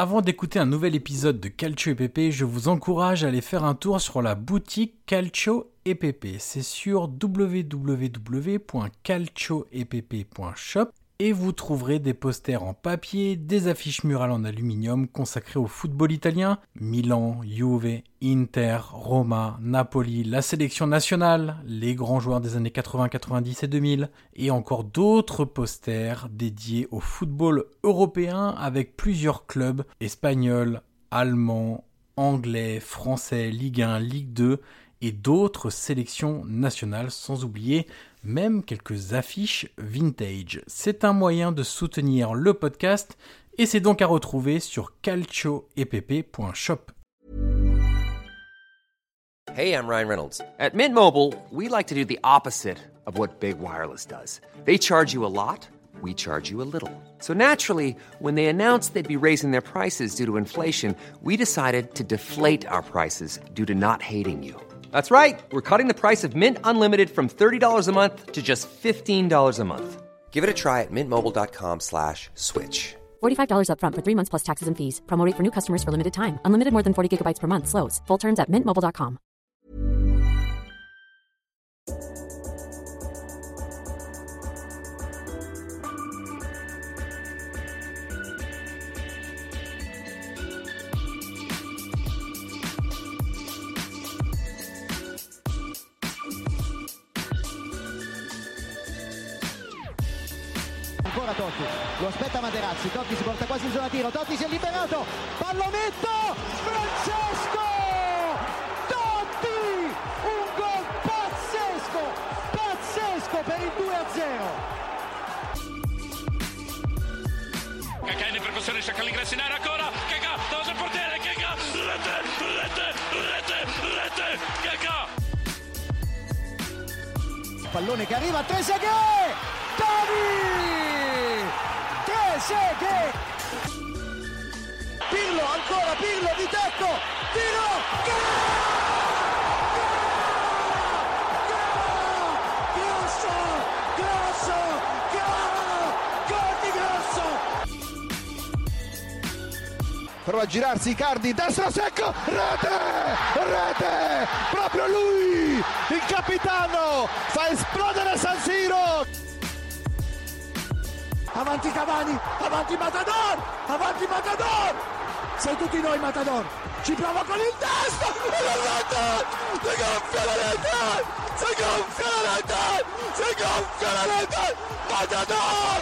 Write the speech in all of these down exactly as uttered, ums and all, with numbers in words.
Avant d'écouter un nouvel épisode de Calcio et Pepe, je vous encourage à aller faire un tour sur la boutique Calcio et Pepe. C'est sur w w w point calcio et pepe point shop et vous trouverez des posters en papier, des affiches murales en aluminium consacrées au football italien, Milan, Juve, Inter, Roma, Napoli, la sélection nationale, les grands joueurs des années quatre-vingts, quatre-vingt-dix et deux mille, et encore d'autres posters dédiés au football européen avec plusieurs clubs espagnols, allemands, anglais, français, Ligue un, Ligue deux et d'autres sélections nationales, sans oublier même quelques affiches vintage. C'est un moyen de soutenir le podcast et c'est donc à retrouver sur calcio et pepe point shop. Hey, I'm Ryan Reynolds. At Mint Mobile, we like to do the opposite of what Big Wireless does. They charge you a lot, we charge you a little. So naturally, when they announced they'd be raising their prices due to inflation, we decided to deflate our prices due to not hating you. That's right. We're cutting the price of Mint Unlimited from thirty dollars a month to just fifteen dollars a month. Give it a try at mintmobile.com slash switch. forty-five dollars up front for three months plus taxes and fees. Promo rate for new customers for limited time. Unlimited more than forty gigabytes per month. Slows full terms at mint mobile dot com. Ancora Totti, lo aspetta Materazzi, Totti si porta quasi in zona tiro, Totti si è liberato, pallonetto, Francesco Totti, un gol pazzesco, pazzesco per il due a zero. Kakà in percussione, cerca l'ingresso in area ancora, Kakà, davanti al portiere, Kakà, rete, rete, rete, rete, Kakà. Pallone che arriva a Trezeguet, Totti! Trezeguet, Pirlo, ancora Pirlo di tecco, tiro, gol! Grosso, grosso, gol, gol di Grosso! Prova a girarsi Icardi, destro secco, rete, rete, proprio lui, il capitano, fa esplodere San Siro! Avanti Cavani, avanti Matador, avanti Matador, sei tutti noi Matador, ci prova con il destro, si gonfia la rete, si gonfia la rete, si gonfia la rete, Matador!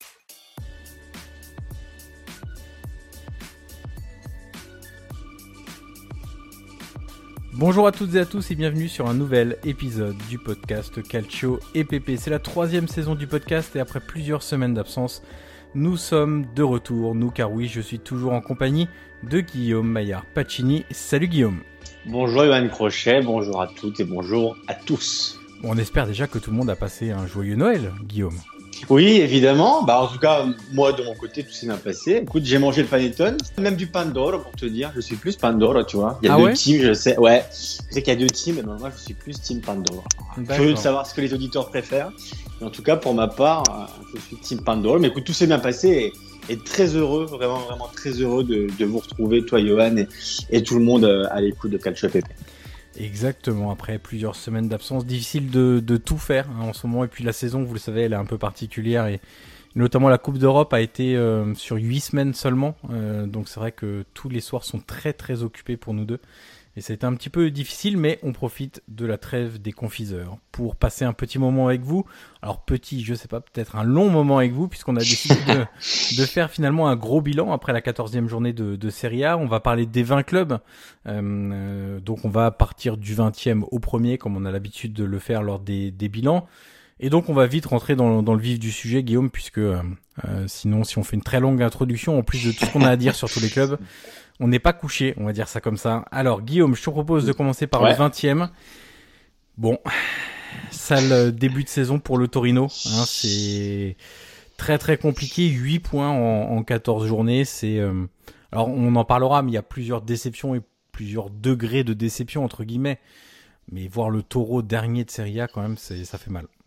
Bonjour à toutes et à tous et bienvenue sur un nouvel épisode du podcast Calcio et Pepe. C'est la troisième saison du podcast et après plusieurs semaines d'absence, nous sommes de retour. Nous, car oui, je suis toujours en compagnie de Guillaume Maillard Pacini. Salut Guillaume. Bonjour Yoann Crochet, bonjour à toutes et bonjour à tous. Bon, on espère déjà que tout le monde a passé un joyeux Noël, Guillaume. Oui, évidemment. Bah, en tout cas, moi, de mon côté, tout s'est bien passé. Écoute, j'ai mangé le panettone, même du pain d'or, pour te dire. Je suis plus pain d'or, tu vois. Il y a ah deux ouais teams, je sais. Ouais, je sais qu'il y a deux teams, mais ben, moi, je suis plus team pain d'or. Curieux de savoir ce que les auditeurs préfèrent. Mais en tout cas, pour ma part, je suis team pain d'or. Mais écoute, tout s'est bien passé et, et très heureux, vraiment, vraiment très heureux de, de vous retrouver, toi, Yoann, et, et tout le monde à l'écoute de Calcio et Pepe. Exactement, après plusieurs semaines d'absence, difficile de, de tout faire hein, en ce moment. Et puis la saison, vous le savez, elle est un peu particulière et notamment la Coupe d'Europe a été euh, sur huit semaines seulement. Euh, donc c'est vrai que tous les soirs sont très très occupés pour nous deux. Et c'était un petit peu difficile, mais on profite de la trêve des confiseurs pour passer un petit moment avec vous. Alors petit, je sais pas, peut-être un long moment avec vous, puisqu'on a décidé de, de faire finalement un gros bilan après la quatorzième journée de, de Serie A. On va parler des vingt clubs. Euh, donc on va partir du vingtième au premier, comme on a l'habitude de le faire lors des, des bilans. Et donc on va vite rentrer dans, dans le vif du sujet, Guillaume, puisque euh, euh, sinon, si on fait une très longue introduction, en plus de tout ce qu'on a à dire sur tous les clubs, on n'est pas couché, on va dire ça comme ça. Alors Guillaume, je te propose de commencer par ouais. le vingtième. Bon, sale début de saison pour le Torino. Hein, c'est très très compliqué, huit points en, en quatorze journées. C'est, euh... Alors on en parlera, mais il y a plusieurs déceptions et plusieurs degrés de déception entre guillemets. Mais voir le Taureau dernier de Serie A, quand même, c'est, ça fait mal.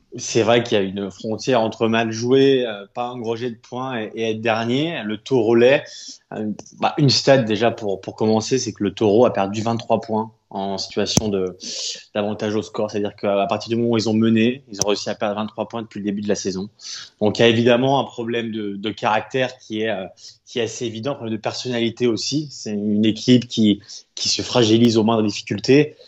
C'est vrai qu'il y a une frontière entre mal joué, euh, pas un gros jet de points et, et être dernier. Le Taureau l'est. Euh, bah, une stat déjà pour, pour commencer, c'est que le Taureau a perdu vingt-trois points en situation de, d'avantage au score. C'est-à-dire qu'à partir du moment où ils ont mené, ils ont réussi à perdre vingt-trois points depuis le début de la saison. Donc il y a évidemment un problème de, de caractère qui est, euh, qui est assez évident, un problème de personnalité aussi. C'est une équipe qui, qui se fragilise aux moindres difficultés.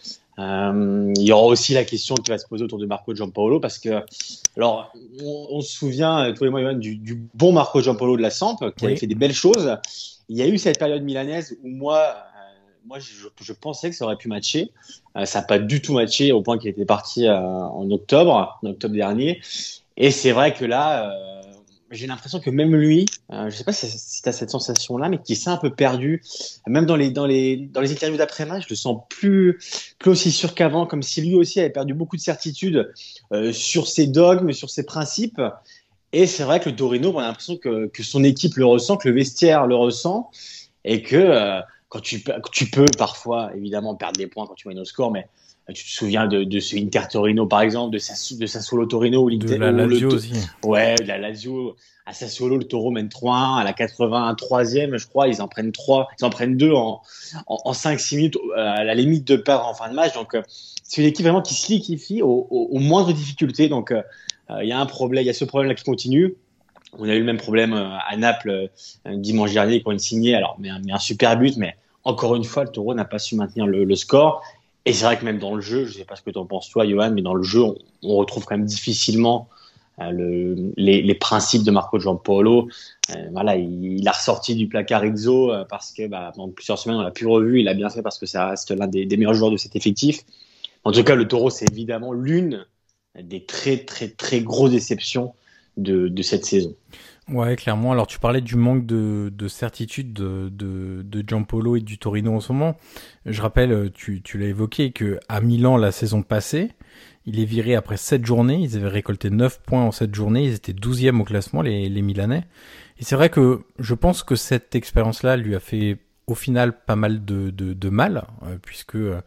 Euh, il y aura aussi la question qui va se poser autour de Marco Giampaolo parce que, alors, on, on se souvient, tous les mois, du, du bon Marco Giampaolo de la Samp qui oui. avait fait des belles choses. Il y a eu cette période milanaise où moi, euh, moi, je, je pensais que ça aurait pu matcher. Euh, ça n'a pas du tout matché au point qu'il était parti euh, en octobre, en octobre dernier. Et c'est vrai que là, euh, j'ai l'impression que même lui, euh, je ne sais pas si, si tu as cette sensation-là, mais qu'il s'est un peu perdu. Même dans les, dans les, dans les interviews d'après-match, je le sens plus, plus aussi sûr qu'avant, comme si lui aussi avait perdu beaucoup de certitude euh, sur ses dogmes, sur ses principes. Et c'est vrai que le Torino, on a l'impression que, que son équipe le ressent, que le vestiaire le ressent, et que euh, quand tu, tu peux parfois, évidemment, perdre des points quand tu mènes au score, mais tu te souviens de, de ce Inter Torino, par exemple, de, sa, de Sassuolo Torino ou l'Inter. De la Lazio le, aussi. Ouais, de la Lazio. À Sassuolo, le Taureau mène trois un. À la quatre-vingt-troisième, je crois, ils en prennent trois. Ils en prennent deux en, en, en cinq six minutes, à la limite de perdre en fin de match. Donc, c'est une équipe vraiment qui se liquéfie aux, aux, aux moindres difficultés. Donc, il euh, y a un problème, il y a ce problème-là qui continue. On a eu le même problème à Naples euh, dimanche dernier quand ils signaient. Alors, mais un, mais un super but, mais encore une fois, le Taureau n'a pas su maintenir le, le score. Et c'est vrai que même dans le jeu, je ne sais pas ce que tu en penses toi, Johan, mais dans le jeu, on, on retrouve quand même difficilement euh, le, les, les principes de Marco Giampaolo. Euh, voilà, il, il a ressorti du placard Izzo euh, parce que bah, pendant plusieurs semaines, on l'a plus revu. Il a bien fait parce que ça reste l'un des, des meilleurs joueurs de cet effectif. En tout cas, le Taureau, c'est évidemment l'une des très, très, très grosses déceptions de, de cette saison. Ouais, clairement. Alors, tu parlais du manque de, de certitude de, de, de Giampaolo et du Torino en ce moment. Je rappelle, tu, tu l'as évoqué, que à Milan, la saison passée, il est viré après sept journées. Ils avaient récolté neuf points en sept journées. Ils étaient douzième au classement, les, les Milanais. Et c'est vrai que je pense que cette expérience-là lui a fait au final pas mal de, de, de mal, euh, puisque euh,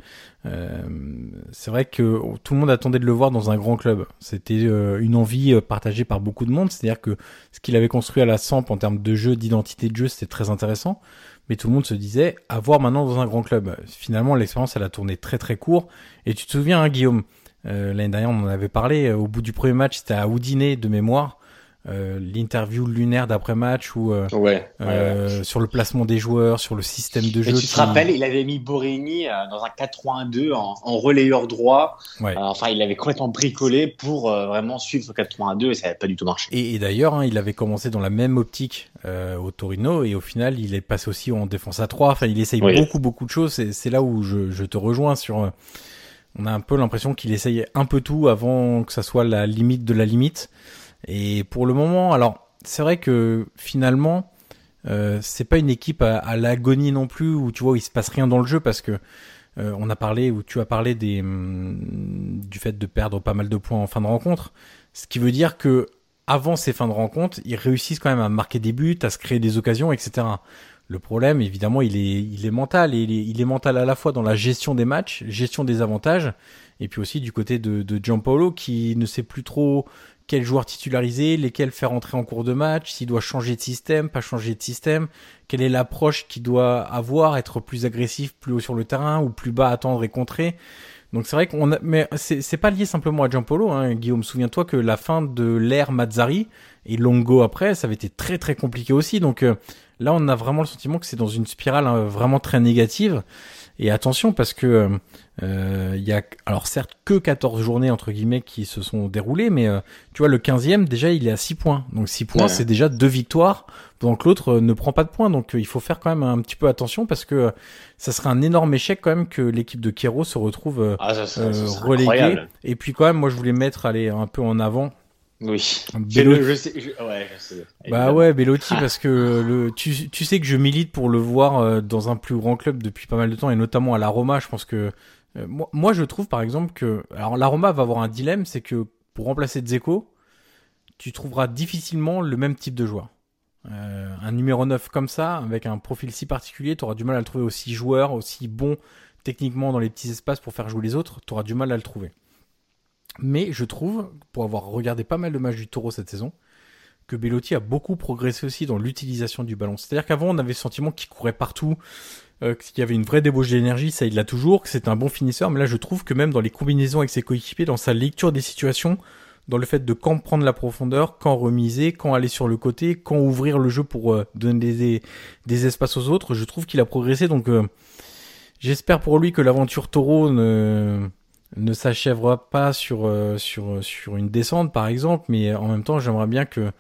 c'est vrai que tout le monde attendait de le voir dans un grand club. C'était euh, une envie partagée par beaucoup de monde, c'est-à-dire que ce qu'il avait construit à la Samp en termes de jeu, d'identité de jeu, c'était très intéressant, mais tout le monde se disait à voir maintenant dans un grand club. Finalement, l'expérience, elle a tourné très très court, et tu te souviens, hein, Guillaume, euh, l'année dernière, on en avait parlé, au bout du premier match, c'était à Udine de mémoire, Euh, l'interview lunaire d'après-match ou euh, ouais, euh, ouais, ouais. sur le placement des joueurs, sur le système de jeu. Et tu qui... te rappelles, il avait mis Borini euh, dans un quatre trois un deux en, en relayeur droit. Ouais. Euh, enfin, il avait complètement bricolé pour euh, vraiment suivre ce quatre trois un deux et ça n'avait pas du tout marché. Et, et d'ailleurs, hein, il avait commencé dans la même optique euh, au Torino et au final, il est passé aussi en défense à trois. Enfin, il essaye oui. beaucoup, beaucoup de choses. C'est, c'est là où je, je te rejoins sur... Euh, on a un peu l'impression qu'il essayait un peu tout avant que ça soit la limite de la limite. Et pour le moment, alors c'est vrai que finalement, euh, c'est pas une équipe à, à l'agonie non plus où tu vois où il se passe rien dans le jeu parce que euh, on a parlé ou tu as parlé des hum, du fait de perdre pas mal de points en fin de rencontre, ce qui veut dire que avant ces fins de rencontre, ils réussissent quand même à marquer des buts, à se créer des occasions, et cetera. Le problème, évidemment, il est il est mental et il est, il est mental à la fois dans la gestion des matchs, gestion des avantages, et puis aussi du côté de, de Giampaolo qui ne sait plus trop quels joueurs titulariser, lesquels faire entrer en cours de match, s'il doit changer de système, pas changer de système, quelle est l'approche qu'il doit avoir, être plus agressif, plus haut sur le terrain ou plus bas, attendre et contrer. Donc c'est vrai qu'on a, mais c'est, c'est pas lié simplement à Giampaolo, hein, Guillaume. Souviens-toi que la fin de l'ère Mazzarri et Longo après, ça avait été très très compliqué aussi. Donc euh, là, on a vraiment le sentiment que c'est dans une spirale hein, vraiment très négative. Et attention parce que euh, il y a alors certes que quatorze journées entre guillemets qui se sont déroulées, mais euh, tu vois le quinzième déjà il est à six points. Donc six points ouais. C'est déjà deux victoires pendant que l'autre euh, ne prend pas de points. Donc euh, il faut faire quand même un petit peu attention parce que euh, ça serait un énorme échec quand même que l'équipe de Queiroz se retrouve euh, ah, ça, ça, euh, ça reléguée. Incroyable. Et puis quand même moi je voulais mettre aller un peu en avant. Oui. Bellotti. Je, je sais, je, ouais, je sais. Bah ouais, Bellotti, parce que le, tu, tu sais que je milite pour le voir euh, dans un plus grand club depuis pas mal de temps, et notamment à la Roma. Je pense que euh, moi, moi, je trouve par exemple que, alors la Roma va avoir un dilemme, c'est que pour remplacer Dzeko, tu trouveras difficilement le même type de joueur. Euh, un numéro neuf comme ça, avec un profil si particulier, tu auras du mal à le trouver aussi joueur, aussi bon techniquement dans les petits espaces pour faire jouer les autres. Tu auras du mal à le trouver. Mais je trouve, pour avoir regardé pas mal de matchs du Taureau cette saison, que Belotti a beaucoup progressé aussi dans l'utilisation du ballon. C'est-à-dire qu'avant, on avait le sentiment qu'il courait partout, euh, qu'il y avait une vraie débauche d'énergie, ça il l'a toujours, que c'était un bon finisseur. Mais là, je trouve que même dans les combinaisons avec ses coéquipiers, dans sa lecture des situations, dans le fait de quand prendre la profondeur, quand remiser, quand aller sur le côté, quand ouvrir le jeu pour euh, donner des, des espaces aux autres, je trouve qu'il a progressé. Donc, euh, j'espère pour lui que l'aventure Taureau ne... ne s'achèvera pas sur euh, sur sur une descente par exemple, mais en même temps j'aimerais bien que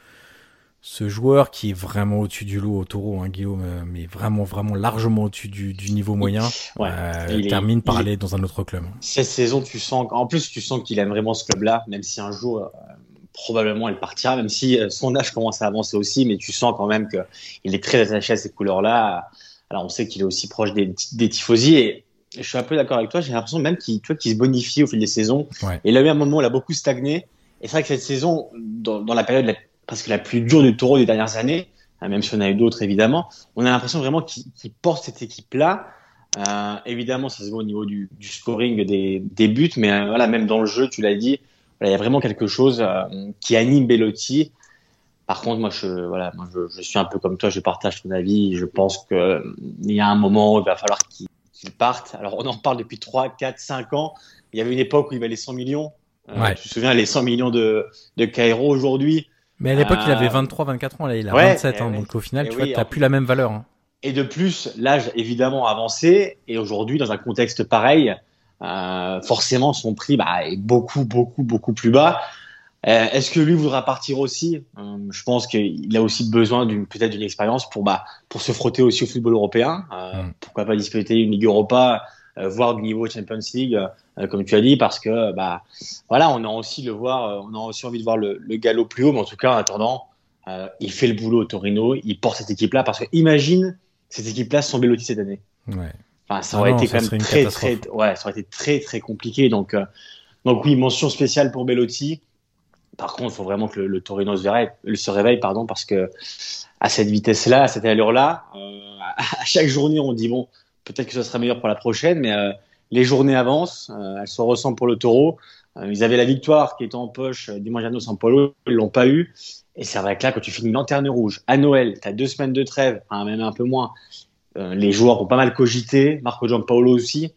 ce joueur qui est vraiment au-dessus du lot au Taureau, hein, Guillaume, euh, mais vraiment vraiment largement au-dessus du, du niveau moyen, ouais, euh, termine est, par aller est... dans un autre club. Cette saison, tu sens, en plus tu sens qu'il aime vraiment ce club-là, même si un jour euh, probablement il partira, même si euh, son âge commence à avancer aussi, mais tu sens quand même que il est très attaché à ces couleurs-là. Alors on sait qu'il est aussi proche des, des tifosi et je suis un peu d'accord avec toi, j'ai l'impression même qu'il, tu vois, qu'il se bonifie au fil des saisons. Ouais. Et il a eu un moment où il a beaucoup stagné. Et c'est vrai que cette saison, dans, dans la période la, presque la plus dure du Taureau des dernières années, même si on a eu d'autres évidemment, on a l'impression vraiment qu'il, qu'il porte cette équipe-là. Euh, évidemment, ça se voit au niveau du, du scoring des, des buts, mais euh, voilà, même dans le jeu, tu l'as dit, voilà, il y a vraiment quelque chose euh, qui anime Belotti. Par contre, moi, je, voilà, moi, je, je suis un peu comme toi, je partage ton avis. Je pense que euh, il y a un moment où il va falloir qu'il qu'ils partent. Alors, on en parle depuis trois, quatre, cinq ans. Il y avait une époque où il valait cent millions. Euh, ouais. Tu te souviens, les cent millions de, de Cairo aujourd'hui. Mais à l'époque, euh... il avait vingt-trois, vingt-quatre ans. Là, il a ouais, vingt-sept ans. Ouais. Donc, au final, et tu oui, vois, t'as plus la même valeur. Hein. Et de plus, l'âge, évidemment, a avancé. Et aujourd'hui, dans un contexte pareil, euh, forcément, son prix bah, est beaucoup, beaucoup, beaucoup plus bas. Euh, est-ce que lui voudra partir aussi ? euh, Je pense qu'il a aussi besoin d'une peut-être d'une expérience pour bah pour se frotter aussi au football européen. Euh, mm. Pourquoi pas disputer une Ligue Europa, euh, voire du niveau Champions League, euh, comme tu as dit, parce que bah voilà, on a aussi le voir, on a aussi envie de voir le, le galop plus haut. Mais en tout cas, en attendant, euh, il fait le boulot au Torino, il porte cette équipe-là. Parce que imagine cette équipe-là sans Belotti cette année. Ouais. Enfin, ça aurait ah non, été ça quand même très très, ouais, ça aurait été très très compliqué. Donc euh, donc oui, mention spéciale pour Belotti. Par contre, il faut vraiment que le, le Torino se réveille, se réveille, pardon, parce que à cette vitesse-là, à cette allure-là, euh, à chaque journée, on dit bon, peut-être que ce sera meilleur pour la prochaine, mais euh, les journées avancent, euh, elles se ressemblent pour le Taureau. Euh, ils avaient la victoire qui était en poche euh, dimanche à San Paulo, ils l'ont pas eu. Et c'est vrai que là, quand tu finis une lanterne rouge à Noël, t'as deux semaines de trêve, hein, même un peu moins. Euh, les joueurs ont pas mal cogité, Marco Giampaolo aussi.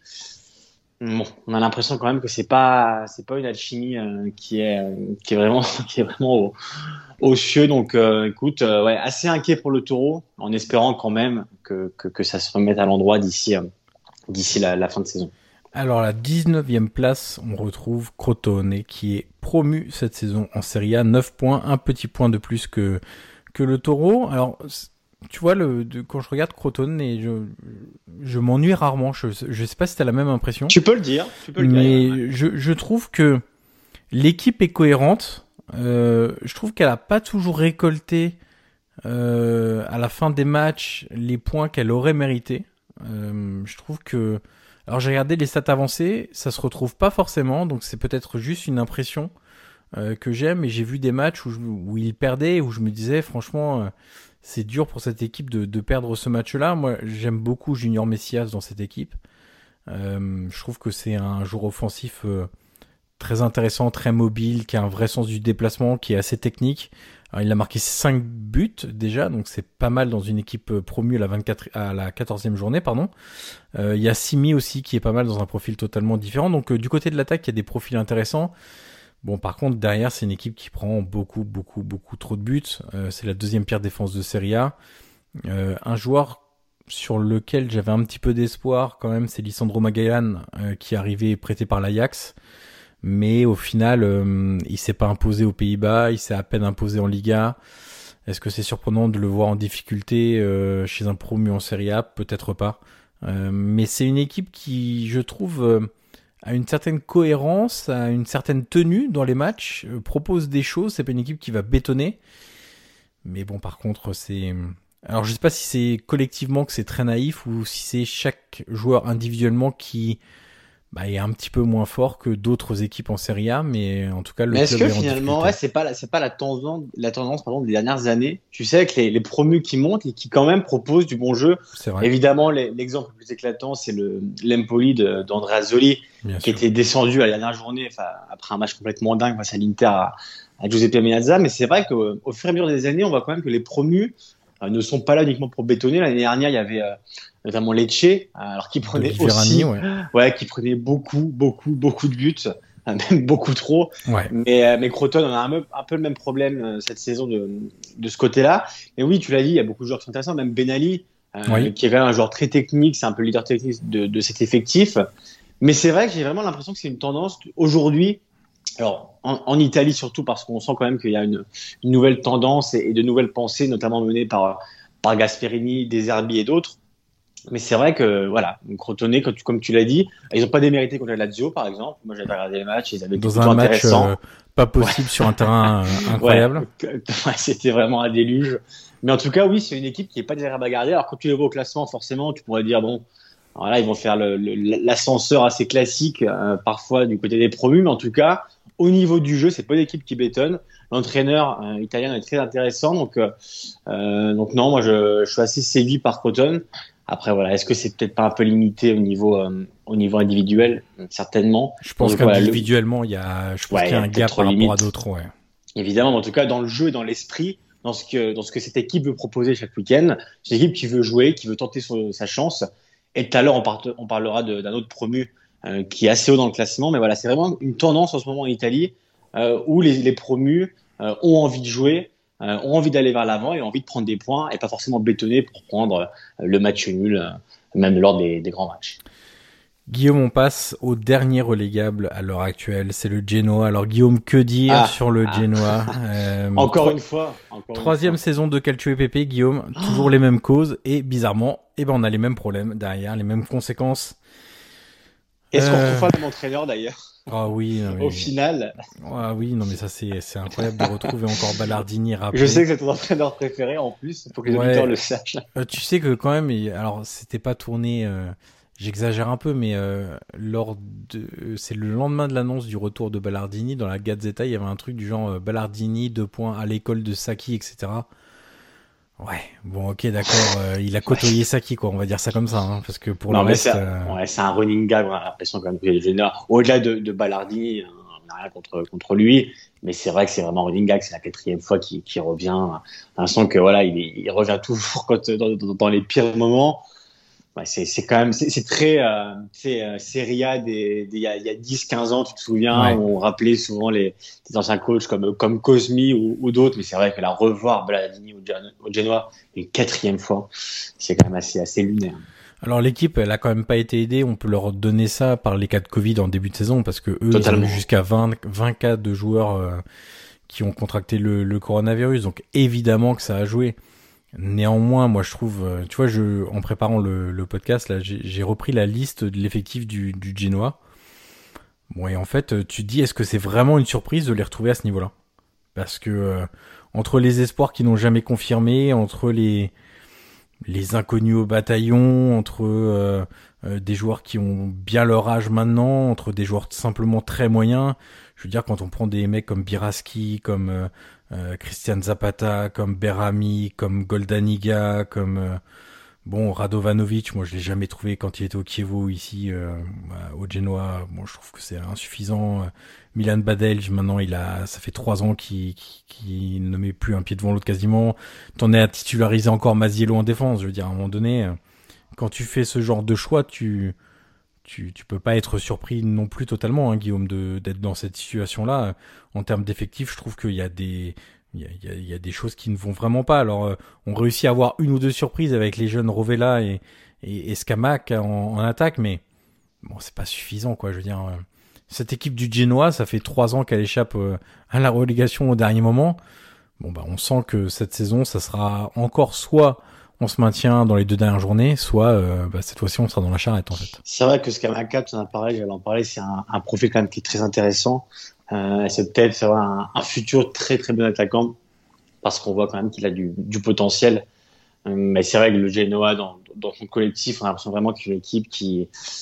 Bon, on a l'impression quand même que c'est pas c'est pas une alchimie euh, qui est euh, qui est vraiment qui est vraiment au, aux cieux. Donc euh, écoute, euh, ouais, assez inquiet pour le Taureau, en espérant quand même que que, que ça se remette à l'endroit d'ici euh, d'ici la, la fin de saison. Alors, à la dix-neuvième place, on retrouve Crotone, qui est promu cette saison en Serie A, neuf points, un petit point de plus que que le Taureau. Alors, tu vois, le, de, quand je regarde Crotone, et je, je m'ennuie rarement. Je, je sais pas si t'as la même impression. Tu peux le dire. Tu peux le mais dire. je, je trouve que l'équipe est cohérente. Euh, je trouve qu'elle a pas toujours récolté euh, à la fin des matchs les points qu'elle aurait mérités. Euh, je trouve que, alors j'ai regardé les stats avancées, ça se retrouve pas forcément, donc c'est peut-être juste une impression euh, que j'aime. Et j'ai vu des matchs où, je, où ils perdaient, où je me disais franchement. Euh, C'est dur pour cette équipe de, de perdre ce match-là. Moi, j'aime beaucoup Junior Messias dans cette équipe. Euh, je trouve que c'est un joueur offensif euh, très intéressant, très mobile, qui a un vrai sens du déplacement, qui est assez technique. Alors, il a marqué cinq buts déjà, donc c'est pas mal dans une équipe promue à la, vingt-quatre, à la quatorzième journée. Pardon. Euh, il y a Simi aussi qui est pas mal dans un profil totalement différent. Donc euh, du côté de l'attaque, il y a des profils intéressants. Bon, par contre, derrière, c'est une équipe qui prend beaucoup, beaucoup, beaucoup trop de buts. Euh, c'est la deuxième pire défense de Serie A. Euh, un joueur sur lequel j'avais un petit peu d'espoir, quand même, c'est Lisandro Magallan, euh, qui est arrivé prêté par l'Ajax. Mais au final, euh, il s'est pas imposé aux Pays-Bas, il s'est à peine imposé en Liga. Est-ce que c'est surprenant de le voir en difficulté euh, chez un promu en Serie A ? Peut-être pas. Euh, mais c'est une équipe qui, je trouve... Euh, a une certaine cohérence, a une certaine tenue dans les matchs, euh, propose des choses, c'est pas une équipe qui va bétonner. Mais bon, par contre, c'est... Alors, je sais pas si c'est collectivement que c'est très naïf ou si c'est chaque joueur individuellement qui bah, est un petit peu moins fort que d'autres équipes en Serie A, mais en tout cas le mais est-ce club que est en finalement, ouais, c'est pas la, c'est pas la tendance, la tendance pardon des dernières années. Tu sais, avec les, les promus qui montent et qui quand même proposent du bon jeu. C'est vrai. Évidemment, les, l'exemple le plus éclatant, c'est le l'Empoli de, d'Andrea Zoli, Bien qui sûr. était descendu à la dernière journée, enfin après un match complètement dingue face à l'Inter à, à Giuseppe Meazza. Mais c'est vrai qu'au au fur et à mesure des années, on voit quand même que les promus euh, ne sont pas là uniquement pour bétonner. L'année dernière, il y avait euh, notamment Lecce, euh, alors qui prenait De Liverani, aussi, ouais. ouais, qui prenait beaucoup, beaucoup, beaucoup de buts, euh, même beaucoup trop. Ouais. Mais, euh, mais Crotone, on a un, peu- un peu le même problème euh, cette saison de, de ce côté-là. Mais oui, tu l'as dit, il y a beaucoup de joueurs qui sont intéressants, même Ben Ali, euh, Oui. qui est quand même un joueur très technique, c'est un peu le leader technique de, de cet effectif. Mais c'est vrai que j'ai vraiment l'impression que c'est une tendance aujourd'hui. Alors, en, en Italie surtout, parce qu'on sent quand même qu'il y a une, une nouvelle tendance et, et de nouvelles pensées, notamment menées par, par Gasperini, De Zerbi et d'autres. Mais c'est vrai que, voilà, Crotone, comme tu, comme tu l'as dit, ils n'ont pas démérité contre la Lazio, par exemple. Moi, j'avais regardé les matchs, ils avaient été Dans plutôt un match intéressants. euh, pas possible sur un terrain euh, incroyable. Ouais, ouais, c'était vraiment un déluge. Mais en tout cas, oui, c'est une équipe qui est pas désagréable à garder. Alors, quand tu les vois au classement, forcément, tu pourrais dire, bon, voilà, ils vont faire le, le- l'ascenseur assez classique, euh, parfois du côté des promus. Mais en tout cas, au niveau du jeu, c'est pas une équipe qui bétonne. L'entraîneur euh, italien est très intéressant. Donc, euh, euh, donc non, moi, je, je suis assez séduit par Crotone. Après, voilà, est-ce que c'est peut-être pas un peu limité au niveau, euh, au niveau individuel? Certainement. Je pense Donc, voilà, le- qu'individuellement, il y a, je pense Ouais, qu'il y a il y a un peut-être gap trop par rapport limite. à d'autres. Ouais. Évidemment, mais en tout cas, dans le jeu et dans l'esprit, dans ce que, dans ce que cette équipe veut proposer chaque week-end, c'est une équipe qui veut jouer, qui veut tenter son- sa chance. Et tout à l'heure, on, part- on parlera de- d'un autre promu euh, qui est assez haut dans le classement. Mais voilà, c'est vraiment une tendance en ce moment en Italie euh, où les, les promus euh, ont envie de jouer, euh, ont envie d'aller vers l'avant et ont envie de prendre des points et pas forcément bétonner pour prendre euh, le match nul, euh, même lors des, des grands matchs. Guillaume, on passe au dernier relégable à l'heure actuelle, c'est le Genoa. Alors Guillaume, que dire Ah, sur le ah. Genoa euh, Encore tro- une fois. Encore Troisième une fois. saison de Calcio et Pepe, Guillaume, toujours les mêmes causes et bizarrement, eh ben on a les mêmes problèmes derrière, les mêmes conséquences. Est-ce qu'on Euh, retrouve pas le même entraîneur d'ailleurs Ah oui, non, mais... au final? ah oui, non mais ça c'est c'est incroyable de retrouver encore Ballardini rappelé. Je sais que c'est ton entraîneur préféré en plus, pour que les Ouais. auditeurs le sachent. Euh, tu sais que quand même, il- alors c'était pas tourné, euh, j'exagère un peu, mais euh, lors de, c'est le lendemain de l'annonce du retour de Ballardini dans la Gazzetta, il y avait un truc du genre euh, Ballardini deux points à l'école de Saki, et cetera. Ouais, bon ok d'accord, euh, il a côtoyé Saki quoi, on va dire ça comme ça, hein, parce que pour Non, le mais reste, c'est, euh, ouais, c'est un running gag, on a l'impression quand même que les juniors, au-delà de, de Ballardini, euh, on n'a rien contre, contre lui, mais c'est vrai que c'est vraiment un running gag, c'est la quatrième fois qu'il, qu'il revient, un l'impression que voilà, il, est- il revient toujours quand, dans, dans, dans les pires moments. Ouais, c'est, c'est quand même, c'est, c'est très, euh, c'est, euh, Serie A des, des, il y a, il y a dix, quinze ans, tu te souviens, Ouais. où on rappelait souvent les, les anciens coachs comme, comme Cosmi ou, ou d'autres, mais c'est vrai que la revoir Ballardini au, Gen- au Genoa une quatrième fois, c'est quand même assez, assez lunaire. alors l'équipe, elle a quand même pas été aidée. On peut leur donner ça par les cas de Covid en début de saison parce que eux, ils ont Totalement. eu jusqu'à vingt, vingt cas de joueurs euh, qui ont contracté le, le coronavirus. Donc évidemment que ça a joué. Néanmoins, moi je trouve, euh, tu vois, je, en préparant le, le podcast, là, j'ai, j'ai repris la liste de l'effectif du, du Genoa. Bon, et en fait, euh, tu te dis, est-ce que c'est vraiment une surprise de les retrouver à ce niveau-là? Parce que euh, entre les espoirs qui n'ont jamais confirmé, entre les les inconnus au bataillon, entre euh, euh, des joueurs qui ont bien leur âge maintenant, entre des joueurs simplement très moyens. Je veux dire, quand on prend des mecs comme Biraski, comme euh, euh, Christian Zapata, comme Berami, comme Goldaniga, comme euh, bon Radovanovic, moi je l'ai jamais trouvé quand il était au Chievo ici, euh, au Genoa. Bon, je trouve que c'est insuffisant. Milan Badelj, maintenant il a, ça fait trois ans qu'il, qu'il, qu'il ne met plus un pied devant l'autre quasiment. T'en es à titulariser encore Masiello en défense. Je veux dire, à un moment donné, quand tu fais ce genre de choix, tu tu tu peux pas être surpris non plus totalement, hein, Guillaume, de d'être dans cette situation-là. En termes d'effectifs, je trouve qu'il y a des il y a, il y a, il y a des choses qui ne vont vraiment pas. Alors, euh, on réussit à avoir une ou deux surprises avec les jeunes Rovella et et, et Scamac en, en attaque, mais bon, c'est pas suffisant, quoi. Je veux dire, euh, cette équipe du Genoa, ça fait trois ans qu'elle échappe euh, à la relégation au dernier moment. Bon, bah, on sent que cette saison, ça sera encore soit on se maintient dans les deux dernières journées, soit euh, bah, cette fois-ci on sera dans la charrette en fait. C'est vrai que Scamaca, tu en as parlé, j'allais en parler, c'est un, un profil quand même qui est très intéressant. Euh, c'est peut-être c'est vrai, un, un futur très très bon attaquant parce qu'on voit quand même qu'il a du, du potentiel. Euh, mais c'est vrai que le Genoa dans, dans son collectif, on a l'impression vraiment qu'il y a une équipe qui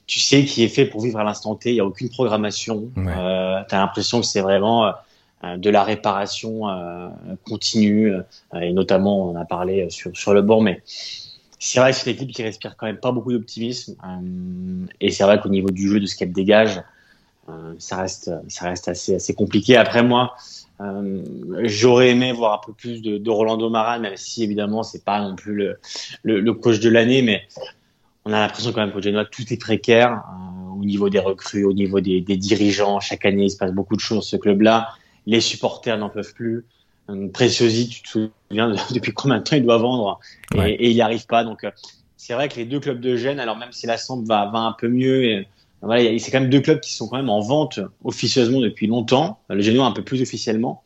tu sais, qui est fait pour vivre à l'instant T. Il n'y a aucune programmation. Ouais. Euh, tu as l'impression que c'est vraiment euh, de la réparation euh, continue. Euh, et notamment, on en a parlé sur, sur le banc. Mais c'est vrai que c'est une équipe qui respire quand même pas beaucoup d'optimisme. Euh, et c'est vrai qu'au niveau du jeu, de ce qu'elle dégage, euh, ça reste, ça reste assez, assez compliqué. Après, moi, euh, j'aurais aimé voir un peu plus de, de Rolando Maran, même si évidemment, c'est pas non plus le, le, le coach de l'année. Mais on a l'impression quand même qu'au Genoa, tout est précaire euh, au niveau des recrues, au niveau des, des dirigeants. Chaque année, il se passe beaucoup de choses dans ce club-là. Les supporters n'en peuvent plus. Euh, Preziosi, tu te souviens de, depuis combien de temps il doit vendre et, ouais. et il n'y arrive pas. Donc, euh, c'est vrai que les deux clubs de Gênes, alors même si la Samp va, va un peu mieux, et, euh, voilà, y a, c'est quand même deux clubs qui sont quand même en vente officieusement depuis longtemps. Le Genoa un peu plus officiellement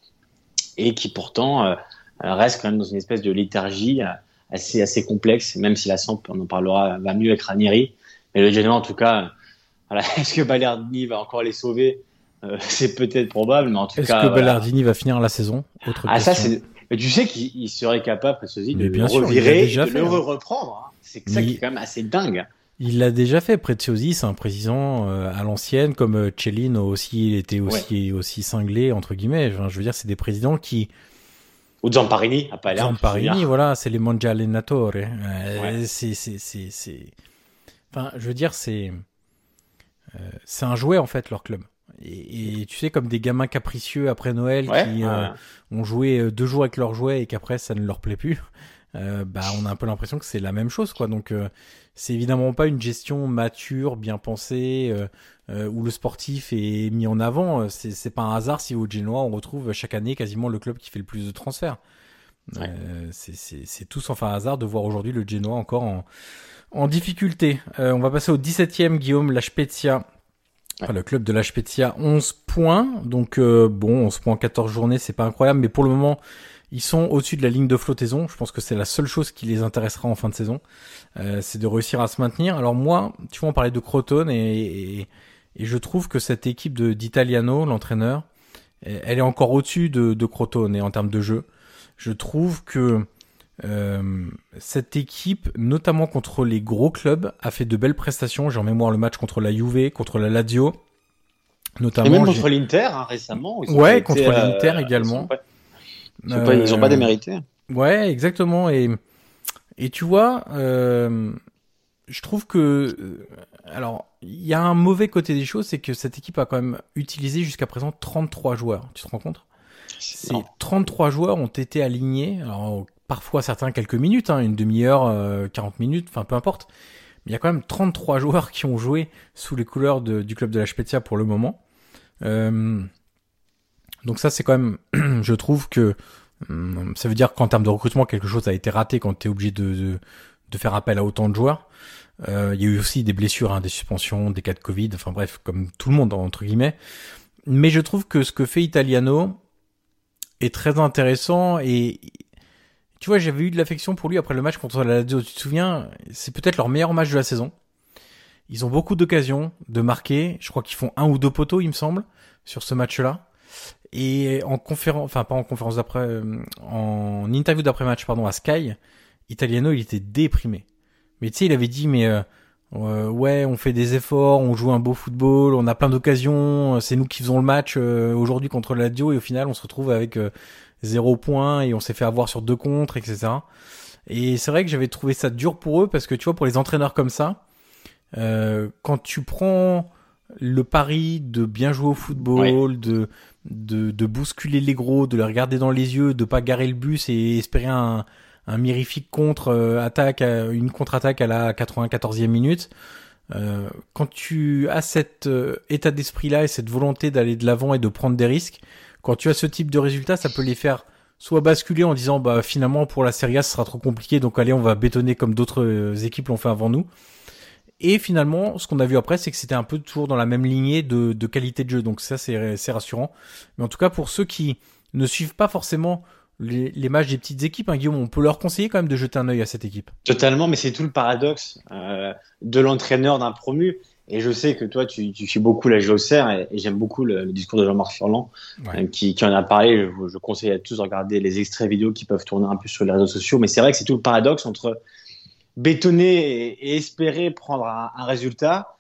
et qui pourtant euh, restent quand même dans une espèce de léthargie euh, assez assez complexe, même si la Samp, on en parlera, va mieux avec Ranieri, mais le Genoa en tout cas, voilà, est-ce que Ballardini va encore les sauver? euh, C'est peut-être probable, mais en tout est-ce cas. Est-ce que voilà. Ballardini va finir la saison? Autre ah question. ça c'est. Mais tu sais qu'il serait capable, Preziosi, de bien le sûr, revirer, de fait, le hein. reprendre. Hein. C'est ça mais... qui est quand même assez dingue. Il l'a déjà fait. Preziosi, c'est un président euh, à l'ancienne, comme euh, Cellino aussi, il était aussi ouais. aussi cinglé entre guillemets. Enfin, je veux dire, c'est des présidents qui. Ou Zamparini, à Palerme. Zamparini, voilà, c'est les mondial allenatore. Euh, ouais. C'est, c'est, c'est, c'est. Enfin, je veux dire, c'est, euh, c'est un jouet en fait leur club. Et, et tu sais, comme des gamins capricieux après Noël ouais, qui ouais. Euh, ont joué deux jours avec leurs jouets et qu'après ça ne leur plaît plus. Euh, bah, on a un peu l'impression que c'est la même chose, quoi. Donc, euh, c'est évidemment pas une gestion mature, bien pensée, euh, euh, où le sportif est mis en avant. C'est, c'est pas un hasard si au Genoa on retrouve chaque année quasiment le club qui fait le plus de transferts. Ouais. Euh, c'est, c'est, c'est tout sauf un hasard de voir aujourd'hui le Genoa encore en, en difficulté. Euh, on va passer au dix-septième, Guillaume, la Spezia. Enfin, le club de la Spezia, onze points. Donc, euh, bon, onze points en quatorze journées, c'est pas incroyable, mais pour le moment, ils sont au-dessus de la ligne de flottaison. Je pense que c'est la seule chose qui les intéressera en fin de saison. Euh, c'est de réussir à se maintenir. Alors moi, tu vois, on parlait de Crotone et, et, et je trouve que cette équipe de, d'Italiano, l'entraîneur, elle est encore au-dessus de, de Crotone et en termes de jeu. Je trouve que euh, cette équipe, notamment contre les gros clubs, a fait de belles prestations. J'ai en mémoire le match contre la Juve, contre la Lazio, notamment. Et même contre j'ai... l'Inter hein, récemment. Ils ouais, contre été, l'Inter euh, également. Ils n'ont pas, euh, pas démérité. Ouais, exactement. Et et tu vois, euh, je trouve que euh, alors il y a un mauvais côté des choses, c'est que cette équipe a quand même utilisé jusqu'à présent trente-trois joueurs. Tu te rends compte? Ces trente-trois joueurs ont été alignés. Alors parfois certains quelques minutes, hein, une demi-heure, euh, quarante minutes, enfin peu importe. Mais il y a quand même trente-trois joueurs qui ont joué sous les couleurs de, du club de la Spezia pour le moment. Euh, donc ça c'est quand même, je trouve que hum, ça veut dire qu'en termes de recrutement quelque chose a été raté quand tu es obligé de, de, de faire appel à autant de joueurs. Euh, il y a eu aussi des blessures, hein, des suspensions, des cas de Covid, enfin bref, comme tout le monde entre guillemets. Mais je trouve que ce que fait Italiano est très intéressant et tu vois, j'avais eu de l'affection pour lui après le match contre la Lazio, tu te souviens, c'est peut-être leur meilleur match de la saison. Ils ont beaucoup d'occasions de marquer, je crois qu'ils font un ou deux poteaux, il me semble, sur ce match-là. Et en conférence, enfin pas en conférence d'après, euh, en interview d'après-match, pardon, à Sky, Italiano, il était déprimé. Mais tu sais, il avait dit, mais euh, euh, ouais, on fait des efforts, on joue un beau football, on a plein d'occasions, c'est nous qui faisons le match euh, aujourd'hui contre la Lazio et au final, on se retrouve avec euh, zéro point et on s'est fait avoir sur deux contres, et cetera. Et c'est vrai que j'avais trouvé ça dur pour eux parce que tu vois, pour les entraîneurs comme ça, euh, quand tu prends le pari de bien jouer au football, ouais. de, de de bousculer les gros, de les regarder dans les yeux, de pas garer le bus et espérer un, un mirifique contre euh, attaque, une contre-attaque à la quatre-vingt-quatorzième minute. Euh, quand tu as cet euh, état d'esprit-là et cette volonté d'aller de l'avant et de prendre des risques, quand tu as ce type de résultat, ça peut les faire soit basculer en disant bah finalement pour la Serie A ce sera trop compliqué, donc allez on va bétonner comme d'autres équipes l'ont fait avant nous. Et finalement, ce qu'on a vu après, c'est que c'était un peu toujours dans la même lignée de, de qualité de jeu. Donc ça, c'est, c'est rassurant. Mais en tout cas, pour ceux qui ne suivent pas forcément les, les matchs des petites équipes, hein, Guillaume, on peut leur conseiller quand même de jeter un œil à cette équipe. Totalement, mais c'est tout le paradoxe euh, de l'entraîneur d'un promu. Et je sais que toi, tu, tu suis beaucoup la G O C R et, et j'aime beaucoup le, le discours de Jean-Marc Furlan ouais. euh, qui, qui en a parlé. Je, je conseille à tous de regarder les extraits vidéo qui peuvent tourner un peu sur les réseaux sociaux. Mais c'est vrai que c'est tout le paradoxe entre bétonner et espérer prendre un, un résultat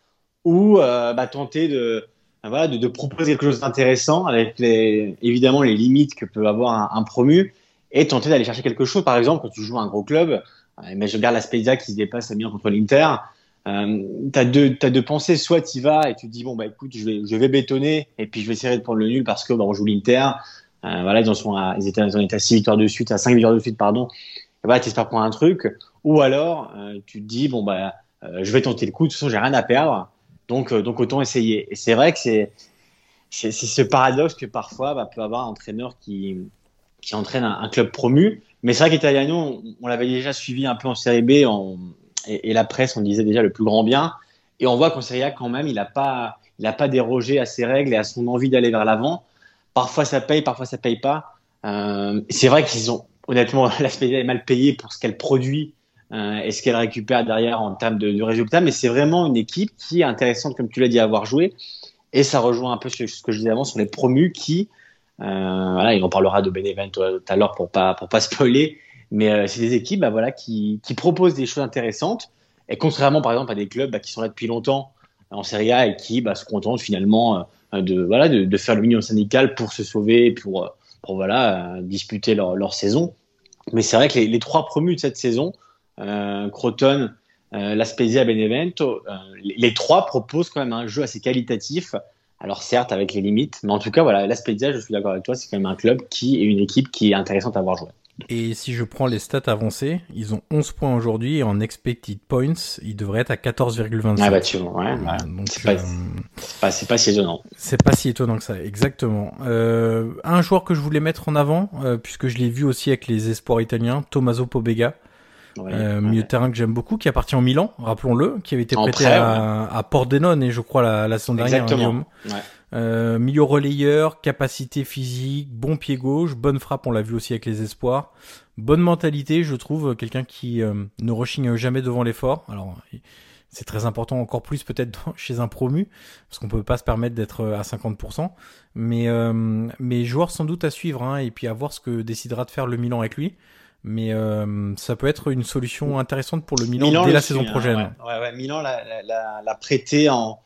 ou euh, bah, tenter de, voilà, de, de proposer quelque chose d'intéressant avec les, évidemment les limites que peut avoir un, un promu et tenter d'aller chercher quelque chose. Par exemple, quand tu joues à un gros club, mais je regarde la Spezia qui se dépasse à Milan contre l'Inter, euh, t'as deux, t'as deux pensées. Soit tu vas et tu te dis bon bah écoute, je vais, je vais bétonner et puis je vais essayer de prendre le nul parce que bah, on joue l'Inter. Euh, voilà, ils en sont à, ils étaient, ils en étaient à six victoires de suite, à cinq victoires de suite, pardon. Et voilà, t'espères prendre un truc. Ou alors euh, tu te dis bon bah euh, je vais tenter le coup. De toute façon, j'ai rien à perdre, donc euh, donc autant essayer. Et c'est vrai que c'est c'est, c'est ce paradoxe que parfois bah, peut avoir un entraîneur qui qui entraîne un, un club promu. Mais c'est vrai qu'Italiano, on, on l'avait déjà suivi un peu en Série B, en, et, et la presse, on disait déjà le plus grand bien. Et on voit qu'en Serie A, quand même, il n'a pas, il a pas dérogé à ses règles et à son envie d'aller vers l'avant. Parfois, ça paye, parfois, ça paye pas. Euh, c'est vrai qu'ils ont, honnêtement, la Spezia est mal payée pour ce qu'elle produit euh, et ce qu'elle récupère derrière en termes de, de résultats. Mais c'est vraiment une équipe qui est intéressante, comme tu l'as dit, à avoir joué. Et ça rejoint un peu ce, ce que je disais avant sur les promus qui, Euh, voilà, il en parlera de Benevento tout à l'heure pour pas pour pas spoiler, mais euh, c'est des équipes bah, voilà qui qui proposent des choses intéressantes et contrairement par exemple à des clubs bah, qui sont là depuis longtemps en Serie A et qui bah, se contentent finalement euh, de voilà de, de faire le minimum syndical pour se sauver pour pour voilà euh, disputer leur leur saison. Mais c'est vrai que les, les trois promus de cette saison, euh, Crotone, euh, la Spezia, Benevento, euh, les, les trois proposent quand même un jeu assez qualitatif. Alors certes avec les limites, mais en tout cas voilà, la Spezia, je suis d'accord avec toi, c'est quand même un club qui est une équipe qui est intéressante à voir jouer. Et si je prends les stats avancées, ils ont onze points aujourd'hui et en expected points, ils devraient être à quatorze virgule vingt-cinq. Ah bah tu vois, ouais, ouais. Donc c'est, pas, euh, c'est pas c'est pas si étonnant. C'est pas si étonnant que ça, exactement. Euh, un joueur que je voulais mettre en avant, euh, puisque je l'ai vu aussi avec les espoirs italiens, Tommaso Pobega. Ouais, euh, milieu ouais. de terrain que j'aime beaucoup, qui appartient au Milan, rappelons-le, qui avait été prêté prêt, à, ouais. à Pordenone, je crois, la, la saison dernière. Exactement. Ouais. Euh, milieu relayeur, capacité physique, bon pied gauche, bonne frappe, on l'a vu aussi avec les espoirs. Bonne mentalité, je trouve, quelqu'un qui euh, ne rechigne jamais devant l'effort. Alors, c'est très important, encore plus peut-être chez un promu, parce qu'on peut pas se permettre d'être à cinquante pour cent. Mais, euh, mais joueur sans doute à suivre, hein, et puis à voir ce que décidera de faire le Milan avec lui. Mais euh, ça peut être une solution intéressante pour le Milan, Milan dès la suit, saison prochaine. Hein, ouais, ouais, ouais. Milan l'a, l'a, l'a prêté en,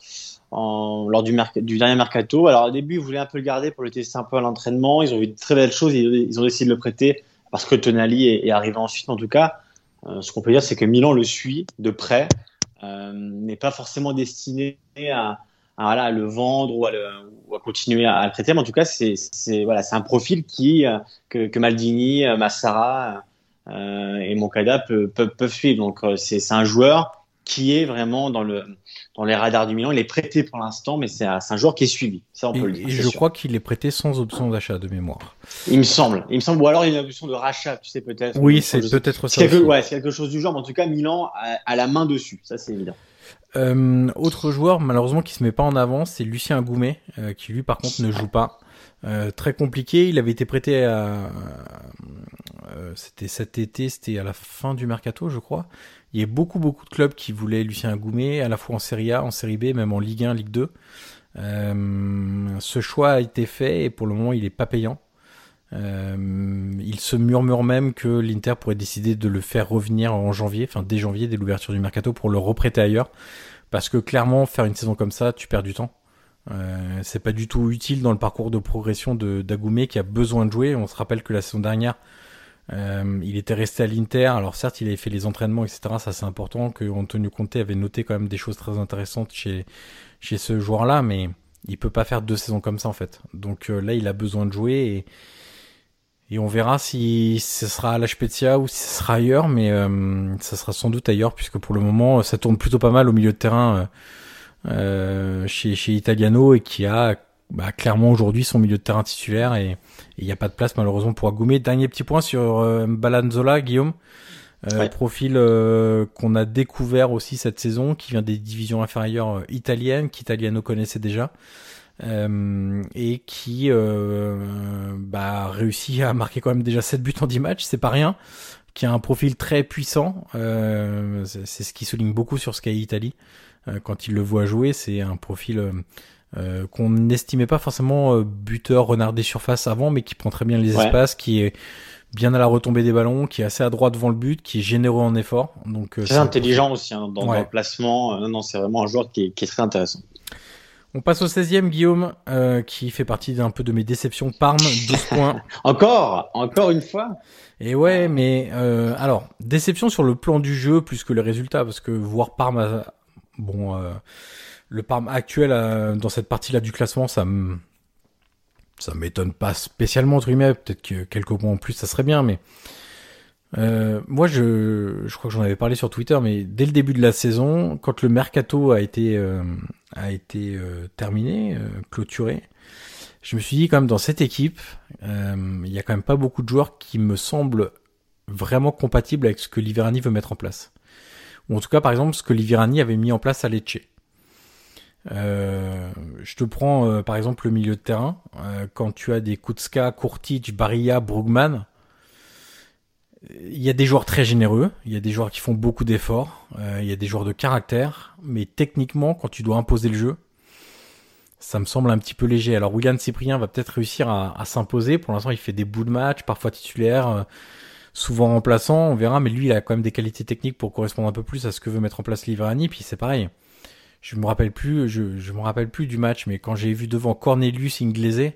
en, lors du, merc- du dernier mercato. Alors au début, ils voulaient un peu le garder pour le tester un peu à l'entraînement. Ils ont vu de très belles choses. Ils, ils ont décidé de le prêter parce que Tonali est, est arrivé ensuite. En tout cas, euh, ce qu'on peut dire, c'est que Milan le suit de près, euh, n'est pas forcément destiné à, à, voilà, à le vendre ou à, le, ou à continuer à, à le prêter. Mais en tout cas, c'est, c'est, voilà, c'est un profil qui, euh, que, que Maldini, euh, Massara Euh, et Moncada peuvent, peuvent, peuvent suivre. Donc euh, c'est, c'est un joueur qui est vraiment dans le dans les radars du Milan. Il est prêté pour l'instant, mais c'est un, c'est un joueur qui est suivi. Ça on et, peut le dire. Et je sûr. crois qu'il est prêté sans option d'achat de mémoire. Il me semble. Il me semble. Ou alors il y a une option de rachat, tu sais peut-être. Oui, c'est peut-être ça. C'est quelque, ouais, c'est quelque chose du genre. Mais en tout cas, Milan a, a la main dessus. Ça c'est évident. Euh, autre joueur malheureusement qui se met pas en avant, c'est Lucien Goumet, euh, qui lui par contre ne joue pas. Euh, très compliqué. Il avait été prêté à Euh, c'était cet été, c'était à la fin du mercato, je crois. Il y a beaucoup, beaucoup de clubs qui voulaient Lucien Goumet, à la fois en Serie A, en Serie B, même en Ligue un, Ligue deux. Euh, ce choix a été fait et pour le moment, il est pas payant. Euh, il se murmure même que l'Inter pourrait décider de le faire revenir en janvier, enfin dès janvier, dès l'ouverture du mercato, pour le reprêter ailleurs. Parce que clairement, faire une saison comme ça, tu perds du temps. Euh, c'est pas du tout utile dans le parcours de progression de d'Agoumet qui a besoin de jouer. On se rappelle que la saison dernière, Euh, il était resté à l'Inter, alors certes il avait fait les entraînements et cetera, ça c'est important, que Antonio Conte avait noté quand même des choses très intéressantes chez chez ce joueur-là, mais il peut pas faire deux saisons comme ça en fait. Donc euh, là il a besoin de jouer et et on verra si ce sera à la Spezia ou si ce sera ailleurs, mais euh, ça sera sans doute ailleurs puisque pour le moment ça tourne plutôt pas mal au milieu de terrain euh, euh, chez chez Italiano et qui a bah, clairement aujourd'hui son milieu de terrain titulaire et il n'y a pas de place malheureusement pour Agoumet. Dernier petit point sur euh, Balanzola, Guillaume, euh, ouais. profil euh, qu'on a découvert aussi cette saison, qui vient des divisions inférieures euh, italiennes, qu'Italiano connaissait déjà, euh, et qui euh, bah, réussit à marquer quand même déjà sept buts en dix matchs, c'est pas rien, qui a un profil très puissant, euh, c'est, c'est ce qui souligne beaucoup sur Sky Italie, euh, quand il le voit jouer, c'est un profil... Euh, Euh, qu'on n'estimait pas forcément euh, buteur renard des surfaces avant, mais qui prend très bien les ouais. espaces, qui est bien à la retombée des ballons, qui est assez adroit devant le but, qui est généreux en effort. Donc très c'est intelligent aussi hein, dans, ouais. dans le placement. Non, non, c'est vraiment un joueur qui est, qui est très intéressant. On passe au seizième, Guillaume, euh, qui fait partie d'un peu de mes déceptions. Parme, douze points. Encore, encore une fois. Et ouais, mais euh, alors déception sur le plan du jeu plus que les résultats, parce que voir Parme, à, bon, euh, le Parme actuel euh, dans cette partie-là du classement, ça me ça m'étonne pas spécialement entre guillemets. Peut-être que quelques points en plus, ça serait bien, mais euh, moi je je crois que j'en avais parlé sur Twitter, mais dès le début de la saison, quand le mercato a été euh, a été euh, terminé, euh, clôturé, je me suis dit quand même dans cette équipe, euh, il y a quand même pas beaucoup de joueurs qui me semblent vraiment compatibles avec ce que Liverani veut mettre en place. Ou en tout cas, par exemple, ce que Liverani avait mis en place à Lecce. Euh, je te prends euh, par exemple le milieu de terrain. Euh, quand tu as des Kucka, Kurtic, Barilla, Brugman, il y a des joueurs très généreux, il y a des joueurs qui font beaucoup d'efforts, euh, il y a des joueurs de caractère, mais techniquement, quand tu dois imposer le jeu, ça me semble un petit peu léger. Alors Willian Cyprien va peut-être réussir à, à s'imposer. Pour l'instant, il fait des bouts de match, parfois titulaire, euh, souvent remplaçant, on verra. Mais lui, il a quand même des qualités techniques pour correspondre un peu plus à ce que veut mettre en place Liverani. Puis c'est pareil. Je me rappelle plus, je, je me rappelle plus du match, mais quand j'ai vu devant Cornelius Inglese,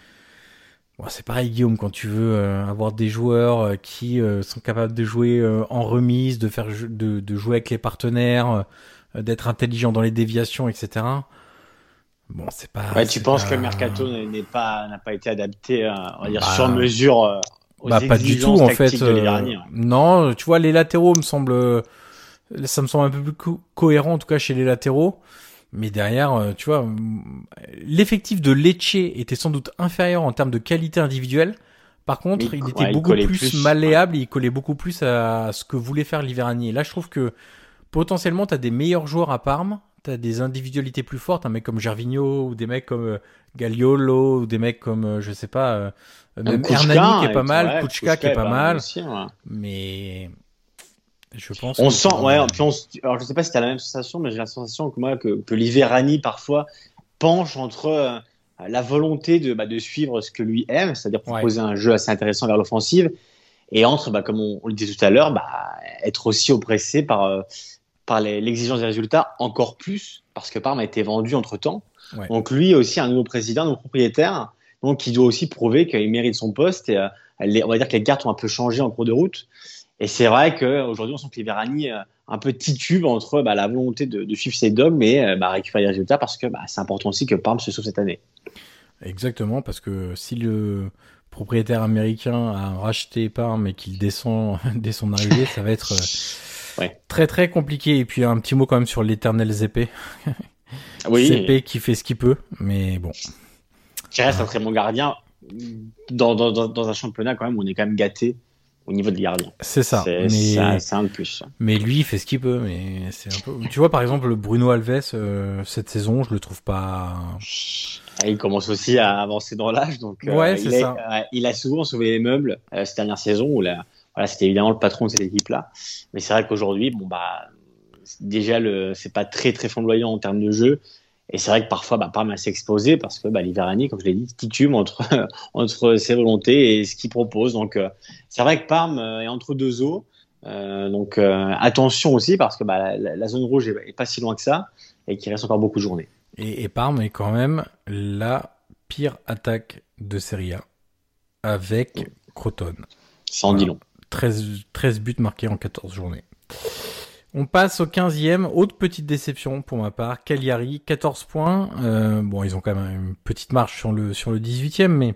bon, c'est pareil, Guillaume, quand tu veux euh, avoir des joueurs euh, qui euh, sont capables de jouer euh, en remise, de faire de, de jouer avec les partenaires, euh, d'être intelligent dans les déviations, et cetera. Bon, c'est pas. Ouais, tu penses pas... que le mercato n'est pas n'a pas été adapté, à, on va dire bah, sur mesure euh, aux bah, pas du tout en fait. de Liverani, hein. Non, tu vois, les latéraux me semblent, ça me semble un peu plus co- cohérent en tout cas chez les latéraux. Mais derrière, tu vois, l'effectif de Lecce était sans doute inférieur en termes de qualité individuelle. Par contre, il, il était ouais, beaucoup il plus, plus malléable, ouais. et il collait beaucoup plus à ce que voulait faire Liverani. Et là, je trouve que potentiellement, t'as des meilleurs joueurs à Parme, t'as des individualités plus fortes, un mec comme Gervinho, ou des mecs comme Gagliolo, ou des mecs comme, je sais pas, même Kucka, Hernani qui est pas mal, ouais, Kucka, Kucka qui est pas mal. Aussi, ouais. Mais je pense on que sent, pour... ouais. Puis on, alors je sais pas si t'as la même sensation, mais j'ai la sensation que moi que, que Liverani parfois penche entre euh, la volonté de bah, de suivre ce que lui aime, c'est-à-dire proposer ouais. un jeu assez intéressant vers l'offensive, et entre bah comme on, on le disait tout à l'heure, bah être aussi oppressé par euh, par les, l'exigence des résultats encore plus parce que Parme a été vendu entre temps. Ouais. Donc lui aussi un nouveau président, un nouveau propriétaire, donc il doit aussi prouver qu'il mérite son poste. Et euh, les, on va dire que les cartes ont un peu changé en cours de route. Et c'est vrai qu'aujourd'hui, on sent que Liverani euh, un peu titube entre bah, la volonté de, de suivre ses dogmes et euh, bah, récupérer des résultats parce que bah, c'est important aussi que Parme se sauve cette année. Exactement, parce que si le propriétaire américain a racheté Parme et qu'il descend dès son arrivée, ça va être euh, ouais. très très compliqué. Et puis un petit mot quand même sur l'éternel Zépé. Oui. Zépé qui fait ce qu'il peut, mais bon. Qui reste un très bon gardien dans, dans, dans, dans un championnat quand même où on est quand même gâté au niveau de gardien. C'est ça. C'est, mais... c'est, c'est un de plus. Mais lui, il fait ce qu'il peut. Mais c'est un peu. Tu vois, par exemple, Bruno Alves, euh, cette saison, je le trouve pas. Il commence aussi à avancer dans l'âge, donc euh, ouais, c'est il, ça. Est, euh, il a souvent sauvé les meubles euh, cette dernière saison où là, voilà, c'était évidemment le patron de cette équipe-là. Mais c'est vrai qu'aujourd'hui, bon bah, déjà le, c'est pas très très flamboyant en termes de jeu. Et c'est vrai que parfois, bah, Parme s'est exposé parce que bah, Liverani, comme je l'ai dit, titube entre entre ses volontés et ce qu'il propose. Donc, euh, c'est vrai que Parme est entre deux eaux. Euh, donc, euh, attention aussi parce que bah, la, la zone rouge est, est pas si loin que ça et qu'il reste encore beaucoup de journées. Et, et Parme est quand même la pire attaque de Serie A avec Crotone. Ça en dit long. treize, treize buts marqués en quatorze journées. On passe au quinzième, autre petite déception pour ma part, Cagliari, quatorze points. Euh, bon, ils ont quand même une petite marche sur le sur le dix-huitième, mais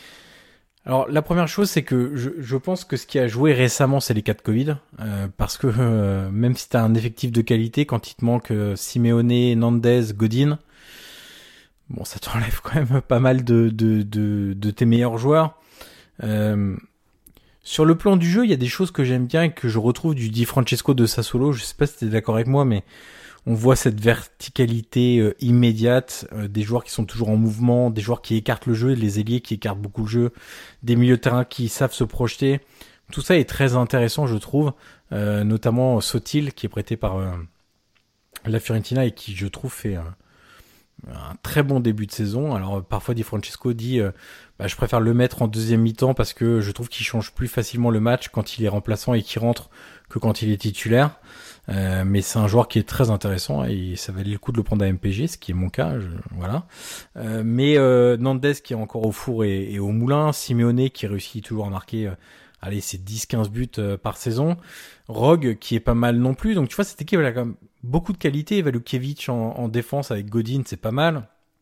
alors la première chose, c'est que je, je pense que ce qui a joué récemment, c'est les cas de Covid, euh, parce que euh, même si t'as un effectif de qualité, quand il te manque euh, Simeone, Nandez, Godin, bon, ça t'enlève quand même pas mal de de de, de tes meilleurs joueurs. Euh, Sur le plan du jeu, il y a des choses que j'aime bien et que je retrouve du Di Francesco de Sassuolo. Je sais pas si t'es d'accord avec moi, mais on voit cette verticalité euh, immédiate, euh, des joueurs qui sont toujours en mouvement, des joueurs qui écartent le jeu, les ailiers qui écartent beaucoup le jeu, des milieux de terrain qui savent se projeter. Tout ça est très intéressant, je trouve, euh, notamment Sotil qui est prêté par euh, la Fiorentina et qui, je trouve, fait euh, un très bon début de saison. Alors parfois Di Francesco dit euh, bah, je préfère le mettre en deuxième mi-temps parce que je trouve qu'il change plus facilement le match quand il est remplaçant et qu'il rentre que quand il est titulaire. Euh, mais c'est un joueur qui est très intéressant et ça valait le coup de le prendre à M P G, ce qui est mon cas. Je, voilà. Euh, mais euh, Nandez qui est encore au four et, et au moulin, Simeone qui réussit toujours à marquer, euh, allez, c'est dix quinze buts euh, par saison. Rogue qui est pas mal non plus. Donc tu vois, cette équipe elle a quand même beaucoup de qualité. Valukiewicz en, en défense avec Godin, c'est pas mal.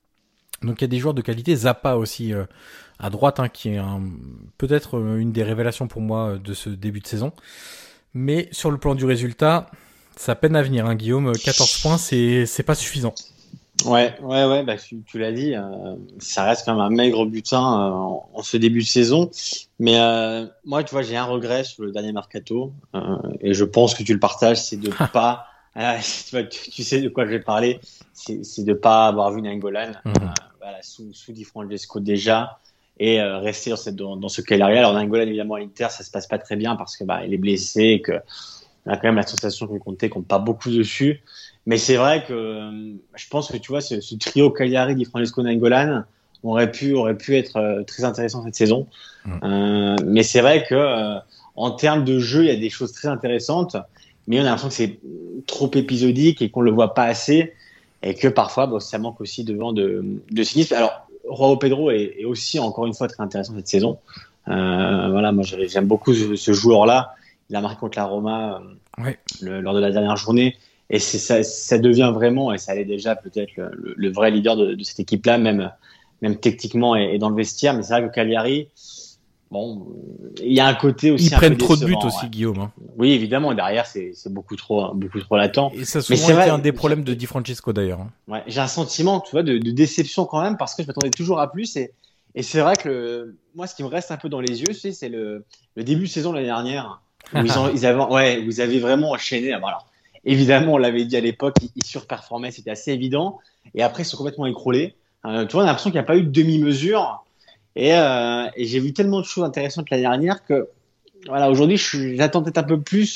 Donc il y a des joueurs de qualité. Zappa aussi euh, à droite, hein, qui est un, peut-être une des révélations pour moi de ce début de saison. Mais sur le plan du résultat, ça peine à venir, hein, Guillaume. quatorze points, c'est c'est pas suffisant. Ouais, ouais, ouais. Bah tu, tu l'as dit, euh, ça reste quand même un maigre butin euh, en, en ce début de saison. Mais euh, moi, tu vois, j'ai un regret sur le dernier mercato euh, et je pense que tu le partages, c'est de pas. Euh, tu, vois, tu, tu sais de quoi je vais parler. C'est, c'est de pas avoir vu Nainggolan mmh. euh, voilà, sous sous Di Francesco déjà. Et euh, rester dans, cette, dans, dans ce Cagliari. Alors Nainggolan, évidemment, à l'Inter, ça se passe pas très bien parce que bah il est blessé et que on a quand même la sensation que Conte compte pas beaucoup dessus. Mais c'est vrai que euh, je pense que tu vois ce, ce trio Cagliari, Di Francesco, Nainggolan aurait pu aurait pu être euh, très intéressant cette saison. Mmh. Euh, mais c'est vrai que euh, en termes de jeu, il y a des choses très intéressantes, mais on a l'impression que c'est trop épisodique et qu'on le voit pas assez et que parfois bon, ça manque aussi devant de de cynisme. Alors João Pedro est, est aussi encore une fois très intéressant cette saison. Euh, voilà, moi j'aime beaucoup ce, ce joueur-là. Il a marqué contre la Roma euh, ouais. le, lors de la dernière journée, et c'est ça, ça devient vraiment, et ça allait déjà peut-être le, le, le vrai leader de, de cette équipe-là, même même techniquement et, et dans le vestiaire. Mais c'est vrai que Cagliari, bon, il y a un côté aussi. Ils un prennent peu trop décevant, de buts aussi, ouais. Guillaume. Hein. Oui, évidemment. Derrière, c'est c'est beaucoup trop beaucoup trop latent. Et ça a souvent été vrai, un des problèmes de Di Francesco d'ailleurs. Hein. Ouais, j'ai un sentiment, tu vois, de, de déception quand même parce que je m'attendais toujours à plus et et c'est vrai que le, moi, ce qui me reste un peu dans les yeux, tu sais, c'est le le début de saison de l'année dernière où ils ont ils avaient ouais, où ils avaient vraiment enchaîné. Alors, évidemment, on l'avait dit à l'époque, ils, ils surperformaient, c'était assez évident. Et après, ils sont complètement écroulés. Euh, tu vois, on a l'impression qu'il n'y a pas eu de demi-mesure. Et, euh, et j'ai vu tellement de choses intéressantes l'année dernière que, voilà, aujourd'hui, je suis, j'attends peut-être un peu plus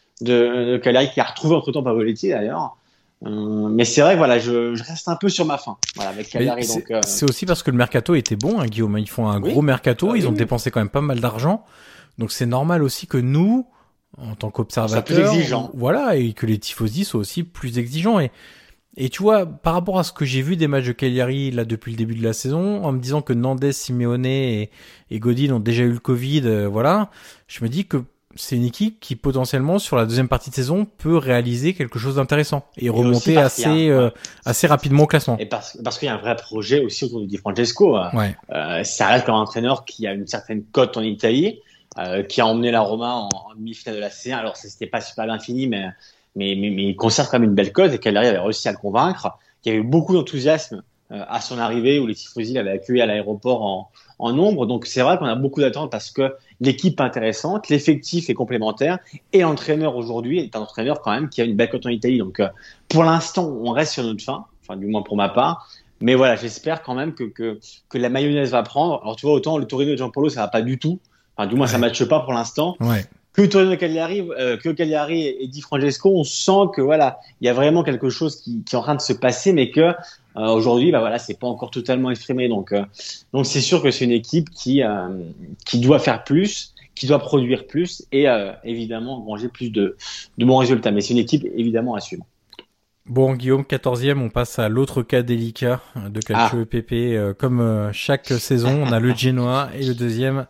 de, de Cagliari qui a retrouvé entre-temps Pavoletti d'ailleurs. Euh, mais c'est vrai que voilà, je, je reste un peu sur ma faim. Voilà, avec Cagliari. C'est, donc, euh... c'est aussi parce que le mercato était bon, hein, Guillaume. Ils font un oui. gros mercato, ah, ils oui, ont oui. dépensé quand même pas mal d'argent. Donc c'est normal aussi que nous, en tant qu'observateurs, voilà, et que les tifosi soient aussi plus exigeants. Et, et tu vois, par rapport à ce que j'ai vu des matchs de Cagliari là depuis le début de la saison, en me disant que Nandez, Simeone et, et Godin ont déjà eu le Covid, euh, voilà, je me dis que c'est une équipe qui potentiellement sur la deuxième partie de saison peut réaliser quelque chose d'intéressant et, et remonter assez un, euh, ouais. assez rapidement au classement. Et parce parce qu'il y a un vrai projet aussi autour de Di Francesco. Ouais. Euh, ça reste comme un entraîneur qui a une certaine cote en Italie. Euh, qui a emmené la Roma en, en demi-finale de la C un. Alors, ça, c'était pas super bien fini, mais, mais, mais, mais il conserve quand même une belle cote et Cagliari avait réussi à le convaincre. Il y avait eu beaucoup d'enthousiasme euh, à son arrivée où les tifosi l'avaient accueilli à l'aéroport en, en nombre. Donc, c'est vrai qu'on a beaucoup d'attentes parce que l'équipe est intéressante, l'effectif est complémentaire et l'entraîneur aujourd'hui est un entraîneur quand même qui a une belle cote en Italie. Donc, euh, pour l'instant, on reste sur notre fin, enfin, du moins pour ma part. Mais voilà, j'espère quand même que, que, que la mayonnaise va prendre. Alors, tu vois, autant le Torino de Gianpaolo, ça va pas du tout. Enfin, du moins, ouais. ça ne matche pas pour l'instant. Ouais. Que Torino Cagliari, euh, que Cagliari et Di Francesco, on sent que voilà, il y a vraiment quelque chose qui, qui est en train de se passer, mais que euh, aujourd'hui, bah voilà, c'est pas encore totalement exprimé. Donc, euh, donc c'est sûr que c'est une équipe qui euh, qui doit faire plus, qui doit produire plus et euh, évidemment engranger plus de de bons résultats. Mais c'est une équipe évidemment à suivre. Bon, Guillaume, quatorzième, on passe à l'autre cas délicat de Calcio ah. E P P. Euh, comme euh, chaque saison, on a le Genoa et le deuxième.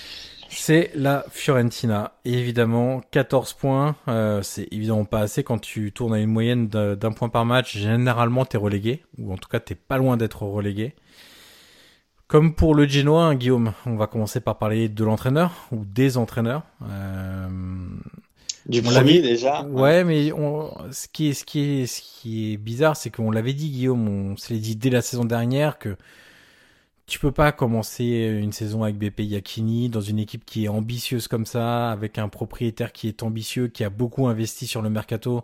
C'est la Fiorentina. Et évidemment, quatorze points, euh, c'est évidemment pas assez. Quand tu tournes à une moyenne d'un point par match, généralement t'es relégué, ou en tout cas t'es pas loin d'être relégué. Comme pour le Genoa, hein, Guillaume, on va commencer par parler de l'entraîneur, ou des entraîneurs. Euh, du premier déjà. Ouais, mais on, ce qui est, ce qui est, ce qui est bizarre, c'est qu'on l'avait dit, Guillaume, on se l'est dit dès la saison dernière que tu peux pas commencer une saison avec Beppe Iachini dans une équipe qui est ambitieuse comme ça, avec un propriétaire qui est ambitieux, qui a beaucoup investi sur le mercato.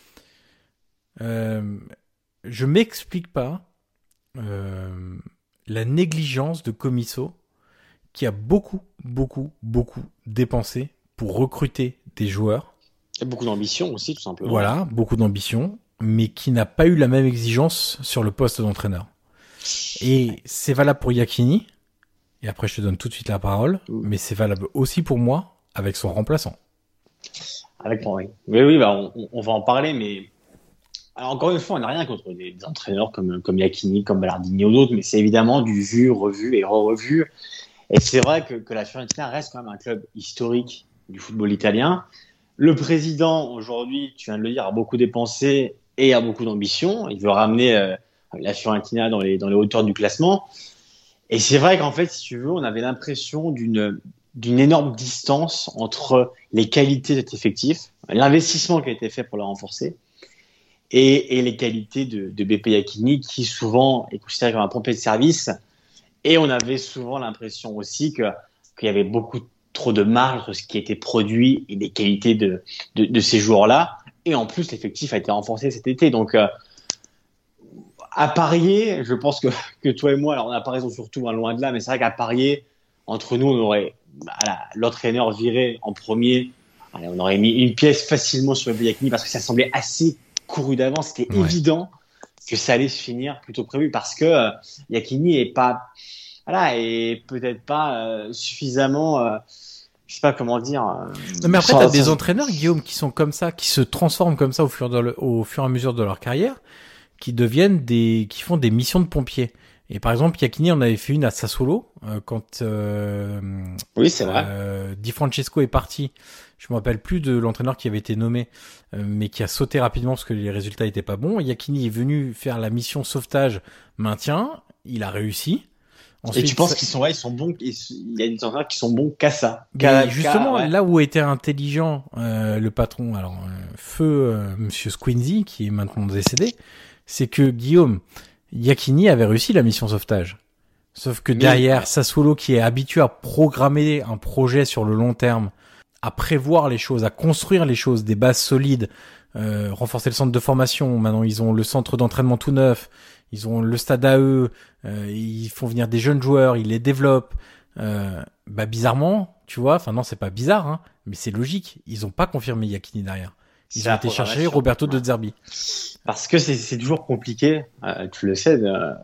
Euh, je m'explique pas euh, la négligence de Commisso, qui a beaucoup, beaucoup, beaucoup dépensé pour recruter des joueurs. Et beaucoup d'ambition aussi, tout simplement. Voilà, beaucoup d'ambition. mais qui n'a pas eu la même exigence sur le poste d'entraîneur. Et c'est valable pour Iachini, et après je te donne tout de suite la parole, mais c'est valable aussi pour moi avec son remplaçant. Avec moi, oui. Oui, oui, bah, on, on va en parler, mais alors, encore une fois, on n'a rien contre des, des entraîneurs comme, comme Iachini, comme Ballardini ou d'autres, mais c'est évidemment du vu, revu et re-revu. Et c'est vrai que, que la Fiorentina reste quand même un club historique du football italien. Le président, aujourd'hui, tu viens de le dire, a beaucoup dépensé et a beaucoup d'ambition. Il veut ramener euh, la Fiorentina dans les, dans les hauteurs du classement. Et c'est vrai qu'en fait, si tu veux, on avait l'impression d'une, d'une énorme distance entre les qualités de cet effectif, l'investissement qui a été fait pour le renforcer, et, et les qualités de, de Beppe Iachini, qui souvent est considéré comme un pompier de service. Et on avait souvent l'impression aussi que, qu'il y avait beaucoup trop de marge entre ce qui était produit et les qualités de, de, de ces joueurs-là. Et en plus, l'effectif a été renforcé cet été. Donc, euh, à parier, je pense que, que toi et moi, alors on n'a pas raison surtout, hein, loin de là, mais c'est vrai qu'à parier, entre nous, on aurait voilà, l'entraîneur viré en premier. Allez, on aurait mis une pièce facilement sur Beppe Iachini parce que ça semblait assez couru d'avance. C'était ouais. évident que ça allait se finir plutôt prévu parce que euh, Iachini est pas, voilà, est peut-être pas euh, suffisamment, euh, je sais pas comment dire. Euh, non, mais après, t'as des entraîneurs, Guillaume, qui sont comme ça, qui se transforment comme ça au fur, le, au fur et à mesure de leur carrière, qui deviennent des, qui font des missions de pompiers. Et par exemple, Iachini, on avait fait une à Sassuolo euh, quand euh, oui, c'est vrai. Euh, Di Francesco est parti. Je me rappelle plus de l'entraîneur qui avait été nommé, euh, mais qui a sauté rapidement parce que les résultats étaient pas bons. Iachini est venu faire la mission sauvetage maintien. Il a réussi. Ensuite, et tu penses ça... qu'ils sont, ouais, ils sont bons. Il y a des entraîneurs qui sont bons qu'à ça. Qu'à, justement, qu'à, ouais. Là où était intelligent euh, le patron, alors euh, feu euh, Monsieur Squinzi, qui est maintenant décédé, c'est que Guillaume. Iachini avait réussi la mission sauvetage. Sauf que derrière, mais... Sassuolo, qui est habitué à programmer un projet sur le long terme, à prévoir les choses, à construire les choses, des bases solides, euh, renforcer le centre de formation. Maintenant, ils ont le centre d'entraînement tout neuf. Ils ont le stade à eux. Euh, ils font venir des jeunes joueurs. Ils les développent. Euh, bah, bizarrement, tu vois, enfin non, c'est pas bizarre, hein, mais c'est logique. Ils ont pas confirmé Iachini derrière. Ils c'est ont été chercher Roberto De Zerbi. Parce que c'est, c'est toujours compliqué, euh, tu le sais. Euh,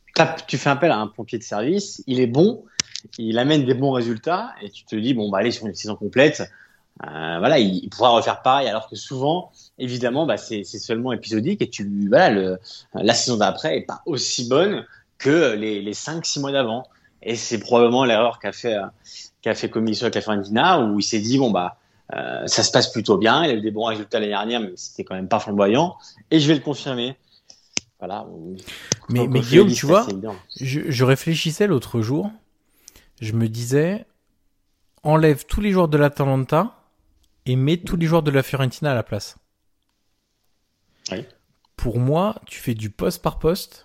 tu fais appel à un pompier de service, il est bon, il amène des bons résultats, et tu te dis bon bah allez sur une saison complète, euh, voilà, il, il pourra refaire pareil. Alors que souvent, évidemment, bah c'est, c'est seulement épisodique, et tu voilà le la saison d'après est pas aussi bonne que les les cinq six mois d'avant. Et c'est probablement l'erreur qu'a fait euh, qu'a fait Commisso avec la Fiorentina, où il s'est dit bon bah Euh, ça se passe plutôt bien, il a eu des bons résultats l'année dernière, mais c'était quand même pas flamboyant, et je vais le confirmer. Voilà. Mais, mais Guillaume, tu vois, je, je réfléchissais l'autre jour, je me disais, enlève tous les joueurs de l'Atalanta et mets tous les joueurs de la Fiorentina à la place. Oui. Pour moi, tu fais du poste par poste.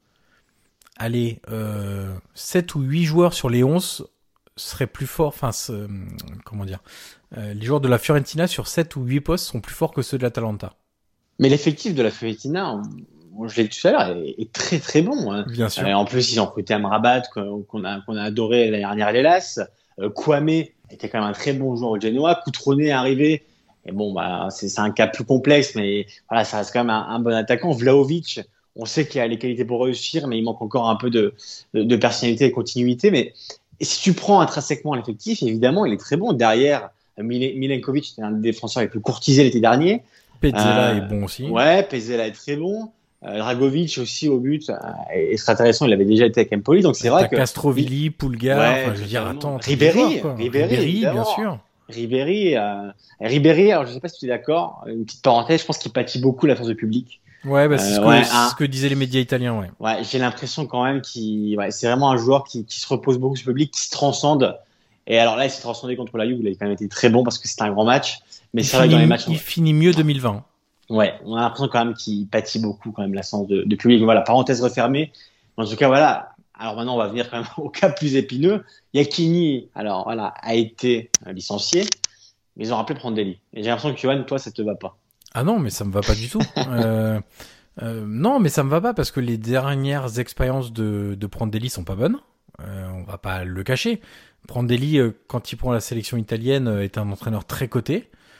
Allez, euh, sept ou huit joueurs sur les onze seraient plus forts, enfin, euh, comment dire, euh, les joueurs de la Fiorentina sur sept ou huit postes sont plus forts que ceux de l'Atalanta. Mais l'effectif de la Fiorentina, on, je l'ai dit tout à l'heure, est, est très très bon. Hein. Bien sûr. Euh, en plus, ils ont recruté Amrabat, qu'on a, qu'on a adoré l'année dernière à l'Hellas. Euh, Kwame était quand même un très bon joueur au Genoa. Cutrone est arrivé. Et bon, bah, c'est, c'est un cas plus complexe, mais voilà, ça reste quand même un, un bon attaquant. Vlahovic, on sait qu'il a les qualités pour réussir, mais il manque encore un peu de, de, de personnalité et de continuité. Mais et si tu prends intrinsèquement l'effectif, évidemment, il est très bon. Derrière, Milenkovic était un des défenseurs les plus courtisés l'été dernier. Pezzella euh, est bon aussi. Ouais, Pezzella est très bon. Euh, Dragovic aussi au but euh, est très intéressant. Il avait déjà été avec Empoli, donc c'est T'as vrai que Castrovilli, Pulgar, ouais, enfin, je veux dire, attends, Ribéry, joueurs, Ribéry, Ribéry bien sûr. Ribéry, euh, Ribéry. Alors je sais pas si tu es d'accord. Une petite parenthèse, je pense qu'il pâtit beaucoup la force de public. Ouais, bah, c'est, euh, ce, que, ouais, c'est un... ce que disaient les médias italiens, ouais. Ouais, j'ai l'impression quand même qu'il, ouais, c'est vraiment un joueur qui, qui se repose beaucoup sur le public, qui se transcende. Et alors là, il s'est transcendé contre la Juve, il a quand même été très bon parce que c'était un grand match. Mais il c'est vrai que dans les matchs, il on... finit mieux deux mille vingt. Ouais, on a l'impression quand même qu'il pâtit beaucoup quand même l'absence de, de public. Voilà, parenthèse refermée. En tout cas, voilà. Alors maintenant, on va venir quand même au cas plus épineux. Iachini, alors voilà, a été licencié, mais ils ont rappelé Prandelli. Et j'ai l'impression que Johan, toi, ça te va pas. Ah non, mais ça me va pas du tout. euh, euh, non, mais ça me va pas parce que les dernières expériences de, de Prandelli sont pas bonnes. Euh, on va pas le cacher. Prandelli, euh, quand il prend la sélection italienne, euh, est un entraîneur très coté.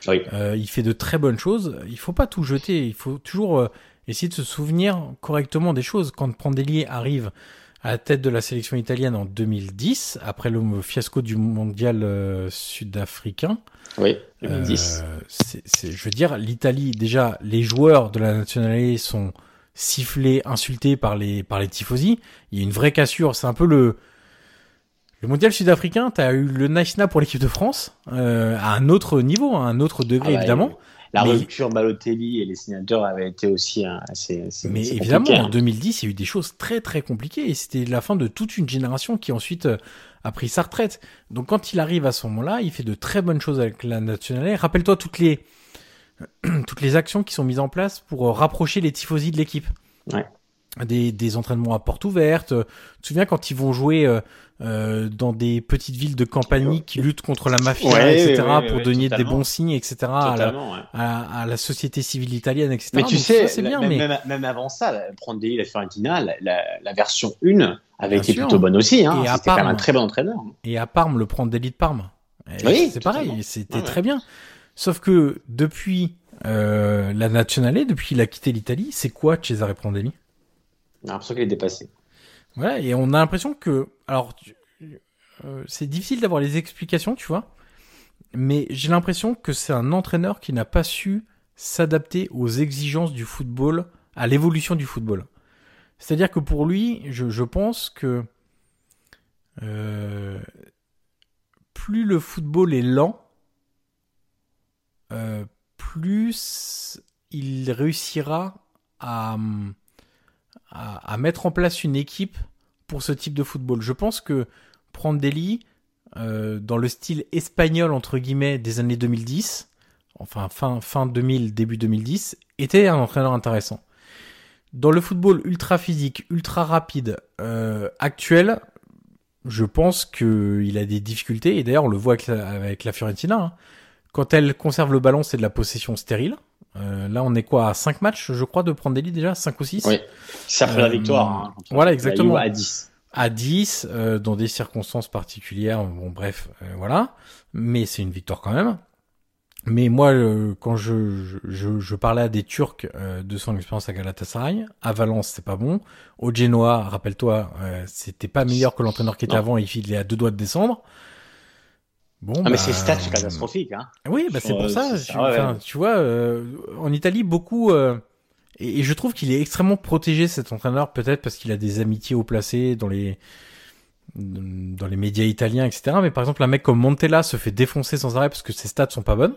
Oui. Euh, il fait de très bonnes choses. Il faut pas tout jeter. Il faut toujours euh, essayer de se souvenir correctement des choses. Quand Prandelli arrive à la tête de la sélection italienne en deux mille dix, après le fiasco du mondial euh, sud-africain. Oui, deux mille dix. Euh, c'est, c'est, je veux dire, l'Italie, déjà, les joueurs de la nationalité sont sifflés, insultés par les, par les tifosi. Il y a une vraie cassure. C'est un peu le, le mondial sud-africain. T'as eu le national pour l'équipe de France, euh, à un autre niveau, à un autre degré, ah bah, évidemment. La mais, rupture Balotelli et les signateurs avaient été aussi hein, assez, assez, mais assez évidemment, hein. en deux mille dix, il y a eu des choses très, très compliquées et c'était la fin de toute une génération qui ensuite euh, a pris sa retraite. Donc, quand il arrive à ce moment-là, il fait de très bonnes choses avec la nationale. Rappelle-toi toutes les, toutes les actions qui sont mises en place pour euh, rapprocher les tifosi de l'équipe. Ouais. Des, des entraînements à porte ouverte. Tu te souviens quand ils vont jouer euh, euh, dans des petites villes de campagne qui luttent contre la mafia, ouais, et cetera, ouais, pour ouais, donner totalement. des bons signes, et cetera, à la, ouais. à, à la société civile italienne, et cetera. Mais tu Donc, sais, ça, c'est la, bien, même, mais... même, même avant ça, la, Prandelli, la Fiorentina, la, la, la version un avait bien été sûr. plutôt bonne aussi. Hein. Et à C'était quand Parme, même un très bon entraîneur. Et à Parme, le Prandelli de Parme. Et oui, c'est totalement. pareil, c'était ouais, très ouais. bien. Sauf que depuis euh, la Nazionale, depuis qu'il a quitté l'Italie, c'est quoi Cesare Prandelli? On a l'impression qu'il est dépassé. Voilà, et on a l'impression que... Alors, tu, euh, c'est difficile d'avoir les explications, tu vois, mais j'ai l'impression que c'est un entraîneur qui n'a pas su s'adapter aux exigences du football, à l'évolution du football. C'est-à-dire que pour lui, je, je pense que euh, plus le football est lent, euh, plus il réussira à... À, à mettre en place une équipe pour ce type de football. Je pense que Prandelli, euh, dans le style espagnol entre guillemets des années deux mille dix, enfin fin fin deux mille, début deux mille dix, était un entraîneur intéressant. Dans le football ultra physique, ultra rapide euh, actuel, je pense que il a des difficultés. Et d'ailleurs, on le voit avec la, avec la Fiorentina. Hein. Quand elle conserve le ballon, c'est de la possession stérile. Euh, là, on est quoi à cinq matchs, je crois, de Prandelli déjà, cinq ou six. Oui, ça fait euh, la victoire. Hein, voilà, exactement. À dix. À dix, euh, dans des circonstances particulières. Bon, bref, euh, voilà. Mais c'est une victoire quand même. Mais moi, euh, quand je, je, je parlais à des Turcs euh, de son expérience à Galatasaray, à Valence, c'est pas bon. Au Genoa, rappelle-toi, euh, c'était pas meilleur que l'entraîneur qui était non. avant. Il est à deux doigts de descendre. Bon, ah bah, mais ces stats sont catastrophiques. Hein. Oui, bah c'est pour ça. ça tu, ouais. tu vois, euh, en Italie, beaucoup... Euh, et, et je trouve qu'il est extrêmement protégé, cet entraîneur, peut-être parce qu'il a des amitiés haut placées dans les, dans les médias italiens, et cetera. Mais par exemple, un mec comme Montella se fait défoncer sans arrêt parce que ses stats sont pas bonnes.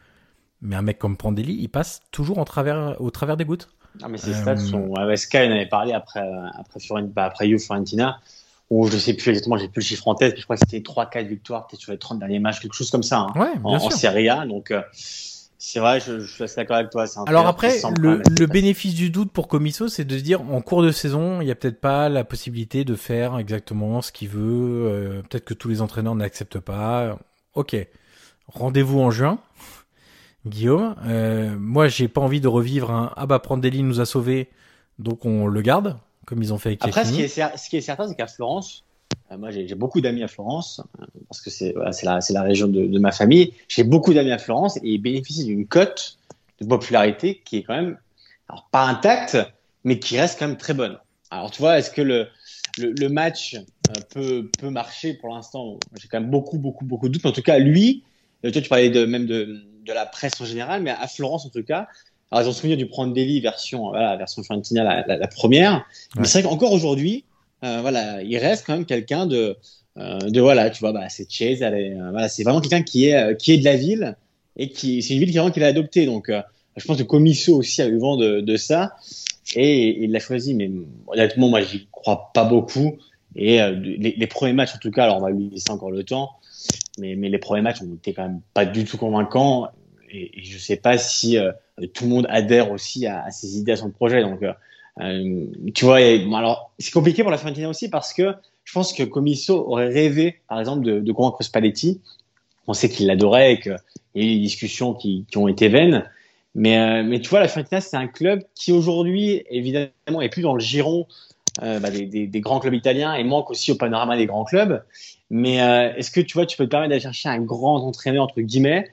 Mais un mec comme Prandelli, il passe toujours en travers, au travers des gouttes. Ah mais ses stats euh... sont... Ouais, Sky en avait parlé après, après, Fiorentina, bah, après Juve Fiorentina. Ou je sais plus exactement, j'ai plus le chiffre en tête, mais je crois que c'était trois quatre victoires, peut-être sur les trente derniers matchs, quelque chose comme ça, hein, ouais, en, en Serie A. Donc, euh, c'est vrai, je, je suis assez d'accord avec toi. C'est un Alors après, le, le bénéfice du doute pour Commisso, c'est de se dire, en cours de saison, il y a peut-être pas la possibilité de faire exactement ce qu'il veut, euh, peut-être que tous les entraîneurs n'acceptent pas. Ok, rendez-vous en juin, Guillaume. Euh, moi, j'ai pas envie de revivre un « Ah bah, Prandelli nous a sauvés, donc on le garde ». Comme ils ont fait avec Après, ce qui, est, ce qui est certain, c'est qu'à Florence, euh, moi j'ai, j'ai beaucoup d'amis à Florence, euh, parce que c'est, voilà, c'est, la, c'est la région de, de ma famille. J'ai beaucoup d'amis à Florence et ils bénéficient d'une cote de popularité qui est quand même, alors pas intacte, mais qui reste quand même très bonne. Alors tu vois, est-ce que le, le, le match euh, peut, peut marcher pour l'instant? J'ai quand même beaucoup, beaucoup, beaucoup de doutes. Mais en tout cas, lui, toi tu parlais de, même de, de la presse en général, mais à Florence en tout cas, alors, ils ont souvenir du Prandelli version, voilà, version Fiorentina, la, la, la première. Ouais. Mais c'est vrai qu'encore aujourd'hui, euh, voilà, il reste quand même quelqu'un de, euh, de voilà, tu vois, bah, c'est Chase, elle est, euh, voilà, c'est vraiment quelqu'un qui est, euh, qui est de la ville et qui, c'est une ville qui vraiment qu'il a adoptée. Donc, euh, je pense que Commisso aussi a eu vent de, de ça et, et il l'a choisi. Mais honnêtement, moi, j'y crois pas beaucoup. Et euh, les, les premiers matchs, en tout cas, alors on va lui laisser encore le temps, mais, mais les premiers matchs ont été quand même pas du tout convaincants. Et, et je sais pas si euh, tout le monde adhère aussi à, à ses idées, à son projet. Donc, euh, tu vois, et, bon, alors c'est compliqué pour la Fiorentina aussi parce que je pense que Commisso aurait rêvé, par exemple, de, de convaincre Spalletti. On sait qu'il l'adorait et qu'il y a eu des discussions qui, qui ont été vaines. Mais, euh, mais tu vois, la Fiorentina, c'est un club qui aujourd'hui, évidemment, est plus dans le giron euh, bah, des, des, des grands clubs italiens et manque aussi au panorama des grands clubs. Mais euh, est-ce que tu vois, tu peux te permettre d'aller chercher un grand entraîneur entre guillemets?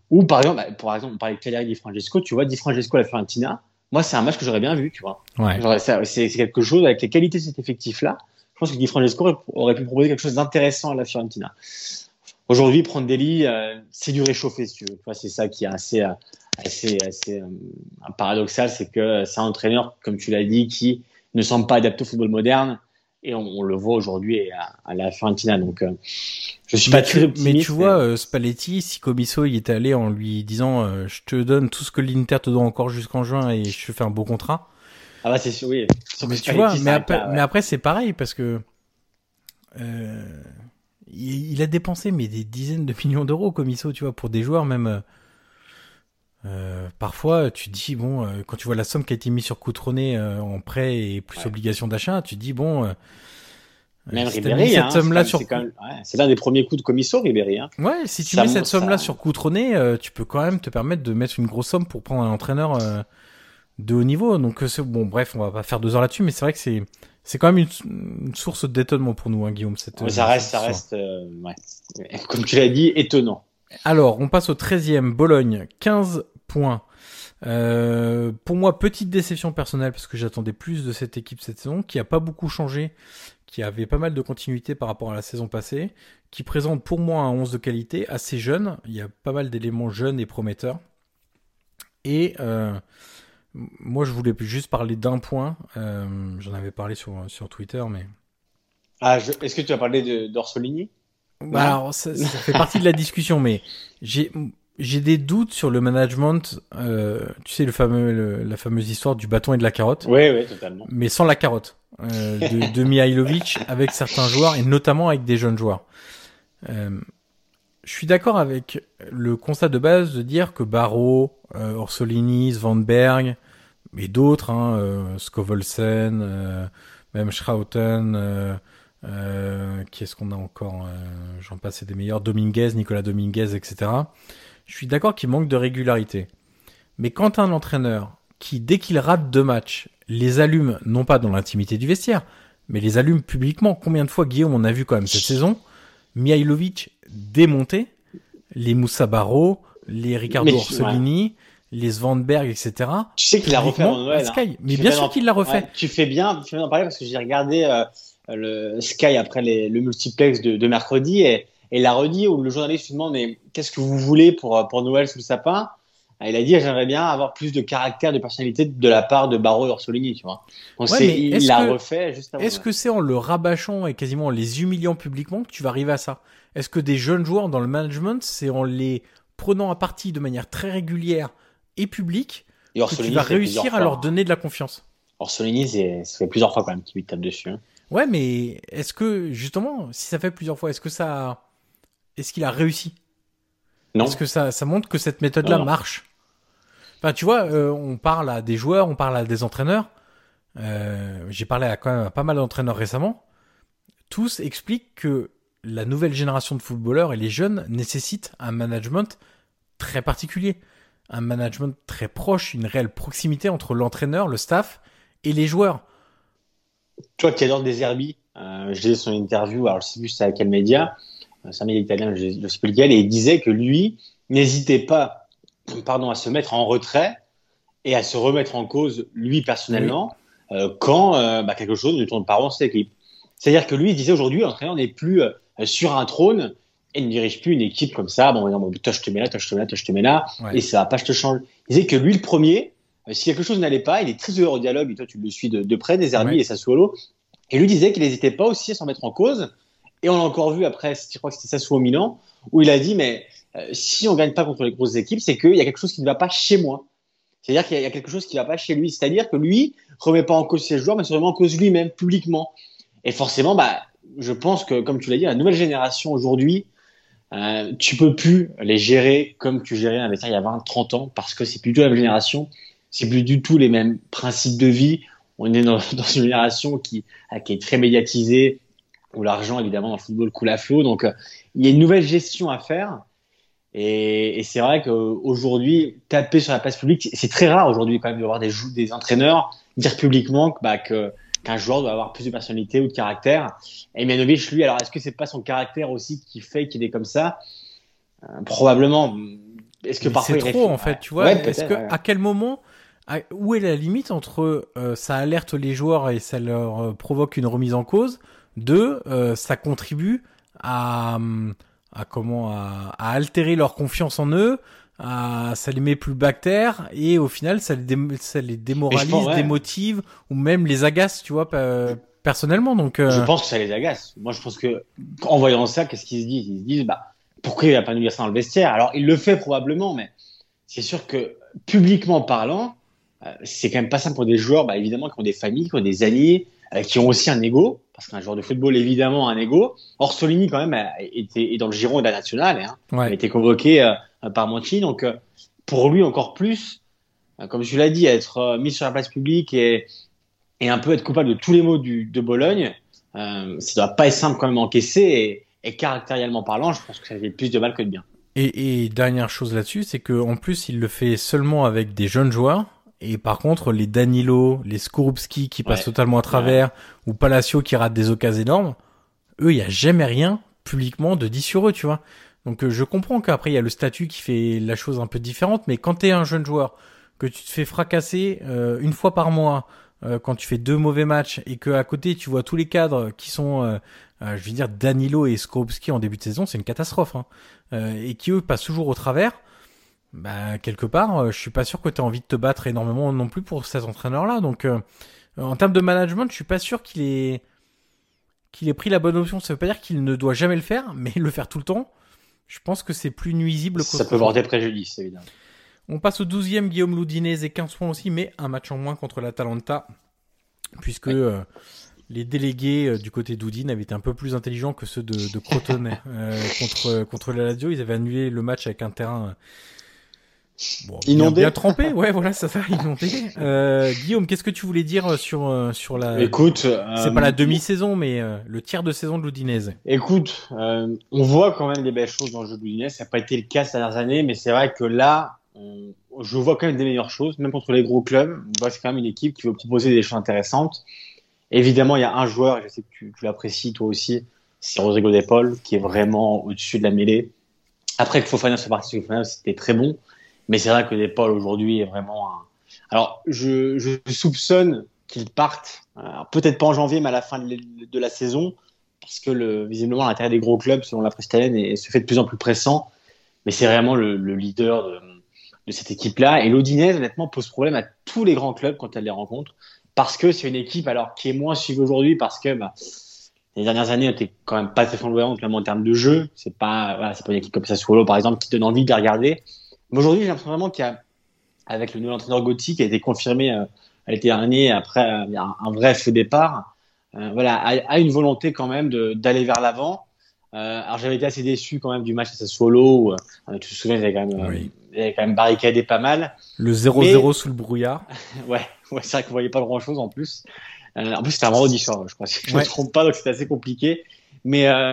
Ou par exemple, bah, par exemple, on parlait de Cagliari Di Francesco, tu vois, Di Francesco à la Fiorentina, moi c'est un match que j'aurais bien vu, tu vois. Ouais. Genre, c'est, c'est quelque chose avec les qualités de cet effectif-là. Je pense que Di Francesco aurait, aurait pu proposer quelque chose d'intéressant à la Fiorentina. Aujourd'hui, prendre Deli, euh, c'est du réchauffé, si tu veux. Enfin, c'est ça qui est assez, euh, assez, assez euh, paradoxal, c'est que c'est un entraîneur, comme tu l'as dit, qui ne semble pas adapté au football moderne, et on, on le voit aujourd'hui à, à la Fiorentina. Donc, euh, je suis mais pas tu, très optimiste. Mais tu vois, euh, Spalletti, si Comiso y était allé en lui disant, euh, je te donne tout ce que l'Inter te doit encore jusqu'en juin et je te fais un beau contrat. Ah bah c'est sûr, oui. Sur Mais que tu vois, Spalletti, mais ça après, arrête là, mais ouais. après c'est pareil parce que euh, il, il a dépensé mais des dizaines de millions d'euros Comiso, tu vois, pour des joueurs même. Euh, euh, parfois, tu te dis bon, euh, quand tu vois la somme qui a été mise sur Coutronnet euh, en prêt et plus Ouais. obligation d'achat, tu te dis bon. Euh, Même si t'as Ribéry, mis cette hein, somme-là c'est, sur. c'est, quand même, ouais, c'est l'un des premiers coups de Commisso, Ribéry. Hein. Ouais, si tu Ça mets montre cette somme-là ça. sur Coutronnet, euh, tu peux quand même te permettre de mettre une grosse somme pour prendre un entraîneur euh, de haut niveau. Donc, euh, c'est, bon, bref, on va pas faire deux heures là-dessus, mais c'est vrai que c'est, c'est quand même une, une source d'étonnement pour nous, hein, Guillaume. Cette, Mais ça euh, reste, cette ça histoire. reste, euh, ouais. Comme tu l'as dit, étonnant. Alors, on passe au treizième, Bologne, quinze points. Euh, pour moi, petite déception personnelle parce que j'attendais plus de cette équipe cette saison, qui a pas beaucoup changé, qui avait pas mal de continuité par rapport à la saison passée, qui présente pour moi un onze de qualité assez jeune. Il y a pas mal d'éléments jeunes et prometteurs. Et euh, moi, je voulais juste parler d'un point. Euh, j'en avais parlé sur sur Twitter, mais Ah, je, est-ce que tu as parlé de, d'Orsolini? bah, alors, ça, ça fait partie de la discussion, mais j'ai j'ai des doutes sur le management. Euh, tu sais le fameux le, la fameuse histoire du bâton et de la carotte, Oui, oui, totalement. mais sans la carotte euh, de, de Mihailovic avec certains joueurs et notamment avec des jeunes joueurs. Euh, je suis d'accord avec le constat de base de dire que Barrow, euh, Orsolini, Svanberg et d'autres, hein, euh, Scovelsen, euh, même Schrauten, euh, euh, qui est-ce qu'on a encore euh, j'en passe des meilleurs, Dominguez, Nicolas Dominguez, et cetera. Je suis d'accord qu'il manque de régularité. Mais quand un entraîneur qui, dès qu'il rate deux matchs, les allume, non pas dans l'intimité du vestiaire, mais les allume publiquement, combien de fois, Guillaume, on a vu quand même cette saison, Mihailovic démonté, les Moussa Barrow, les Ricardo Mais, Orsolini, les Svanberg, et cetera. Tu sais qu'il l'a refait publiquement en Noël. à Sky. Hein. Mais Tu bien fais sûr bien qu'il l'a refait. Ouais, tu fais bien, tu fais bien d'en parler parce que j'ai regardé euh, le Sky après les, le multiplex de, de mercredi et, et il l'a redit où le journaliste lui demande mais qu'est-ce que vous voulez pour, pour Noël sous le sapin? Il a dit j'aimerais bien avoir plus de caractère, de personnalité de la part de Barrow et Orsolini, tu vois. Donc Ouais, c'est, mais il est-ce l'a que- refait juste avant. Est-ce que c'est en le rabâchant et quasiment en les humiliant publiquement que tu vas arriver à ça? Est-ce que des jeunes joueurs dans le management, c'est en les prenant à partie de manière très régulière et publique Et que tu Orsolini, vas ça fait réussir plusieurs à fois, leur hein. donner de la confiance? Orsolini, c'est, ça fait plusieurs fois quand même qu'il lui tape dessus. Hein. Ouais, mais est-ce que, justement, si ça fait plusieurs fois, est-ce que ça, est-ce qu'il a réussi? Non. Est-ce que ça, ça montre que cette méthode-là Non, non. marche? Enfin, tu vois, euh, on parle à des joueurs, on parle à des entraîneurs. Euh, j'ai parlé à quand même à pas mal d'entraîneurs récemment. Tous expliquent que la nouvelle génération de footballeurs et les jeunes nécessitent un management très particulier. Un management très proche, une réelle proximité entre l'entraîneur, le staff et les joueurs. Toi qui adores des Herbie, euh, je lisais son interview, alors je sais plus c'est à quel média, euh, c'est un média italien, je ne sais plus lequel, et il disait que lui n'hésitait pas, pardon, à se mettre en retrait et à se remettre en cause lui personnellement euh, quand euh, bah, quelque chose ne tourne pas rond dans cette équipe. C'est-à-dire que lui il disait aujourd'hui l'entraîneur n'est plus euh, sur un trône et ne dirige plus une équipe comme ça. Bon, non, toi je te mets là, toi je te mets là, toi je te mets là, Ouais. et ça va pas, je te change. Il disait que lui le premier. Euh, si quelque chose n'allait pas, il est très ouvert au dialogue, et toi tu le suis de, de près, des Herbie Ouais. et Sassuolo. Et lui disait qu'il n'hésitait pas aussi à s'en mettre en cause. Et on l'a encore vu après, je crois que c'était Sassuolo Milan, où il a dit, mais euh, si on gagne pas contre les grosses équipes, c'est qu'il y a quelque chose qui ne va pas chez moi. C'est-à-dire qu'il y a, il y a quelque chose qui ne va pas chez lui. C'est-à-dire que lui remet pas en cause ses joueurs, mais se remet en cause lui-même, publiquement. Et forcément, bah, je pense que, comme tu l'as dit, la nouvelle génération aujourd'hui, euh, tu peux plus les gérer comme tu gérais un vestiaire il y a vingt, trente ans, parce que c'est plus du tout la même génération. C'est plus du tout les mêmes principes de vie. On est dans, dans une génération qui, qui est très médiatisée, où l'argent, évidemment, dans le football coule à flot. Donc, euh, il y a une nouvelle gestion à faire. Et, et c'est vrai qu'aujourd'hui, taper sur la place publique, c'est très rare aujourd'hui quand même de voir des, jou- des entraîneurs dire publiquement que, bah, que, qu'un joueur doit avoir plus de personnalité ou de caractère. Et Mianovic, lui, alors est-ce que c'est pas son caractère aussi qui fait qu'il est comme ça? euh, Probablement. est-ce que Mais parfois c'est il trop réfléchit- en fait, ouais. tu vois. Ouais, Est-ce peut-être, que ouais. à quel moment, à- où est la limite entre euh, ça alerte les joueurs et ça leur euh, provoque une remise en cause, de euh, ça contribue à hum, à comment à, à altérer leur confiance en eux, à, ça les met plus bactères et au final ça les, dé, ça les démoralise, Mais je pense, ouais. démotive ou même les agace, tu vois, pe- personnellement. Donc euh, Je pense que ça les agace. Moi, je pense que en voyant ça, qu'est-ce qu'ils se disent? Ils se disent, bah, pourquoi il va pas nous dire ça dans le vestiaire? Alors, il le fait probablement, mais c'est sûr que publiquement parlant, euh, c'est quand même pas simple pour des joueurs, bah, évidemment, qui ont des familles, qui ont des amis, euh, qui ont aussi un ego, parce qu'un joueur de football, évidemment, a un ego. Orsolini, quand même, a été est dans le giron de la nationale, hein. ouais. Il a été convoqué euh, par Mancini, donc euh, pour lui encore plus, euh, comme tu l'as dit, être euh, mis sur la place publique et, et un peu être coupable de tous les maux du, de Bologne, euh, ça doit pas être simple quand même à encaisser et, et caractériellement parlant, je pense que ça fait plus de mal que de bien. Et, et dernière chose là-dessus, c'est que en plus il le fait seulement avec des jeunes joueurs. Et par contre, les Danilo, les Skorupski qui passent Ouais. totalement à travers, ouais. ou Palacio qui rate des occasions énormes, eux, il y a jamais rien publiquement de dit sur eux, tu vois. Donc euh, je comprends qu'après il y a le statut qui fait la chose un peu différente, mais quand t'es un jeune joueur, que tu te fais fracasser euh, une fois par mois, euh, quand tu fais deux mauvais matchs, et que à côté tu vois tous les cadres qui sont, euh, euh, je veux dire Danilo et Skorupski en début de saison, c'est une catastrophe, hein, euh, et qui eux passent toujours au travers. Bah quelque part, euh, je suis pas sûr que tu as envie de te battre énormément non plus pour cet entraîneur-là. Donc, euh, en termes de management, je suis pas sûr qu'il ait qu'il ait pris la bonne option. Ça veut pas dire qu'il ne doit jamais le faire, mais le faire tout le temps, je pense que c'est plus nuisible. Ça peut porter préjudice, évidemment. On passe au douzième, Guillaume Loudinese et quinze points aussi, mais un match en moins contre l'Atalanta, puisque ouais. euh, les délégués euh, du côté d'Udine avaient été un peu plus intelligents que ceux de, de Crotone euh, contre contre la Lazio. Ils avaient annulé le match avec un terrain euh, Bon, inondé, bien, bien trempé, ouais, voilà, ça, ça, inondé. Euh, Guillaume, qu'est-ce que tu voulais dire sur sur la Écoute, euh, c'est euh, pas la demi-saison, mais euh, le tiers de saison de l'Udinese. Écoute, euh, on voit quand même des belles choses dans le jeu de l'Udinese. Ça n'a pas été le cas ces dernières années, mais c'est vrai que là, on, je vois quand même des meilleures choses, même contre les gros clubs. On voit que c'est quand même une équipe qui veut proposer des choses intéressantes. Évidemment, il y a un joueur, et je sais que tu, tu l'apprécies toi aussi, c'est Rodrigo De Paul, qui est vraiment au-dessus de la mêlée. Après que Fofana soit parti, parce que Fofana c'était très bon. Mais c'est vrai que De Paul aujourd'hui est vraiment un... Alors, je, je soupçonne qu'il parte, alors, peut-être pas en janvier, mais à la fin de, de la saison, parce que le, visiblement l'intérêt des gros clubs, selon la presse italienne, est, se fait de plus en plus pressant. Mais c'est vraiment le, le leader de, de cette équipe-là. Et l'Udinese, honnêtement, pose problème à tous les grands clubs quand elle les rencontre, parce que c'est une équipe alors qui est moins suivie aujourd'hui, parce que bah, les dernières années, elle était quand même pas très flamboyante, même en termes de jeu. C'est pas, voilà, c'est pas une équipe comme Sassuolo, par exemple, qui donne envie de les regarder. Mais aujourd'hui, j'ai l'impression vraiment qu'il y a, avec le nouvel entraîneur Gotti qui a été confirmé euh, l'été dernier après euh, un, un vrai feu départ, euh, voilà, a, a une volonté quand même de, d'aller vers l'avant. Euh, alors j'avais été assez déçu quand même du match à Sassuolo où, euh, tu te souviens, ils avaient quand même, oui. euh, ils avaient quand même barricadé pas mal. Le zéro zéro mais... sous le brouillard. ouais, ouais, c'est vrai qu'on voyait pas grand chose en plus. Euh, en plus, c'était un vendredi soir, je crois, si je ne ouais. me trompe pas, donc c'était assez compliqué. Mais euh,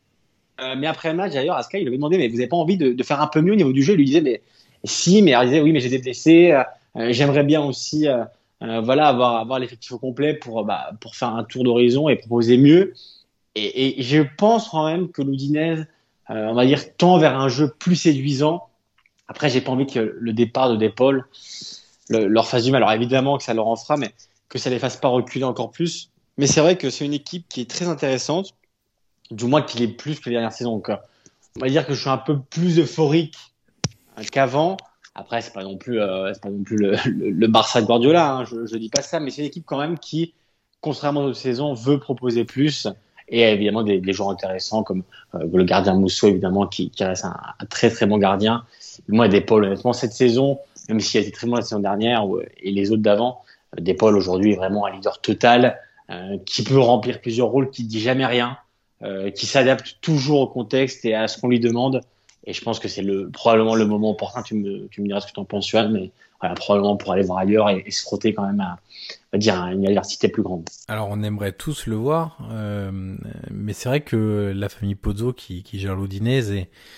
Euh, mais après le match, d'ailleurs, Aska, il lui avait demandé, mais vous n'avez pas envie de, de faire un peu mieux au niveau du jeu? Il lui disait, mais si, mais il disait, oui, mais j'ai des blessés, euh, j'aimerais bien aussi, euh, euh, voilà, avoir, avoir l'effectif au complet pour, bah, pour faire un tour d'horizon et proposer mieux. Et, et je pense quand même que l'Udinese, euh, on va dire, tend vers un jeu plus séduisant. Après, j'ai pas envie que le départ de De Paul le, leur fasse du mal. Alors évidemment que ça leur en fera, mais que ça les fasse pas reculer encore plus. Mais c'est vrai que c'est une équipe qui est très intéressante. Du moins qu'il est plus que les dernières saisons. Donc, on va dire que je suis un peu plus euphorique qu'avant. Après, c'est pas non plus, euh, c'est pas non plus le, le, le Barça de Guardiola. Hein. Je, je dis pas ça, mais c'est une équipe quand même qui, contrairement aux autres saisons, veut proposer plus. Et évidemment des, des joueurs intéressants comme euh, le gardien Mousso, évidemment, qui, qui reste un, un très très bon gardien. Moi, De Paul, honnêtement, cette saison, même s'il a été très bon la saison dernière ou, et les autres d'avant, De Paul aujourd'hui est vraiment un leader total, euh, qui peut remplir plusieurs rôles, qui dit jamais rien. Euh, qui s'adapte toujours au contexte et à ce qu'on lui demande. Et je pense que c'est le, probablement le moment opportun. Tu me, tu me diras ce que tu en penses, Johan, mais voilà, probablement pour aller voir ailleurs et, et se frotter quand même à, à dire à une adversité plus grande. Alors, on aimerait tous le voir, euh, mais c'est vrai que la famille Pozzo qui, qui gère l'Udinese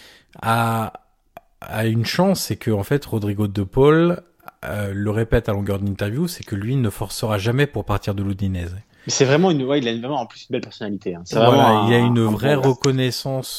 a, a une chance, c'est que en fait, Rodrigo De Paul euh, le répète à longueur d'interview, c'est que lui ne forcera jamais pour partir de l'Udinese. C'est vraiment une, ouais, il a vraiment en plus une belle personnalité. Hein. C'est voilà, vraiment il y a un, une un vraie bon reconnaissance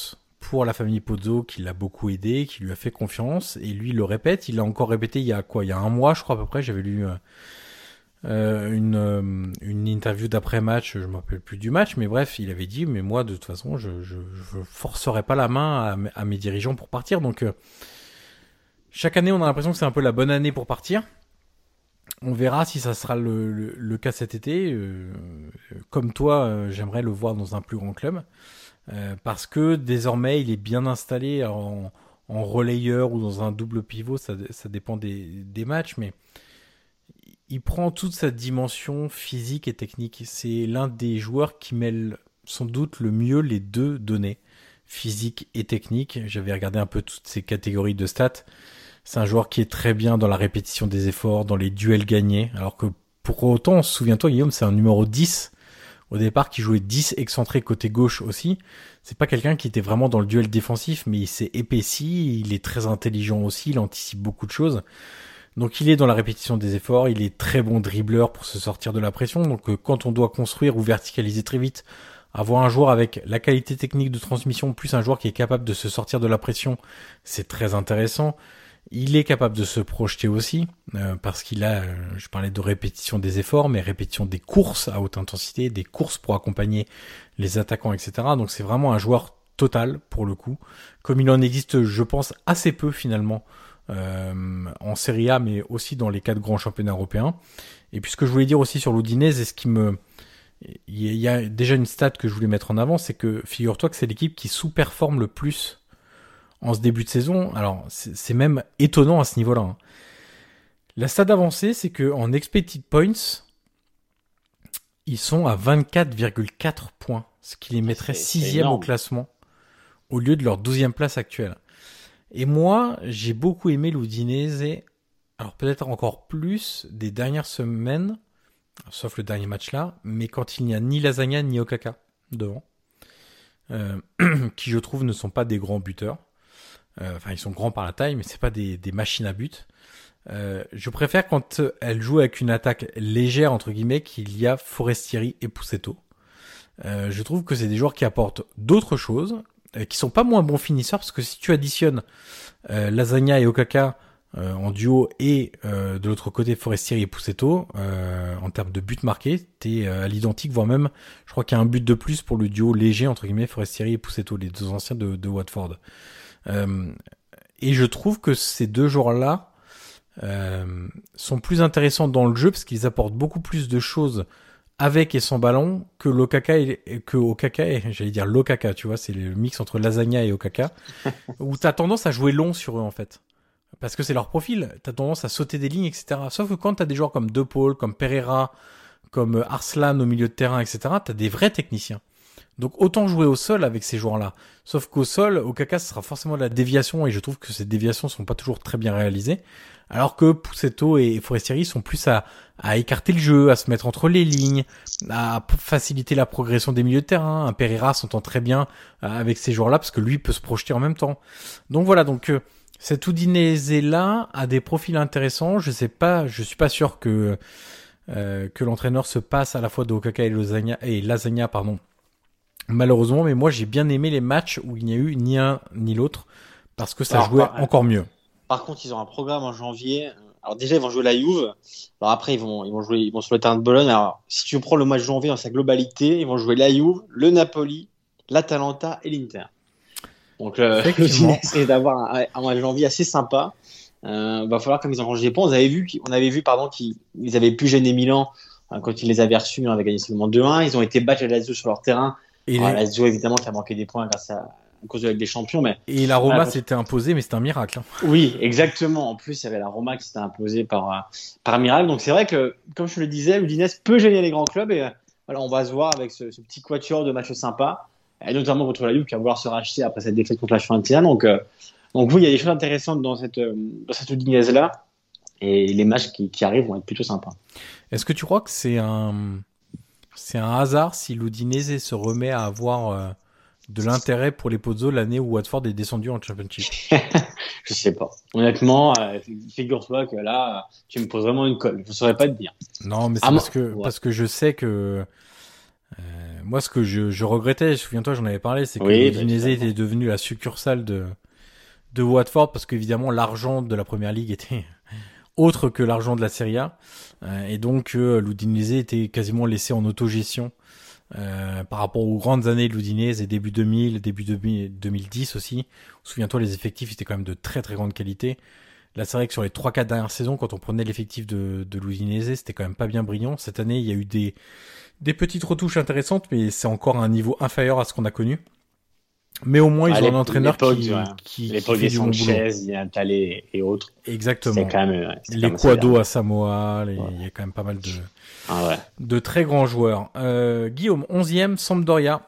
pour la famille Pozzo qui l'a beaucoup aidé, qui lui a fait confiance, et lui il le répète, il l'a encore répété il y a quoi, il y a un mois je crois à peu près, j'avais lu euh, euh, une euh, une interview d'après-match, je me rappelle plus du match, mais bref, il avait dit mais moi de toute façon je je, je forcerai pas la main à, à mes dirigeants pour partir, donc euh, chaque année on a l'impression que c'est un peu la bonne année pour partir. On verra si ça sera le, le, le cas cet été. Euh, comme toi, euh, j'aimerais le voir dans un plus grand club. Euh, parce que désormais, il est bien installé en, en relayeur ou dans un double pivot. Ça, ça dépend des, des matchs. Mais il prend toute sa dimension physique et technique. C'est l'un des joueurs qui mêle sans doute le mieux les deux données, physique et technique. J'avais regardé un peu toutes ces catégories de stats. C'est un joueur qui est très bien dans la répétition des efforts, dans les duels gagnés. Alors que pour autant, souviens-toi Guillaume, c'est un numéro dix au départ qui jouait dix excentré côté gauche aussi. C'est pas quelqu'un qui était vraiment dans le duel défensif, mais il s'est épaissi, il est très intelligent aussi, il anticipe beaucoup de choses. Donc il est dans la répétition des efforts, il est très bon dribbleur pour se sortir de la pression. Donc euh, quand on doit construire ou verticaliser très vite, avoir un joueur avec la qualité technique de transmission plus un joueur qui est capable de se sortir de la pression, c'est très intéressant. Il est capable de se projeter aussi, euh, parce qu'il a, euh, je parlais de répétition des efforts, mais répétition des courses à haute intensité, des courses pour accompagner les attaquants, et cetera. Donc c'est vraiment un joueur total, pour le coup, comme il en existe, je pense, assez peu finalement, euh, en Serie A, mais aussi dans les quatre grands championnats européens. Et puis ce que je voulais dire aussi sur l'Udinese, et ce qui me... Il y a déjà une stat que je voulais mettre en avant, c'est que figure-toi que c'est l'équipe qui sous-performe le plus en ce début de saison. Alors, c'est, c'est même étonnant à ce niveau-là. Hein. La stat avancée, c'est que en expected points, ils sont à vingt-quatre virgule quatre points, ce qui les mettrait sixième au classement, au lieu de leur douzième place actuelle. Et moi, j'ai beaucoup aimé l'Udinese, alors peut-être encore plus des dernières semaines, sauf le dernier match là, mais quand il n'y a ni Lasagna ni Okaka devant, euh, qui je trouve ne sont pas des grands buteurs. Euh, enfin, ils sont grands par la taille, mais c'est pas des, des machines à but. Euh, je préfère quand elle joue avec une attaque légère entre guillemets qu'il y a Forestieri et Pussetto. Euh, je trouve que c'est des joueurs qui apportent d'autres choses, euh, qui sont pas moins bons finisseurs, parce que si tu additionnes euh, Lasagna et Okaka euh, en duo et euh, de l'autre côté Forestieri et Pussetto, euh, en termes de buts marqués, t'es euh, à l'identique, voire même, je crois qu'il y a un but de plus pour le duo léger entre guillemets Forestieri et Pussetto, les deux anciens de, de Watford. Euh, et je trouve que ces deux joueurs-là euh, sont plus intéressants dans le jeu parce qu'ils apportent beaucoup plus de choses avec et sans ballon que l'Okaka et que Okaka et j'allais dire l'Okaka, tu vois, c'est le mix entre Lasagna et Okaka où t'as tendance à jouer long sur eux en fait. Parce que c'est leur profil, t'as tendance à sauter des lignes, et cetera. Sauf que quand t'as des joueurs comme De Paul, comme Pereira, comme Arslan au milieu de terrain, et cetera, t'as des vrais techniciens. Donc autant jouer au sol avec ces joueurs-là. Sauf qu'au sol, Okaka, ce sera forcément de la déviation, et je trouve que ces déviations sont pas toujours très bien réalisées. Alors que Pussetto et Forestieri sont plus à, à écarter le jeu, à se mettre entre les lignes, à faciliter la progression des milieux de terrain. Un Pereira s'entend très bien avec ces joueurs-là, parce que lui peut se projeter en même temps. Donc voilà, donc euh, cet Udinese-là a des profils intéressants. Je sais pas, je suis pas sûr que euh, que l'entraîneur se passe à la fois de Okaka et Lasagna, et Lasagna, pardon. Malheureusement, mais moi j'ai bien aimé les matchs où il n'y a eu ni un ni l'autre parce que ça Alors, jouait par, encore mieux. Par contre, ils ont un programme en janvier. Alors déjà, ils vont jouer la Juve. Alors après, ils vont ils vont jouer ils vont sur le terrain de Bologne. Alors si tu prends le match de janvier dans sa globalité, ils vont jouer la Juve, le Napoli, l'Atalanta et l'Inter. Donc euh, c'est d'avoir un, un match de janvier assez sympa. Euh, va falloir comme ils ont rangé les points. On avait vu on avait vu pardon qu'ils ils avaient pu gêner Milan hein, quand ils les avaient reçus. On avait gagné seulement deux un. Ils ont été battus à la Lazio sur leur terrain. Et ah, les... Lazio évidemment qui a manqué des points grâce à, à cause de la Ligue des Champions, mais et la Roma voilà, s'était imposée, mais c'était un miracle. Hein. Oui, exactement. En plus, il y avait la Roma qui s'était imposée par par miracle. Donc c'est vrai que, comme je le disais, l'Udinese peut gagner les grands clubs et voilà, on va se voir avec ce, ce petit quatuor de matchs sympas, et notamment contre la Juve qui va vouloir se racheter après cette défaite contre la Fiorentina. Donc euh, donc oui, il y a des choses intéressantes dans cette dans cette Udinese là, et les matchs qui, qui arrivent vont être plutôt sympas. Est-ce que tu crois que c'est un C'est un hasard si l'Udinese se remet à avoir euh, de l'intérêt pour les Pozzo l'année où Watford est descendu en Championship? Je sais pas. Honnêtement, euh, figure-toi que là, tu me poses vraiment une colle. Je saurais pas te dire. Non, mais c'est ah, parce que ouais. parce que je sais que euh, moi, ce que je, je regrettais, souviens-toi, j'en avais parlé, c'est que oui, l'Udinese était devenu la succursale de, de Watford, parce qu'évidemment, l'argent de la Première Ligue était autre que l'argent de la Serie A. Euh, et donc, euh, l'Udinese était quasiment laissé en autogestion euh, par rapport aux grandes années de l'Udinese, début deux mille, début deux mille dix aussi. Souviens-toi, les effectifs étaient quand même de très très grande qualité. Là, c'est vrai que sur les trois quatre dernières saisons, quand on prenait l'effectif de, de l'Udinese, c'était quand même pas bien brillant. Cette année, il y a eu des, des petites retouches intéressantes, mais c'est encore un niveau inférieur à ce qu'on a connu. Mais au moins, ils ah, ont un entraîneur qui, ouais. qui, l'époque qui fait des Sanchez, Talé et autres. Exactement. C'est quand même, c'est les Quado à Samoa, les, ouais. il y a quand même pas mal de, ah ouais. de très grands joueurs. Euh, Guillaume, onzième, Sampdoria.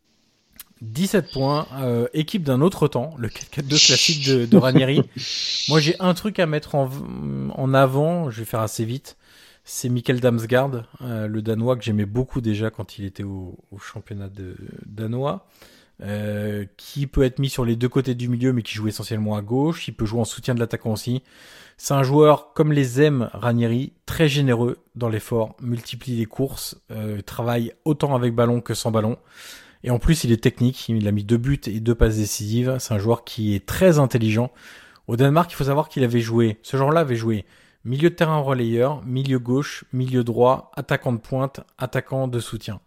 dix-sept points, euh, équipe d'un autre temps, le quatre quatre deux classique de, de Ranieri. Moi, j'ai un truc à mettre en, en avant, je vais faire assez vite. C'est Mikkel Damsgaard, euh, le Danois que j'aimais beaucoup déjà quand il était au, au championnat de, danois. Euh, qui peut être mis sur les deux côtés du milieu mais qui joue essentiellement à gauche, il peut jouer en soutien de l'attaquant aussi. C'est un joueur comme les aime Ranieri, très généreux dans l'effort, multiplie les courses, euh, travaille autant avec ballon que sans ballon. Et en plus il est technique, il a mis deux buts et deux passes décisives, c'est un joueur qui est très intelligent. Au Danemark, il faut savoir qu'il avait joué, ce genre-là avait joué milieu de terrain relayeur, milieu gauche, milieu droit, attaquant de pointe, attaquant de soutien.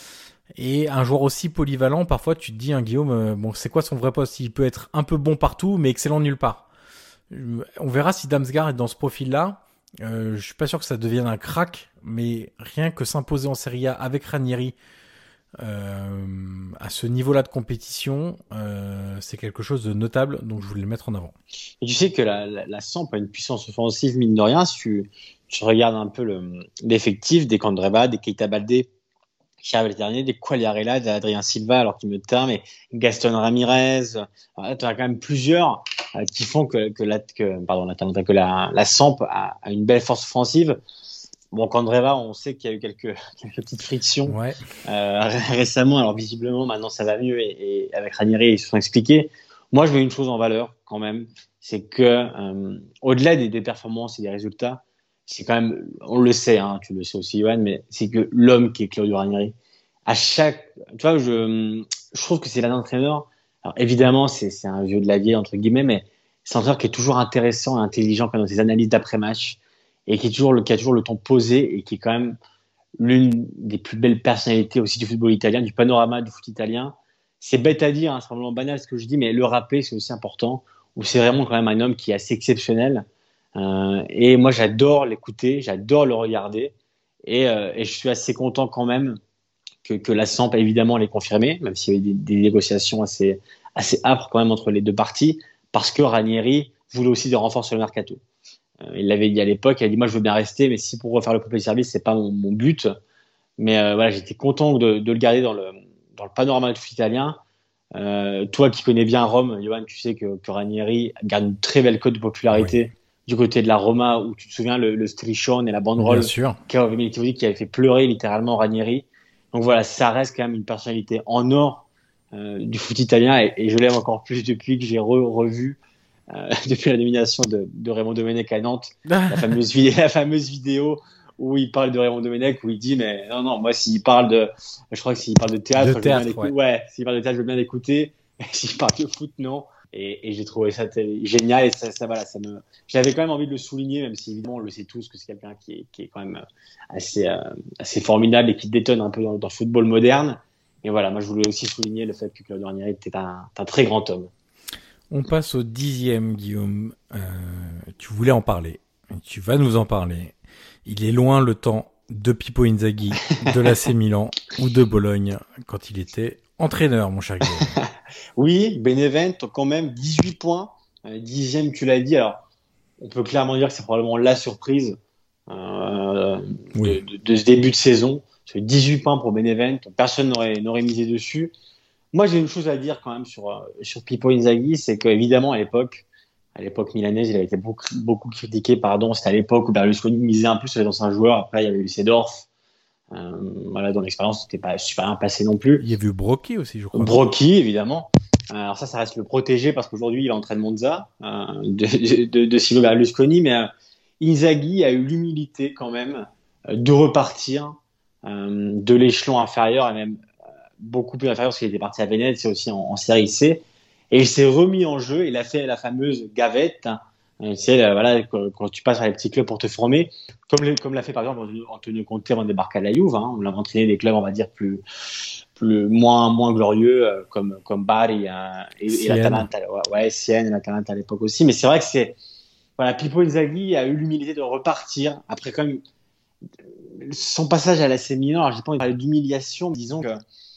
Et un joueur aussi polyvalent, parfois tu te dis, hein, Guillaume, euh, bon, c'est quoi son vrai poste? Il peut être un peu bon partout, mais excellent nulle part. Euh, on verra si Damsgaard est dans ce profil-là. Euh, je suis pas sûr que ça devienne un crack, mais rien que s'imposer en Serie A avec Ranieri euh, à ce niveau-là de compétition, euh, c'est quelque chose de notable, donc je voulais le mettre en avant. Et tu sais que la, la, la Samp a une puissance offensive, mine de rien, si tu, tu regardes un peu le, l'effectif des Candreva, des Keita Baldé, qui arrive le dernier, des Quagliarella, d'Adrien Silva, alors qu'il me terme, et Gaston Ramirez. Tu as quand même plusieurs euh, qui font que, que, la, que, pardon, la, que la, la Samp a, a une belle force offensive. Bon, Candreva, on sait qu'il y a eu quelques, quelques petites frictions ouais. euh, récemment. Alors visiblement, maintenant, ça va mieux. Et, et avec Ranieri, ils se sont expliqués. Moi, je mets une chose en valeur quand même, c'est que euh, au-delà des, des performances et des résultats, c'est quand même, on le sait, hein, tu le sais aussi, Johan, mais c'est que l'homme qui est Claudio Ranieri, à chaque, tu vois, je, je trouve que c'est l'un entraîneur. Alors évidemment, c'est, c'est un vieux de la vieille entre guillemets, mais c'est un entraîneur qui est toujours intéressant et intelligent quand dans ses analyses d'après-match et qui est toujours le, qui a toujours le ton posé et qui est quand même l'une des plus belles personnalités aussi du football italien, du panorama du foot italien. C'est bête à dire, hein, c'est vraiment banal ce que je dis, mais le rappeler, c'est aussi important. Où c'est vraiment quand même un homme qui est assez exceptionnel. Euh, et moi, j'adore l'écouter, j'adore le regarder, et, euh, et je suis assez content quand même que, que la Samp évidemment l'ait confirmé, même s'il y avait des, des négociations assez, assez âpres quand même entre les deux parties, parce que Ranieri voulait aussi des renforts sur le mercato. Euh, il l'avait dit à l'époque, il a dit moi je veux bien rester, mais si pour refaire le complet service, c'est pas mon, mon but. Mais euh, voilà, j'étais content de, de le garder dans le, dans le panorama du foot italien. Euh, toi qui connais bien Rome, Johan, tu sais que, que Ranieri garde une très belle cote de popularité. Oui. Du côté de la Roma, où tu te souviens le, le striscione et la banderole qui avait, qui avait fait pleurer littéralement Ranieri. Donc voilà, ça reste quand même une personnalité en or euh, du foot italien, et, et je l'aime encore plus depuis que j'ai re, revu euh, depuis la nomination de, de Raymond Domenech à Nantes, la fameuse, la fameuse vidéo où il parle de Raymond Domenech, où il dit mais non non, moi s'il parle de, je crois que s'il parle de théâtre, de théâtre je veux bien ouais. ouais, s'il parle de théâtre, je veux bien l'écouter. S'il parle de foot, non. Et, et j'ai trouvé ça t- génial, et ça, ça, voilà, ça me, j'avais quand même envie de le souligner, même si évidemment on le sait tous que c'est quelqu'un qui est, qui est quand même assez, euh, assez formidable et qui détonne un peu dans, dans le football moderne. Et voilà, moi je voulais aussi souligner le fait que Claudio Ranieri était un, un très grand homme. On passe au dixième, Guillaume. Euh, tu voulais en parler, tu vas nous en parler. Il est loin le temps de Pippo Inzaghi, de l'A C Milan ou de Bologne quand il était entraîneur, mon cher Guillaume. Oui, Benevento quand même, dix-huit points, euh, dixième tu l'as dit. Alors, on peut clairement dire que c'est probablement la surprise euh, oui. de, de, de ce début de saison. C'est dix-huit points pour Benevento, personne n'aurait, n'aurait misé dessus. Moi, j'ai une chose à dire quand même sur, sur Pippo Inzaghi, c'est qu'évidemment à l'époque, à l'époque milanaise, il avait été beaucoup, beaucoup critiqué, pardon, c'était à l'époque où Berlusconi misait un peu sur les anciens joueurs. Après, il y avait eu Seedorf. Euh, voilà, dont l'expérience n'était pas super bien passée non plus. Il y a eu Brocchi aussi, je crois. Brocchi, évidemment. Alors ça, ça reste le protégé parce qu'aujourd'hui, il est en train de Monza, euh, de, de, de Silvio Berlusconi, mais euh, Inzaghi a eu l'humilité quand même euh, de repartir euh, de l'échelon inférieur et même beaucoup plus inférieur parce qu'il était parti à Venezia aussi en, en série C. Et il s'est remis en jeu. Il a fait la fameuse gavette. Hein. Tu sais, là, voilà, quand, quand tu passes à les petits clubs pour te former, comme, les, comme l'a fait par exemple Antonio Conte avant de débarquer à la Juve. Hein. On l'a entraîné des clubs, on va dire, plus, plus moins, moins glorieux, euh, comme, comme Bari hein, et, et l'Atalanta. Ouais, ouais, Sienne et l'Atalanta à l'époque aussi. Mais c'est vrai que c'est, voilà, Pippo Inzaghi a eu l'humilité de repartir après quand même son passage à l'A C Milan. Alors, j'ai pas envie de parler d'humiliation, mais disons que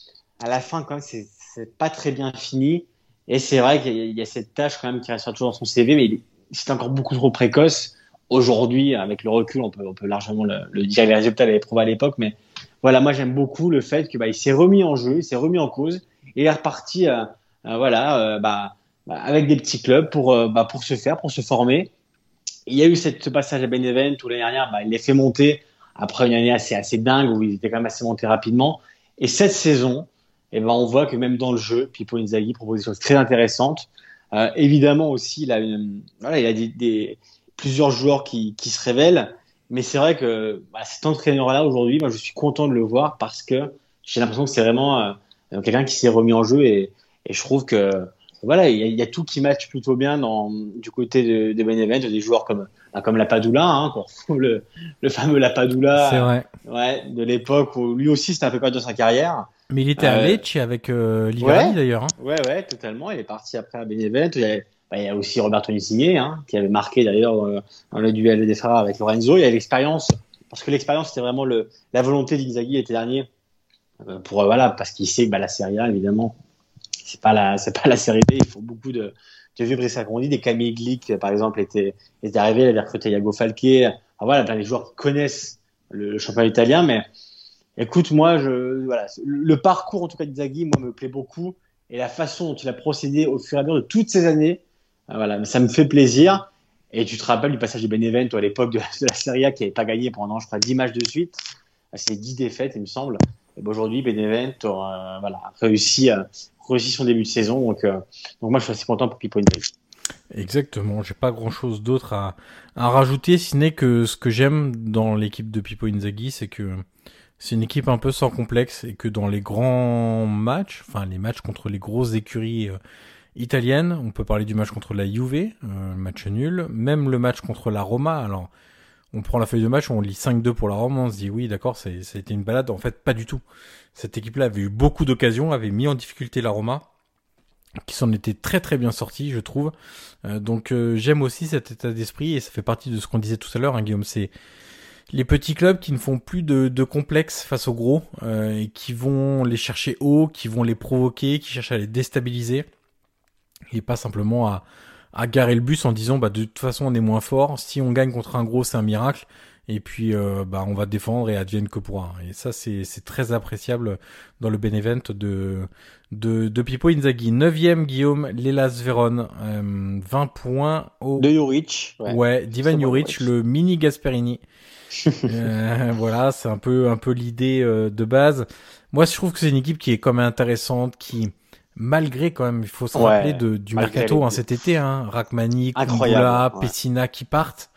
à la fin, quand même, c'est, c'est pas très bien fini. Et c'est vrai qu'il y a, il y a cette tâche quand même qui reste toujours dans son C V, mais il, c'est encore beaucoup trop précoce. Aujourd'hui, avec le recul, on peut, on peut largement le, le dire. Les résultats l'avaient prouvé à l'époque, mais voilà, moi j'aime beaucoup le fait que bah, il s'est remis en jeu, il s'est remis en cause, et il est reparti, euh, euh, voilà, euh, bah, bah, avec des petits clubs pour, euh, bah, pour se faire, pour se former. Il y a eu cette, ce passage à Benevento où l'année dernière, bah, il les fait monter après une année assez, assez dingue où ils étaient quand même assez montés rapidement. Et cette saison, eh ben, on voit que même dans le jeu, Pippo Inzaghi propose des choses très intéressantes. Euh, évidemment aussi, il a, une, voilà, il a des, des, plusieurs joueurs qui, qui se révèlent, mais c'est vrai que bah, cet entraîneur-là aujourd'hui, moi je suis content de le voir parce que j'ai l'impression que c'est vraiment euh, quelqu'un qui s'est remis en jeu et, et je trouve que voilà, il y, a, il y a tout qui match plutôt bien dans, du côté de, de Benevento, des joueurs comme comme Lapadula, hein, le, le fameux Lapadula, c'est vrai. Ouais, de l'époque où lui aussi c'était un peu perdre de sa carrière. Mais il était à Lecce euh, avec euh, Liverani ouais, d'ailleurs. Hein. Ouais, ouais, totalement. Il est parti après à Benevento. Il y a, bah, il y a aussi Roberto Insigne, hein, qui avait marqué d'ailleurs euh, dans le duel des frères avec Lorenzo. Il y a l'expérience, parce que l'expérience c'était vraiment le, la volonté d'Inzaghi l'été dernier. Euh, pour euh, voilà, parce qu'il sait que bah, la Serie A évidemment, c'est pas la, c'est pas la Serie B. Il faut beaucoup de, de vieux Brissacondi, des Camille Glick par exemple étaient, étaient arrivés. Il avait recruté Iago Falqué. Enfin, voilà, plein de joueurs qui connaissent le, le championnat italien, mais écoute, moi, je, voilà, le parcours en tout cas d'Inzaghi, moi, me plaît beaucoup et la façon dont il a procédé au fur et à mesure de toutes ces années, voilà, ça me fait plaisir. Et tu te rappelles du passage de Benevento à l'époque de, de la Serie A qui n'avait pas gagné pendant, je crois, dix matchs de suite, c'est dix défaites, il me semble. Et ben aujourd'hui, Benevento, euh, voilà, a réussi, euh, réussi son début de saison, donc, euh, donc moi, je suis assez content pour Pippo Inzaghi. Exactement, j'ai pas grand chose d'autre à, à rajouter, si ce n'est que ce que j'aime dans l'équipe de Pippo Inzaghi, c'est que c'est une équipe un peu sans complexe et que dans les grands matchs, enfin les matchs contre les grosses écuries euh, italiennes, on peut parler du match contre la Juve, euh, match nul, même le match contre la Roma. Alors, on prend la feuille de match, on lit cinq deux pour la Roma, on se dit oui, d'accord, c'est, ça a été une balade. En fait, pas du tout. Cette équipe-là avait eu beaucoup d'occasions, avait mis en difficulté la Roma, qui s'en était très très bien sorti, je trouve. Euh, donc euh, j'aime aussi cet état d'esprit et ça fait partie de ce qu'on disait tout à l'heure, hein, Guillaume, c'est les petits clubs qui ne font plus de, de complexes face aux gros euh, et qui vont les chercher haut, qui vont les provoquer, qui cherchent à les déstabiliser et pas simplement à, à garer le bus en disant bah de toute façon on est moins fort, si on gagne contre un gros c'est un miracle et puis euh, bah on va défendre et advienne que pourra. Et ça c'est c'est très appréciable dans le Benevento de de de Pippo Inzaghi. Neuvième Guillaume, l'Hellas Vérone, euh, vingt points au de Juric. Ouais, ouais d'Ivan Juric, le mini Gasperini. euh, voilà, c'est un peu un peu l'idée euh, de base. Moi, je trouve que c'est une équipe qui est quand même intéressante, qui malgré quand même, il faut se ouais, rappeler de, du mercato hein, cet été, hein, Rachmani, Kumbula, ouais. Pessina qui partent.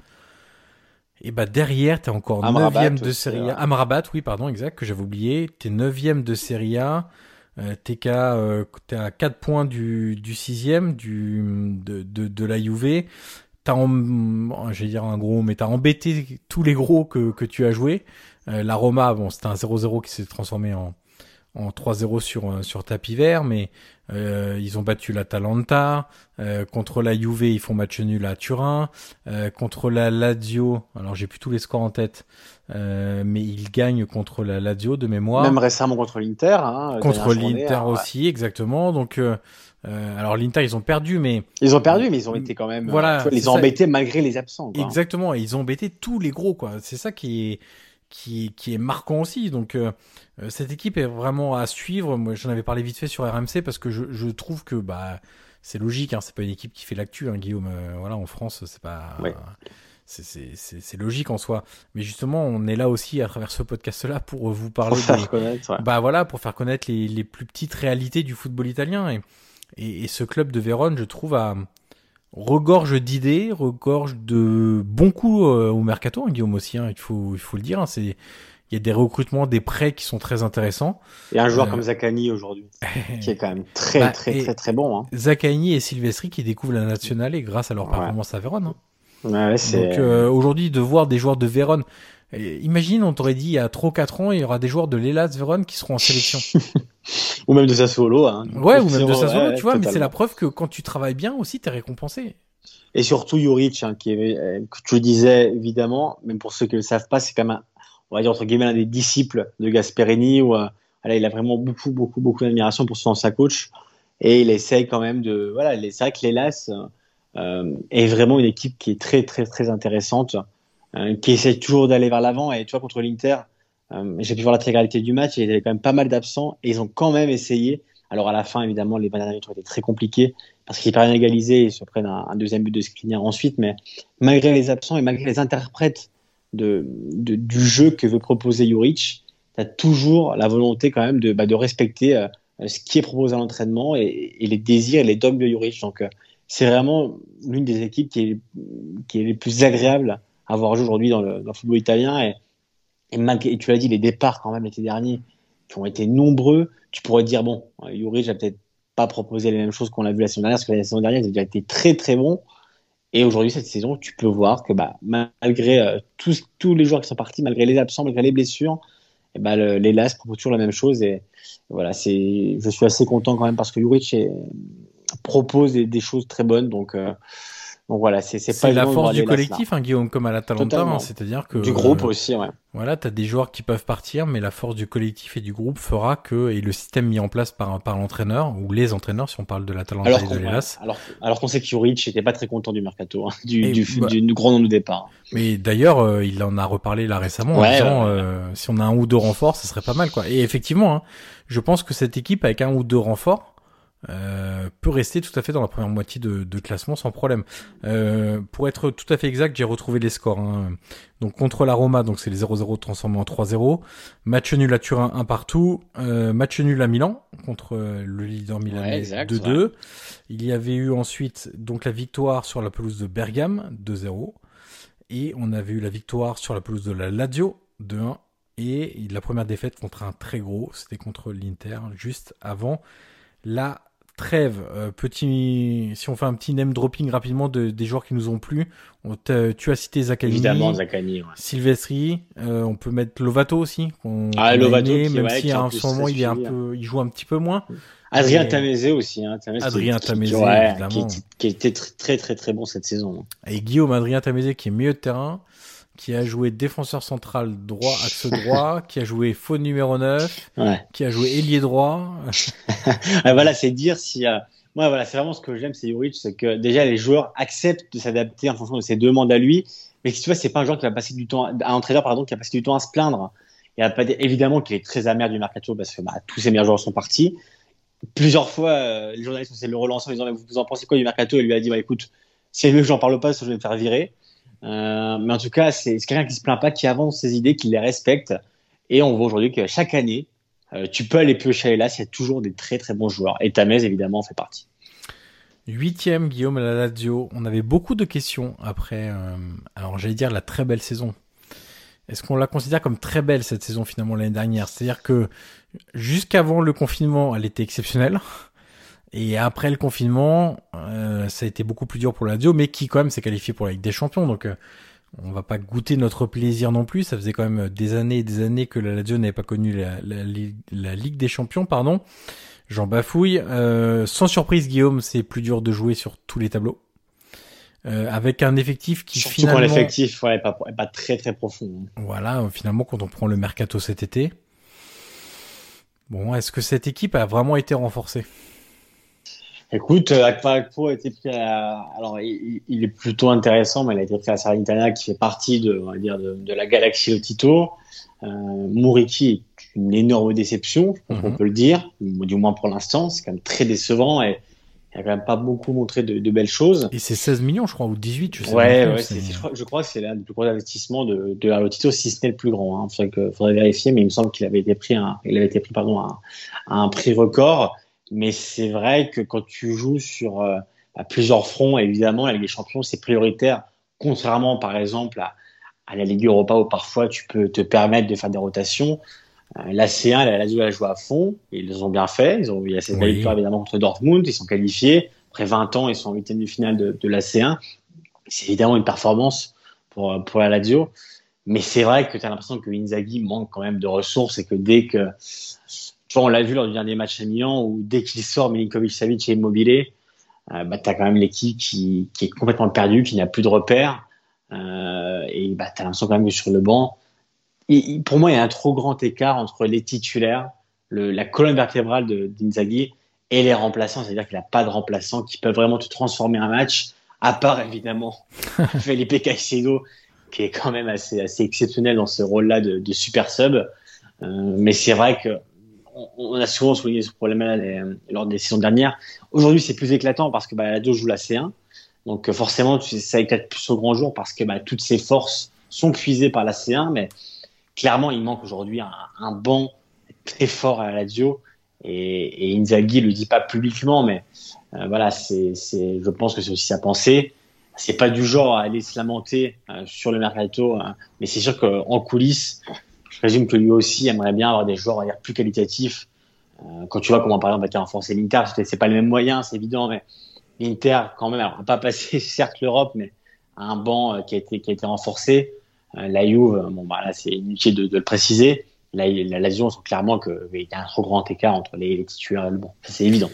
Et bah derrière, t'es encore neuvième de Serie A. Ouais. Amrabat, oui, pardon, exact, que j'avais oublié. T'es neuvième de Serie A. Euh, t'es qu'à euh, t'es à quatre points du du sixième du de de de la Juve. T'as, en, je vais dire un gros, mais t'as embêté tous les gros que que tu as joué. Euh, la Roma, bon, c'était un zéro zéro qui s'est transformé en en trois zéro sur sur tapis vert, mais euh, ils ont battu l'Atalanta. Euh, contre la Juve, ils font match nul à Turin. Euh, contre la Lazio, alors j'ai plus tous les scores en tête, euh, mais ils gagnent contre la Lazio de mémoire. Même récemment contre l'Inter. Hein, contre l'Inter journée, aussi, ouais. Exactement. Donc euh, Euh, alors l'Inter ils ont perdu mais ils ont perdu mais ils ont été quand même voilà, tu vois, ils ont embêté malgré les absents quoi. Exactement, et ils ont embêté tous les gros quoi. C'est ça qui est qui qui est marquant aussi. Donc euh, cette équipe est vraiment à suivre. Moi j'en avais parlé vite fait sur R M C parce que je je trouve que bah c'est logique hein, c'est pas une équipe qui fait l'actu hein, Guillaume. Euh, voilà, en France, c'est pas ouais. C'est, c'est, c'est, c'est logique en soi. Mais justement, on est là aussi à travers ce podcast-là pour vous parler pour faire des, connaître, ouais. bah voilà, pour faire connaître les les plus petites réalités du football italien. Et Et, et ce club de Vérone, je trouve, a regorge d'idées, regorge de bons coups euh, au mercato, hein, Guillaume aussi. Hein, il faut, il faut le dire. Hein, c'est, Il y a des recrutements, des prêts qui sont très intéressants. Et un joueur euh... comme Zaccagni aujourd'hui, qui est quand même très bah, très très très bon. Hein. Zaccagni et Silvestri qui découvrent la nationale et grâce à leur performance ouais. à Vérone. Hein. Ouais, c'est... Donc euh, aujourd'hui de voir des joueurs de Vérone, imagine on t'aurait dit il y a trois ou quatre ans il y aura des joueurs de l'Hellas Vérone qui seront en sélection. Ou même de Sassuolo. Hein. Ouais, ou même de Sassuolo, ouais, tu vois, totalement. Mais c'est la preuve que quand tu travailles bien aussi t'es récompensé. Et surtout Juric, hein, qui est, que tu le disais évidemment, même pour ceux qui ne le savent pas, c'est quand même un, on va dire entre guillemets un des disciples de Gasperini où euh, voilà, il a vraiment beaucoup beaucoup beaucoup d'admiration pour son ancien coach et il essaye quand même de voilà, c'est vrai que l'Hellas euh, est vraiment une équipe qui est très très très intéressante, euh, qui essaie toujours d'aller vers l'avant et tu vois contre l'Inter, euh, j'ai pu voir la totalité du match, il y avait quand même pas mal d'absents et ils ont quand même essayé. Alors à la fin évidemment les vingt dernières minutes ont été très compliquées parce qu'ils parviennent à égaliser et se prennent un, un deuxième but de Skriniar ensuite, mais malgré les absents et malgré les interprètes De, de, du jeu que veut proposer Juric, tu as toujours la volonté quand même de, bah, de respecter euh, ce qui est proposé à l'entraînement et, et les désirs et les dogmes de Juric. Donc, euh, c'est vraiment l'une des équipes qui est, qui est les plus agréables à voir jouer aujourd'hui dans le, dans le football italien. Et, et, malgré, et tu l'as dit, les départs quand même l'été dernier qui ont été nombreux. Tu pourrais dire, bon, Juric n'a peut-être pas proposé les mêmes choses qu'on l'a vu la saison dernière, parce que la saison dernière, il a déjà été très très bon. Et aujourd'hui, cette saison, tu peux voir que bah, malgré euh, tous, tous les joueurs qui sont partis, malgré les absents, malgré les blessures, et bah, le, les L A S proposent toujours la même chose. Et voilà, c'est, je suis assez content quand même parce que Juric est, propose des, des choses très bonnes. Donc, euh, donc voilà, c'est, c'est, c'est pas la force du collectif, hein, Guillaume, comme à l'Atalanta. Hein, c'est-à-dire que du groupe euh, aussi, ouais. Voilà, t'as des joueurs qui peuvent partir, mais la force du collectif et du groupe fera que, et le système mis en place par, par l'entraîneur, ou les entraîneurs, si on parle de l'Atalanta alors et de l'Hellas. Ouais, alors, alors qu'on sait que Juric n'était pas très content du mercato, hein, du, et du, bah, du, du grand nombre de départs. Mais d'ailleurs, euh, il en a reparlé là récemment, ouais, en disant, ouais, ouais. Euh, si on a un ou deux renforts, ça serait pas mal, quoi. Et effectivement, hein, je pense que cette équipe, avec un ou deux renforts, Euh, peut rester tout à fait dans la première moitié de, de classement sans problème. Euh, pour être tout à fait exact, j'ai retrouvé les scores. Hein. Donc contre la Roma, donc c'est les zéro zéro transformés en trois zéro. Match nul à Turin, un partout. Euh, match nul à Milan contre le leader milanais, ouais, exact, deux deux. Ouais. Il y avait eu ensuite donc la victoire sur la pelouse de Bergame, deux zéro. Et on avait eu la victoire sur la pelouse de la Lazio, deux un. Et la première défaite contre un très gros, c'était contre l'Inter, juste avant la trêve. Euh, petit, si on fait un petit name dropping rapidement de, des joueurs qui nous ont plu, on tu as cité Zaccagni, évidemment Zaccagni, ouais. Silvestri, euh, on peut mettre Lovato aussi, qu'on, ah, qu'on Lovato, aimé, qui, même ouais, si à un moment il est un peu, il joue un petit peu moins. Adrien Tameze aussi, hein, Tameze Adrien qui, Tameze, qui, ouais, évidemment, qui, qui était très très très très bon cette saison. Et Guillaume Adrien Tameze qui est milieu de terrain, qui a joué défenseur central droit, axe droit, qui a joué faux numéro neuf, ouais. qui a joué ailier droit. ah, voilà, c'est dire si. Euh... Moi, voilà, c'est vraiment ce que j'aime, c'est Juric, c'est que déjà les joueurs acceptent de s'adapter en fonction de ses demandes à lui. Mais si tu vois, c'est pas un joueur qui va passer du temps, un entraîneur pardon, qui va passer du temps à se plaindre. Et à pas dire, évidemment qu'il est très amer du mercato parce que bah, tous ses meilleurs joueurs sont partis. Plusieurs fois, euh, les journalistes ont essayé de le relancer en disant vous en pensez quoi du mercato? Et lui a dit bah écoute, c'est mieux que j'en parle pas, parce que je vais me faire virer. Euh, mais en tout cas, c'est, c'est quelqu'un qui se plaint pas, qui avance ses idées, qui les respecte. Et on voit aujourd'hui que chaque année, euh, tu peux aller piocher à Hellas, il y a toujours des très très bons joueurs. Et Tameze, évidemment, en fait partie. Huitième, Guillaume, à la Lazio. On avait beaucoup de questions après, euh, alors j'allais dire la très belle saison. Est-ce qu'on la considère comme très belle cette saison finalement l'année dernière? C'est-à-dire que jusqu'avant le confinement, elle était exceptionnelle. Et après le confinement, euh, ça a été beaucoup plus dur pour la Lazio, mais qui quand même s'est qualifié pour la Ligue des Champions. Donc euh, on va pas goûter notre plaisir non plus. Ça faisait quand même des années et des années que la Lazio n'avait pas connu la, la, la, la Ligue des Champions, pardon. J'en bafouille. Euh, sans surprise, Guillaume, c'est plus dur de jouer sur tous les tableaux. Euh, avec un effectif qui Surtout finalement... Surtout quand l'effectif ouais, pas, pas très très profond. Voilà, finalement, quand on prend le mercato cet été. Bon, est-ce que cette équipe a vraiment été renforcée? Écoute, Akpa Akpo a été pris à... Alors, il, il est plutôt intéressant, mais il a été pris à Salernitana, qui fait partie de, on va dire, de, de la galaxie Lotito. Euh, Muriqi est une énorme déception, je pense mm-hmm. qu'on peut le dire, du moins pour l'instant. C'est quand même très décevant et il a quand même pas beaucoup montré de, de belles choses. Et c'est seize millions, je crois, ou dix-huit, je sais ouais, pas. Ouais, c'est, c'est, je, crois, je crois que c'est l'un des plus gros investissements de, de Lotito, si ce n'est le plus grand. Hein. Faudrait, que, faudrait vérifier, mais il me semble qu'il avait été pris, un, il avait été pris, pardon, à, à un prix record. Mais c'est vrai que quand tu joues sur euh, à plusieurs fronts, évidemment, la Ligue des Champions, c'est prioritaire, contrairement par exemple à, à la Ligue Europa où parfois tu peux te permettre de faire des rotations. Euh, la C un, la Lazio a joué à fond, et ils ont bien fait. Ils ont, il y a cette Oui. victoire évidemment contre Dortmund, ils sont qualifiés. Après vingt ans, ils sont en huitième de finale de, de la C un. C'est évidemment une performance pour, pour la Lazio. Mais c'est vrai que tu as l'impression que Inzaghi manque quand même de ressources et que dès que, tu vois, on l'a vu lors du dernier match à Milan où dès qu'il sort Milinkovic-Savic et Immobile, euh, bah, tu as quand même l'équipe qui, qui est complètement perdue, qui n'a plus de repères. Euh, et bah, tu as l'impression quand même que sur le banc, il, il, pour moi, il y a un trop grand écart entre les titulaires, le, la colonne vertébrale de, d'Inzaghi et les remplaçants. C'est-à-dire qu'il n'a pas de remplaçants qui peuvent vraiment te transformer un match, à part évidemment Felipe Caicedo, qui est quand même assez, assez exceptionnel dans ce rôle-là de, de super sub. Euh, mais c'est vrai que on, on a souvent souligné ce problème-là les, lors des saisons dernières. Aujourd'hui, c'est plus éclatant parce que bah, la Lazio joue la C un. Donc euh, forcément, tu, ça éclate plus au grand jour parce que bah, toutes ses forces sont puisées par la C un. Mais clairement, il manque aujourd'hui un, un banc très fort à la Lazio. Et, et Inzaghi le dit pas publiquement, mais euh, voilà, c'est, c'est, je pense que c'est aussi sa pensée. C'est pas du genre à aller se lamenter euh, sur le mercato, hein, mais c'est sûr qu'en coulisses, je présume que lui aussi aimerait bien avoir des joueurs, on va dire, plus qualitatifs. Euh, quand tu vois comment, par exemple, il a renforcé l'Inter, c'est, c'est pas le même moyen, c'est évident, mais l'Inter, quand même, alors, on va pas passer, certes, l'Europe, mais à un banc euh, qui a été, qui a été renforcé. Euh, la Juve, bon, bah, là, c'est inutile de, de le préciser. Là, la Lazio, on sent clairement qu'il y a un trop grand écart entre les, les titulaires et le banc. Ça, c'est évident.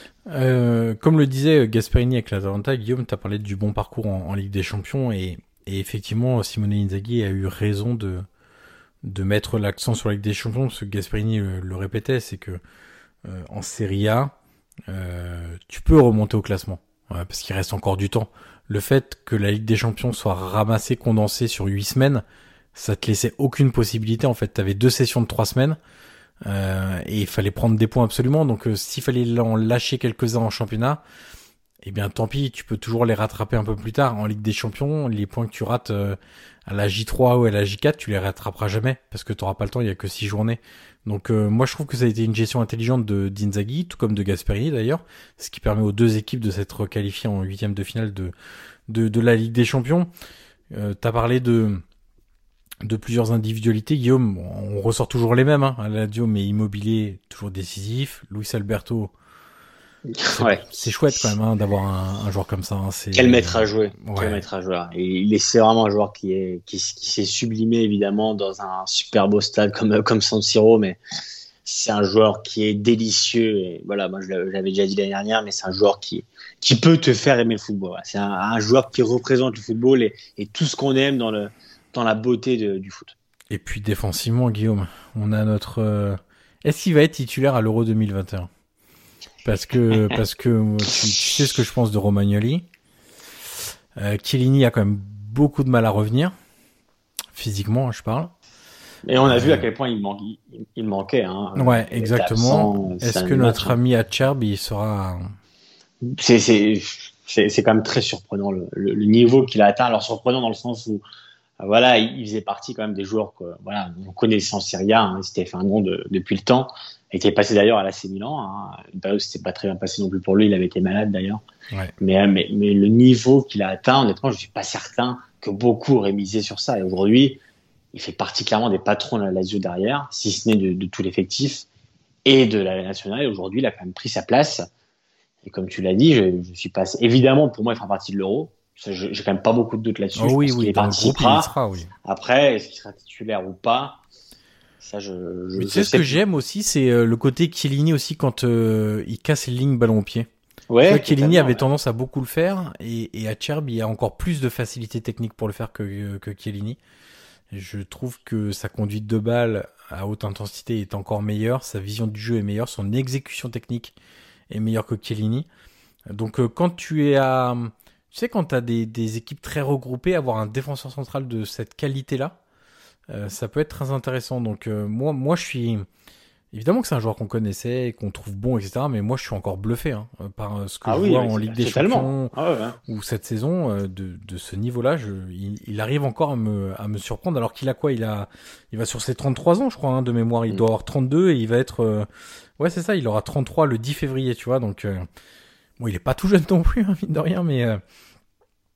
Euh, comme le disait Gasperini avec l'Atalanta, Guillaume, tu as parlé du bon parcours en, en Ligue des Champions et, et effectivement Simone Inzaghi a eu raison de, de mettre l'accent sur la Ligue des Champions, parce que Gasperini le, le répétait, c'est que euh, en Serie A, euh, tu peux remonter au classement, ouais, parce qu'il reste encore du temps. Le fait que la Ligue des Champions soit ramassée, condensée sur huit semaines, ça te laissait aucune possibilité. En fait, tu avais deux sessions de trois semaines. Euh, et il fallait prendre des points absolument, donc euh, s'il fallait en lâcher quelques-uns en championnat, eh bien tant pis, tu peux toujours les rattraper un peu plus tard. En Ligue des Champions, les points que tu rates euh, à la J trois ou à la J quatre, tu les rattraperas jamais, parce que tu n'auras pas le temps, il y a que six journées. Donc euh, moi je trouve que ça a été une gestion intelligente de d'Inzaghi, tout comme de Gasperini d'ailleurs, ce qui permet aux deux équipes de s'être qualifiées en huitième de finale de, de, de la Ligue des Champions. Euh, t'as parlé de... de plusieurs individualités, Guillaume, on ressort toujours les mêmes, hein, à la Lazio, mais Immobile, toujours décisif. Luis Alberto, c'est, ouais. c'est chouette quand même hein, d'avoir un, un joueur comme ça. Hein, c'est... Quel maître à jouer, ouais. Quel maître à jouer. Et il est, c'est vraiment un joueur qui est, qui, qui s'est sublimé évidemment dans un super beau stade comme, comme San Siro, mais c'est un joueur qui est délicieux. Et voilà, moi je l'avais déjà dit l'année dernière, mais c'est un joueur qui, qui peut te faire aimer le football. C'est un, un joueur qui représente le football et, et tout ce qu'on aime dans le dans la beauté de, du foot. Et puis défensivement, Guillaume, on a notre... Euh... Est-ce qu'il va être titulaire à l'Euro deux mille vingt et un ? Parce que, parce que tu, tu sais ce que je pense de Romagnoli. Euh, Chiellini a quand même beaucoup de mal à revenir. Physiquement, je parle. Et on a euh... vu à quel point il, man- il, il manquait. Hein. Ouais, il exactement. Absent, Est-ce que notre match, ami Acerbi, il sera... C'est, c'est, c'est, c'est quand même très surprenant le, le, le niveau qu'il a atteint. Alors surprenant dans le sens où voilà, il faisait partie quand même des joueurs que voilà, on connaissait en Serie A, hein, il s'était fait un nom de, depuis le temps. Il était passé d'ailleurs à l'A C Milan. Hein. Une période où c'était pas très bien passé non plus pour lui, il avait été malade d'ailleurs. Ouais. Mais, mais, mais le niveau qu'il a atteint, honnêtement, je suis pas certain que beaucoup auraient misé sur ça. Et aujourd'hui, il fait partie clairement des patrons de la Lazio derrière, si ce n'est de, de tout l'effectif et de la nationale. Et aujourd'hui, il a quand même pris sa place. Et comme tu l'as dit, je, je suis pas évidemment pour moi, il fera partie de l'Euro. J'ai quand même pas beaucoup de doutes là-dessus. Oh oui, je pense oui, qu'il dans participera. Le groupe, il sera, oui. Après, est-ce qu'il sera titulaire ou pas? Ça, je, je, Mais je tu sais, ce que j'aime aussi, c'est euh, le côté Chiellini aussi quand euh, il casse les lignes ballon au pied. Ouais. Tu vois, Chiellini avait ouais. tendance à beaucoup le faire et, et Acerbi a encore plus de facilité technique pour le faire que, que Chiellini. Et je trouve que sa conduite de balle à haute intensité est encore meilleure, sa vision du jeu est meilleure, son exécution technique est meilleure que Chiellini. Donc euh, quand tu es à... Tu sais, quand tu as des, des équipes très regroupées, avoir un défenseur central de cette qualité-là, euh, ça peut être très intéressant. Donc euh, moi, moi, je suis... Évidemment que c'est un joueur qu'on connaissait et qu'on trouve bon, et cetera. Mais moi, je suis encore bluffé hein, par ce que ah je oui, vois oui, en Ligue des totalement. Champions ah ouais, ouais. ou cette saison. Euh, de, de ce niveau-là, je, il, il arrive encore à me, à me surprendre. Alors qu'il a quoi il, a, il va sur ses trente-trois ans, je crois, hein, de mémoire. Il mm. doit avoir trente-deux et il va être... Euh... Ouais, c'est ça, il aura trente-trois le dix février, tu vois. Donc... Euh... Bon, il est pas tout jeune non plus, hein, mine de rien, mais euh,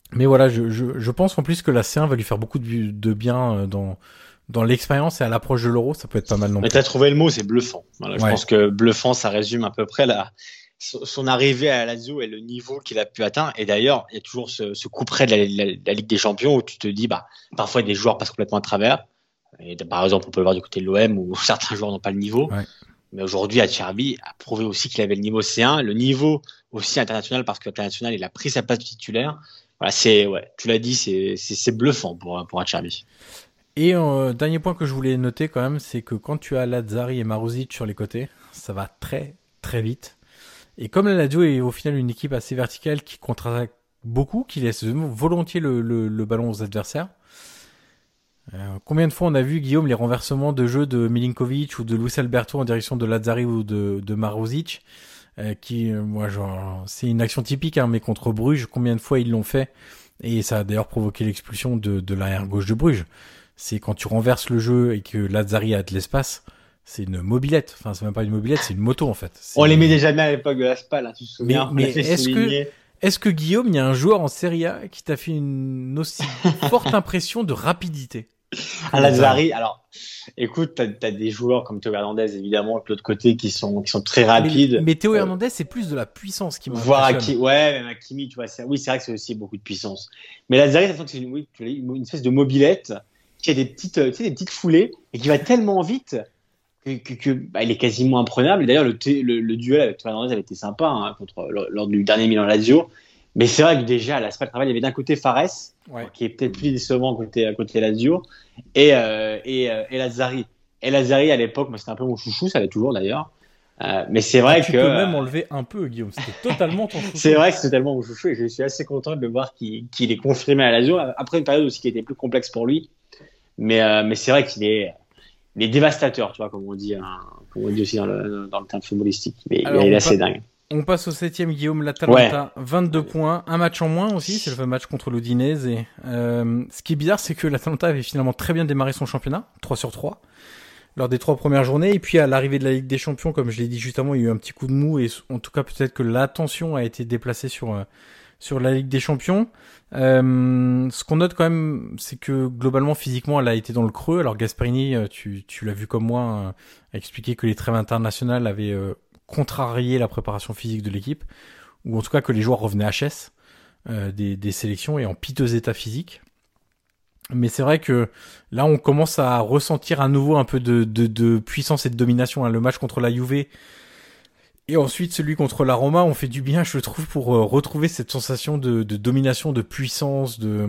Mais voilà, je, je, je pense en plus que la C un va lui faire beaucoup de, de bien dans, dans l'expérience et à l'approche de l'Euro, ça peut être pas mal non Mais plus. t'as trouvé le mot, c'est bluffant. Voilà, je Ouais. pense que bluffant, ça résume à peu près la, son arrivée à la Lazio et le niveau qu'il a pu atteindre. Et d'ailleurs, il y a toujours ce, ce coup près de la, la, la Ligue des Champions où tu te dis, bah, parfois des joueurs passent complètement à travers. Et par exemple, on peut le voir du côté de l'O M où certains joueurs n'ont pas le niveau. Ouais. Mais aujourd'hui, Acerbi a prouvé aussi qu'il avait le niveau C un, le niveau aussi international parce qu'international, il a pris sa place de titulaire. Voilà, c'est, ouais, tu l'as dit, c'est, c'est, c'est bluffant pour, pour Acerbi. Et euh, dernier point que je voulais noter quand même, c'est que quand tu as Lazzari et Maruzic sur les côtés, ça va très très vite. Et comme la Lazio est au final une équipe assez verticale qui contre-attaque beaucoup, qui laisse volontiers le, le, le ballon aux adversaires. Euh, combien de fois on a vu, Guillaume, les renversements de jeu de Milinkovic ou de Luis Alberto en direction de Lazzari ou de, de Maruzic, euh, qui, euh, moi, genre, c'est une action typique, hein, mais contre Bruges, combien de fois ils l'ont fait, et ça a d'ailleurs provoqué l'expulsion de, de l'arrière gauche de Bruges. C'est quand tu renverses le jeu et que Lazzari a de l'espace, c'est une mobilette. Enfin, c'est même pas une mobilette, c'est une moto en fait. C'est... On les met déjà bien à l'époque de la Spal, hein, tu te souviens. Mais, mais est-ce que, est-ce que Guillaume, il y a un joueur en Serie A qui t'a fait une aussi forte impression de rapidité? À Lazzari, alors, écoute, t'as, t'as des joueurs comme Théo Hernandez, évidemment, de l'autre côté, qui sont, qui sont très rapides. Mais, mais Théo euh, Hernandez, c'est plus de la puissance qui m'a Voir Hakimi, ouais, même Hakimi, tu vois, c'est, oui, c'est vrai que c'est aussi beaucoup de puissance. Mais Lazzari, ça sent que c'est une, oui, une espèce de mobilette qui a des petites, tu sais, des petites foulées et qui va tellement vite que, que, que bah, il est quasiment imprenable. Et d'ailleurs, le, le, le duel avec Théo Hernandez avait été sympa, hein, contre, lors du dernier Milan Lazio. Mais c'est vrai que déjà, à la Spal Travail, il y avait d'un côté Fares, ouais, qui est peut-être plus décevant côté, à côté Lazio, et, euh, et, euh, et Lazzari. Et Lazzari, à l'époque, moi, c'était un peu mon chouchou, ça l'est toujours d'ailleurs. Euh, mais c'est vrai ah, tu que. Tu peux même enlever un peu, Guillaume. C'était totalement ton chouchou. C'est vrai que c'est totalement mon chouchou et je suis assez content de le voir qu'il, qu'il est confirmé à Lazio. Après une période aussi qui était plus complexe pour lui. Mais, euh, mais c'est vrai qu'il est, il est dévastateur, tu vois, comme on dit, hein, comme on dit aussi dans le, dans le terme footballistique. Mais alors, il est assez pa- dingue. On passe au septième, Guillaume, l'Atalanta, ouais. vingt-deux points, un match en moins aussi, c'est le fameux match contre l'Udinese. Et, euh, ce qui est bizarre, c'est que l'Atalanta avait finalement très bien démarré son championnat, trois sur trois, lors des trois premières journées. Et puis à l'arrivée de la Ligue des Champions, comme je l'ai dit juste avant, il y a eu un petit coup de mou. Et en tout cas, peut-être que l'attention a été déplacée sur, euh, sur la Ligue des Champions. Euh, ce qu'on note quand même, c'est que globalement, physiquement, elle a été dans le creux. Alors Gasperini, tu, tu l'as vu comme moi, euh, a expliqué que les trêves internationales avaient... Euh, contrarier la préparation physique de l'équipe, ou en tout cas que les joueurs revenaient H S euh, des, des sélections et en piteux état physique. Mais c'est vrai que là, on commence à ressentir à nouveau un peu de, de, de puissance et de domination. Hein. Le match contre la Juve et ensuite celui contre la Roma, on fait du bien, je trouve, pour euh, retrouver cette sensation de, de domination, de puissance, de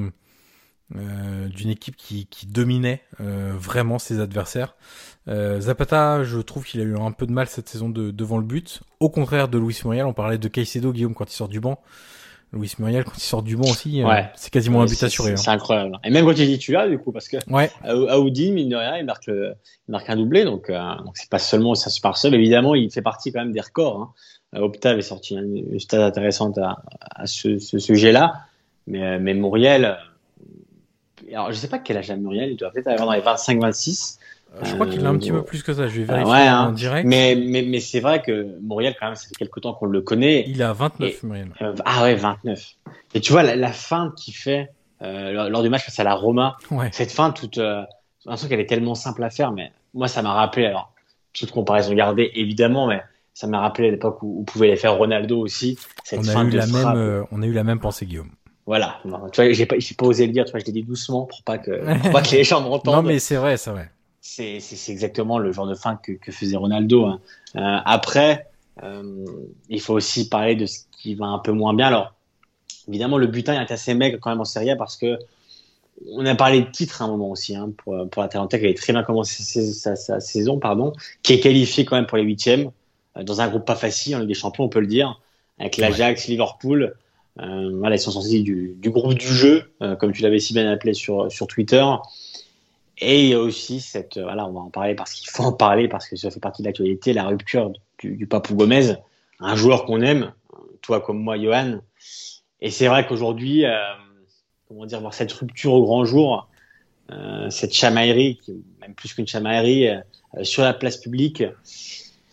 euh, d'une équipe qui, qui dominait euh, vraiment ses adversaires. Euh, Zapata, je trouve qu'il a eu un peu de mal cette saison de, devant le but. Au contraire de Luis Muriel, on parlait de Caicedo, Guillaume, quand il sort du banc. Luis Muriel, quand il sort du banc aussi, ouais. euh, c'est quasiment ouais, un but assuré. C'est, c'est hein. incroyable. Et même quand il est titulaire, du coup, parce que ouais. Aoudi, mine de rien, il marque, le, il marque un doublé, donc, euh, donc c'est pas seulement ça se part seul. Évidemment, il fait partie quand même des records. Hein. Opta avait sorti une, une stat intéressante à, à ce, ce sujet-là, mais, mais Muriel, alors je sais pas quel âge a Muriel, il doit peut-être avoir dans les vingt-cinq vingt-six. Je crois qu'il a un euh, petit peu plus que ça, je vais vérifier ouais, en hein. direct. Mais, mais, mais c'est vrai que Muriel, quand même, ça fait quelques temps qu'on le connaît. Il a vingt-neuf, et, Muriel. Euh, ah ouais, vingt-neuf. Et tu vois, la, la feinte qu'il fait euh, lors, lors du match face à la Roma, ouais. cette feinte, toute, euh, j'ai l'impression qu'elle est tellement simple à faire, mais moi, ça m'a rappelé, alors, toute comparaison gardée, évidemment, mais ça m'a rappelé à l'époque où, où pouvait les faire Ronaldo aussi. Cette on, a feinte eu de la frappe. même, euh, on a eu la même pensée, Guillaume. Voilà. Bon, tu vois, j'ai pas, j'ai pas osé le dire, tu vois, je l'ai dit doucement pour pas que, pour pas que les gens m'entendent. Non, mais c'est vrai, c'est vrai. C'est, c'est, c'est exactement le genre de feinte que, que faisait Ronaldo. Hein. Euh, après, euh, il faut aussi parler de ce qui va un peu moins bien. Alors, évidemment, le butin est assez maigre quand même en Serie A parce que on a parlé de titre à un moment aussi hein, pour, pour l'Atalanta qui avait très bien commencé sa, sa, sa saison, pardon, qui est qualifié quand même pour les huitièmes euh, dans un groupe pas facile en Ligue des Champions, on peut le dire, avec l'Ajax, ouais. Liverpool. Euh, voilà, ils sont sortis du, du groupe du jeu, euh, comme tu l'avais si bien appelé sur, sur Twitter. Et il y a aussi cette, voilà, on va en parler parce qu'il faut en parler parce que ça fait partie de l'actualité, la rupture du, du Papou Gomez, un joueur qu'on aime, toi comme moi, Johan. Et c'est vrai qu'aujourd'hui, euh, comment dire, voir cette rupture au grand jour, euh, cette chamaillerie, qui est même plus qu'une chamaillerie, euh, sur la place publique.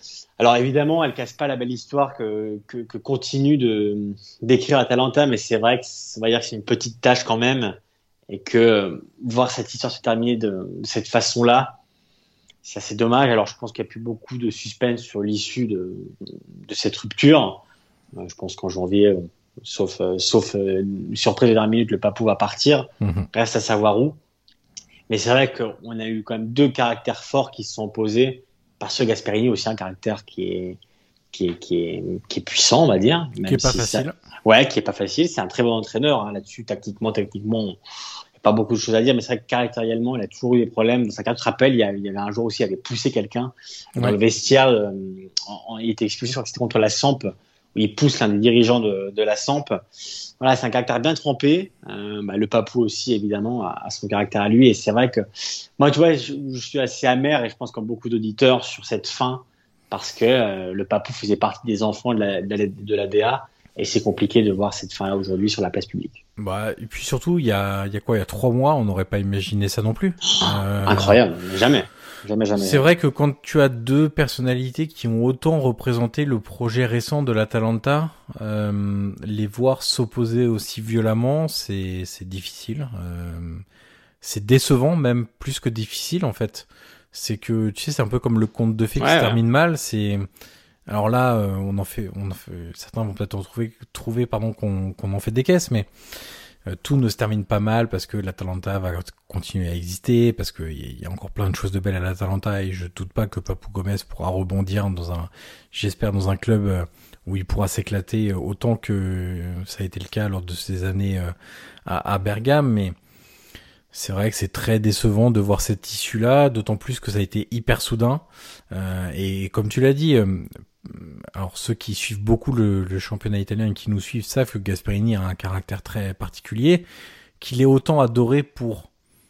Alors évidemment, elle casse pas la belle histoire que, que, que continue de d'écrire Atalanta, mais c'est vrai que on va dire que c'est une petite tâche quand même, et que voir cette histoire se terminer de, de cette façon-là, c'est assez dommage. Alors je pense qu'il y a plus beaucoup de suspense sur l'issue de, de cette rupture. Je pense qu'en janvier, sauf sauf une surprise de dernière minute, le Papou va partir. Mm-hmm. Reste à savoir où. Mais c'est vrai qu'on a eu quand même deux caractères forts qui se sont opposés. Parce que Gasperini a aussi un caractère qui est, qui est, qui est, qui est puissant, on va dire. Même qui est pas si facile. Ça... Ouais, qui est pas facile. C'est un très bon entraîneur, hein, là-dessus, tactiquement, techniquement. Il n'y a pas beaucoup de choses à dire, mais c'est vrai que caractériellement, il a toujours eu des problèmes. Dans sa carte, tu te rappelles, il y, a, il y avait un jour aussi, il avait poussé quelqu'un ouais. dans le vestiaire. Euh, en, en, il était expulsé, je crois que c'était contre la Samp, où il pousse l'un des dirigeants de, de la Samp. Voilà, c'est un caractère bien trempé. Euh, bah, le Papou aussi, évidemment, a, a son caractère à lui. Et c'est vrai que moi, tu vois, je, je suis assez amer, et je pense comme beaucoup d'auditeurs, sur cette fin, parce que euh, le Papou faisait partie des enfants de la, de la, de la D A, et c'est compliqué de voir cette fin-là aujourd'hui sur la place publique. Bah, et puis surtout, il y a, il y a quoi, il y a trois mois, on n'aurait pas imaginé ça non plus. Oh, euh... Incroyable, jamais. Jamais, jamais. C'est vrai que quand tu as deux personnalités qui ont autant représenté le projet récent de l'Atalanta, euh, les voir s'opposer aussi violemment, c'est c'est difficile. Euh, c'est décevant, même plus que difficile en fait. C'est que tu sais, c'est un peu comme le conte de fées ouais, qui ouais. se termine mal. C'est alors là, euh, on en fait, on en fait. Certains vont peut-être trouver, trouver, pardon, qu'on qu'on en fait des caisses, mais Euh, tout ne se termine pas mal parce que l'Atalanta va continuer à exister, parce qu'il y, y a encore plein de choses de belles à l'Atalanta, et je doute pas que Papou Gomez pourra rebondir dans un, j'espère, dans un club où il pourra s'éclater autant que ça a été le cas lors de ces années à, à Bergame. Mais c'est vrai que c'est très décevant de voir cette issue-là, d'autant plus que ça a été hyper soudain. Euh, et comme tu l'as dit, euh, alors ceux qui suivent beaucoup le, le championnat italien et qui nous suivent savent que Gasperini a un caractère très particulier, qu'il est autant adoré pour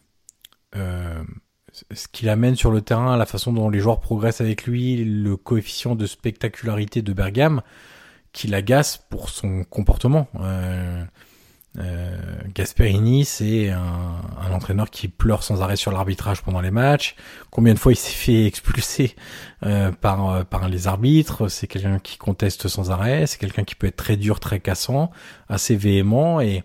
euh, ce qu'il amène sur le terrain, la façon dont les joueurs progressent avec lui, le coefficient de spectacularité de Bergame, qu'il agace pour son comportement. Euh, Euh, Gasperini, c'est un, un entraîneur qui pleure sans arrêt sur l'arbitrage pendant les matchs. Combien de fois il s'est fait expulser euh, par par les arbitres? C'est quelqu'un qui conteste sans arrêt. C'est quelqu'un qui peut être très dur, très cassant, assez véhément. Et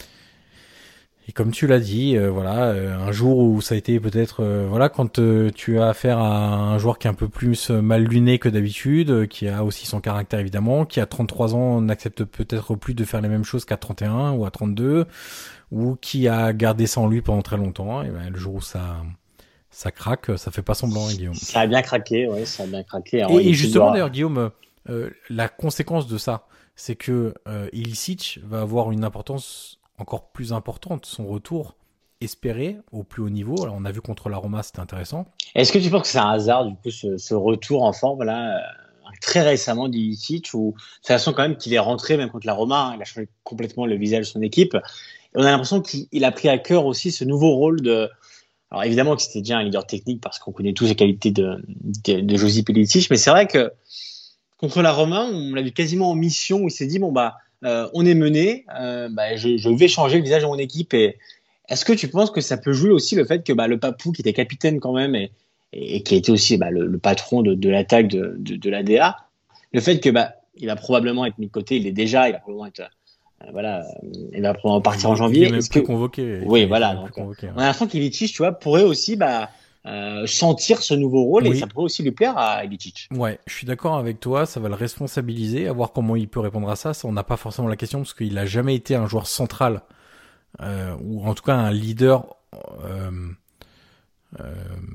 et comme tu l'as dit, euh, voilà, euh, un jour où ça a été peut-être, euh, voilà, quand euh, tu as affaire à un joueur qui est un peu plus mal luné que d'habitude, euh, qui a aussi son caractère évidemment, qui à trente-trois ans n'accepte peut-être plus de faire les mêmes choses qu'à trente et un ou à trente-deux, ou qui a gardé ça en lui pendant très longtemps, et ben le jour où ça ça craque, ça fait pas semblant, hein, Guillaume. Ça a bien craqué, ouais, ça a bien craqué. Alors, et, et justement, d'ailleurs, Guillaume, euh, la conséquence de ça, c'est que euh, Ilicic va avoir une importance encore plus importante, son retour espéré au plus haut niveau. Alors, on a vu contre la Roma, c'était intéressant. Est-ce que tu penses que c'est un hasard, du coup, ce, ce retour en forme, là, euh, très récemment d'Ilicic, ou c'est la façon quand même qu'il est rentré, même contre la Roma, hein, il a changé complètement le visage de son équipe. Et on a l'impression qu'il a pris à cœur aussi ce nouveau rôle de... Alors, évidemment que c'était déjà un leader technique, parce qu'on connaît tous les qualités de, de, de Josip Ilicic, mais c'est vrai que contre la Roma, on l'a vu quasiment en mission, où il s'est dit, bon, bah, Euh, on est mené, euh, bah, je, je vais changer le visage de mon équipe. Et est-ce que tu penses que ça peut jouer aussi le fait que bah, le Papou, qui était capitaine quand même et, et, et qui a été aussi bah, le, le patron de, de l'attaque de, de, de la D A, le fait que bah, il va probablement être mis de côté, il est déjà, il va probablement être, euh, voilà, il va probablement partir il, en janvier. Il est même est-ce plus que... convoqué. Oui, voilà. Donc, convoqué, ouais. On a l'impression qu'Ilicic, tu vois, pourrait aussi bah, Euh, sentir ce nouveau rôle, oui. Et ça pourrait aussi lui plaire à Ilicic. Ouais, je suis d'accord avec toi, ça va le responsabiliser, à voir comment il peut répondre à ça. Ça, on n'a pas forcément la question parce qu'il a jamais été un joueur central, euh, ou en tout cas un leader, euh, euh,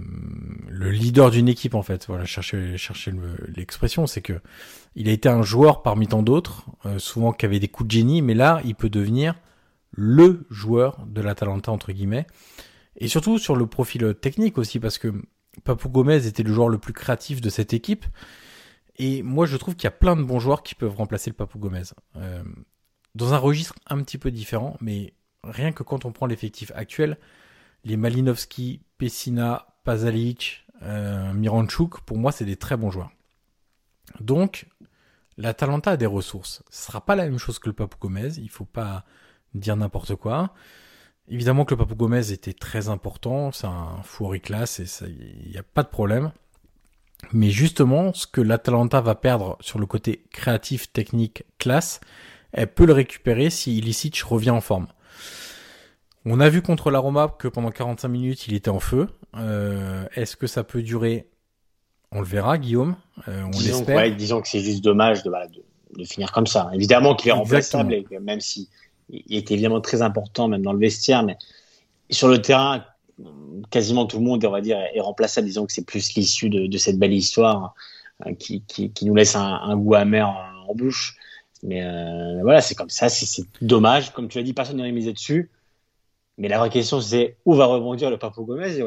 le leader d'une équipe en fait. Voilà, chercher, chercher le, l'expression, c'est que il a été un joueur parmi tant d'autres, euh, souvent qui avait des coups de génie, mais là, il peut devenir le joueur de l'Atalanta entre guillemets. Et surtout sur le profil technique aussi, parce que Papou Gomez était le joueur le plus créatif de cette équipe. Et moi, je trouve qu'il y a plein de bons joueurs qui peuvent remplacer le Papou Gomez. Euh, dans un registre un petit peu différent, mais rien que quand on prend l'effectif actuel, les Malinovski, Pessina, Pasalic, euh, Miranchuk, pour moi, c'est des très bons joueurs. Donc, l'Atalanta a des ressources. Ce sera pas la même chose que le Papou Gomez, il faut pas dire n'importe quoi. Évidemment que le Papou Gomez était très important, c'est un fou classe et il n'y a pas de problème. Mais justement, ce que l'Atalanta va perdre sur le côté créatif, technique, classe, elle peut le récupérer si Ilicic revient en forme. On a vu contre la Roma que pendant quarante-cinq minutes, il était en feu. Euh, est-ce que ça peut durer ? On le verra, Guillaume. Euh, on disons, l'espère. Ouais, disons que c'est juste dommage de, voilà, de, de finir comme ça. Évidemment qu'il est remplaçable, et que même si il est évidemment très important, même dans le vestiaire, mais sur le terrain, quasiment tout le monde, on va dire, est remplaçable. Disons que c'est plus l'issue de, de cette belle histoire euh, qui, qui, qui nous laisse un, un goût amer en, en bouche. Mais euh, voilà, c'est comme ça. C'est, c'est dommage. Comme tu l'as dit, personne n'aurait misé dessus. Mais la vraie question, c'est où va rebondir le Papu Gomez, Johan ?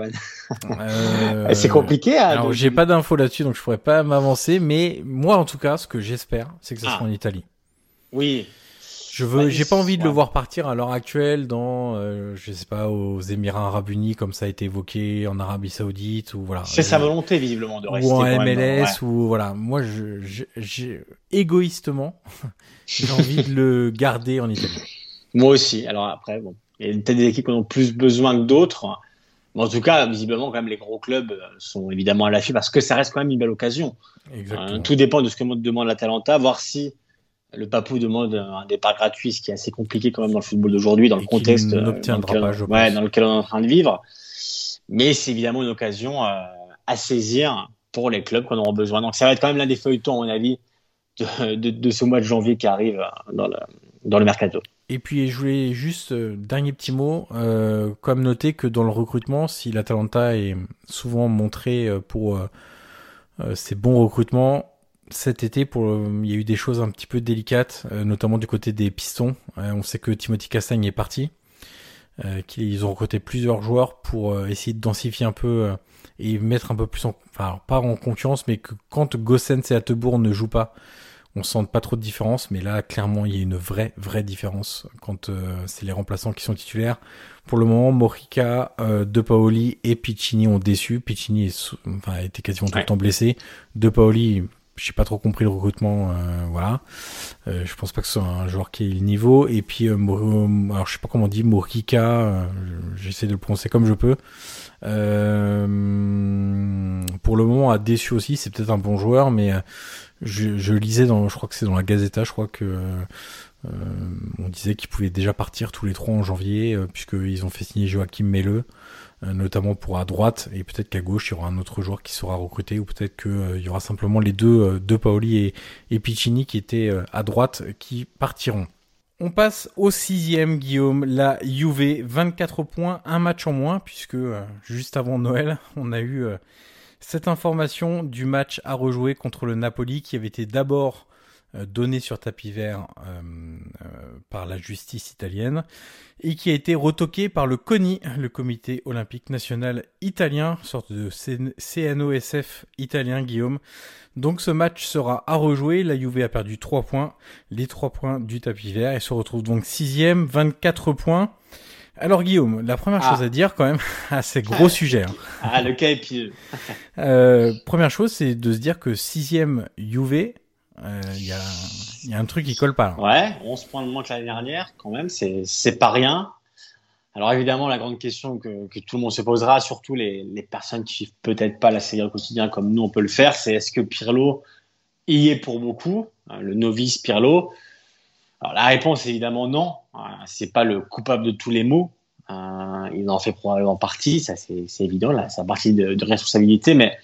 euh... C'est compliqué. Hein, Alors, donc... j'ai pas d'infos là-dessus, donc je pourrais pas m'avancer. Mais moi, en tout cas, ce que j'espère, c'est que ça ah. sera en Italie. Oui. Je veux, ouais, j'ai pas envie de ouais. le voir partir à l'heure actuelle dans, euh, je sais pas, aux Émirats Arabes Unis, comme ça a été évoqué, en Arabie Saoudite, ou voilà. C'est euh, sa volonté, visiblement, de rester. Ou en M M L S, ouais. ou voilà. Moi, je, je, j'ai, égoïstement, j'ai envie de le garder en Italie. Moi aussi. Alors après, bon, il y a peut-être des équipes qui en ont plus besoin que d'autres. Mais en tout cas, visiblement, quand même, les gros clubs sont évidemment à l'affût parce que ça reste quand même une belle occasion. Exactement. Euh, tout dépend de ce que demande l'Atalanta, voir si le Papou demande un départ gratuit, ce qui est assez compliqué quand même dans le football d'aujourd'hui, dans le contexte dans lequel, pas, je ouais, dans lequel on est en train de vivre. Mais c'est évidemment une occasion euh, à saisir pour les clubs qu'on aura besoin. Donc ça va être quand même l'un des feuilletons, à mon avis, de, de, de ce mois de janvier qui arrive dans le, dans le mercato. Et puis je voulais juste, euh, dernier petit mot, euh, quand même noter que dans le recrutement, si l'Atalanta est souvent montré pour euh, euh, ses bons recrutements, cet été, pour, euh, il y a eu des choses un petit peu délicates, euh, notamment du côté des pistons. Euh, on sait que Timothy Castagne est parti, euh, qu'ils ont recruté plusieurs joueurs pour euh, essayer de densifier un peu euh, et mettre un peu plus en, enfin pas en concurrence, mais que quand Gossens et Attebourg ne jouent pas, on sent pas trop de différence. Mais là, clairement, il y a une vraie, vraie différence quand euh, c'est les remplaçants qui sont titulaires. Pour le moment, Morica, euh, De Paoli et Piccini ont déçu. Piccini est sous, enfin, a été quasiment tout le temps blessé. De Paoli, j'ai pas trop compris le recrutement, euh, voilà. Euh, je pense pas que ce soit un joueur qui ait le niveau. Et puis, euh, alors je sais pas comment on dit, Morica, euh, j'essaie de le prononcer comme je peux. Euh, pour le moment, a déçu aussi. C'est peut-être un bon joueur, mais euh, je, je lisais dans, je crois que c'est dans la Gazzetta, je crois que euh, on disait qu'ils pouvaient déjà partir tous les trois en janvier, euh, puisqu'ils ont fait signer Joachim Melleux, euh, notamment pour à droite, et peut-être qu'à gauche il y aura un autre joueur qui sera recruté, ou peut-être qu'il euh, y aura simplement les deux, euh, De Paoli et, et Piccini qui étaient euh, à droite, qui partiront. On passe au sixième, Guillaume, la Juve, vingt-quatre points, un match en moins, puisque euh, juste avant Noël, on a eu euh, cette information du match à rejouer contre le Napoli, qui avait été d'abord euh, donné sur tapis vert euh, euh, par la justice italienne, et qui a été retoqué par le CONI, le Comité Olympique National Italien, sorte de C N O S F italien, Guillaume. Donc ce match sera à rejouer, la Juve a perdu trois points, les trois points du tapis vert, et se retrouve donc sixième, vingt-quatre points. Alors Guillaume, la première ah. chose à dire quand même, à ces gros sujets. Hein. Ah, le cas est pileux. euh, première chose, c'est de se dire que sixième Juve, il euh, y, a, y a un truc qui colle pas. Là. Ouais, onze points de moins que l'année dernière, quand même, c'est, c'est pas rien. Alors évidemment, la grande question que, que tout le monde se posera, surtout les, les personnes qui suivent peut-être pas la série au quotidien comme nous on peut le faire, c'est est-ce que Pirlo y est pour beaucoup, le novice Pirlo? Alors la réponse est évidemment non. C'est pas le coupable de tous les maux. Euh, il en fait probablement partie, ça c'est, c'est évident, là, c'est partie de, de responsabilité. Mais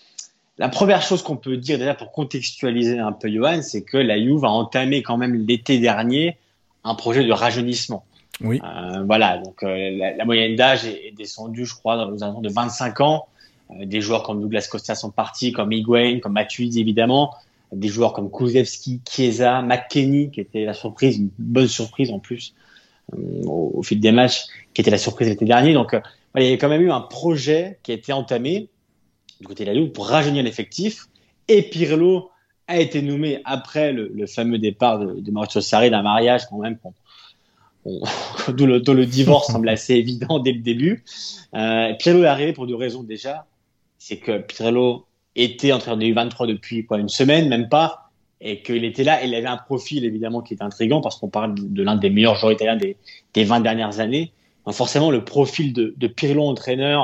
la première chose qu'on peut dire déjà pour contextualiser un peu Johan, c'est que la Juve a entamé quand même l'été dernier un projet de rajeunissement. Oui. Euh, voilà, donc euh, la, la moyenne d'âge est, est descendue, je crois, dans les alentours de vingt-cinq ans. Euh, des joueurs comme Douglas Costa sont partis, comme Higuain, comme Matuidi évidemment. Des joueurs comme Kulusevski, Chiesa, McKennie, qui était la surprise, une bonne surprise en plus euh, au, au fil des matchs, qui était la surprise l'été dernier. Donc, euh, voilà, il y a quand même eu un projet qui a été entamé du côté de la Juve pour rajeunir l'effectif. Et Pirlo a été nommé après le, le fameux départ de, de Maurizio Sarri d'un mariage quand même. Qu'on, D'où le, le divorce semble assez évident dès le début. Euh, Pirlo est arrivé pour deux raisons déjà. C'est que Pirlo était entraîneur des U vingt-trois depuis quoi, une semaine, même pas, et qu'il était là. Et il avait un profil évidemment qui est intriguant parce qu'on parle de l'un des meilleurs joueurs italiens des, des vingt dernières années. Donc forcément, le profil de, de Pirlo entraîneur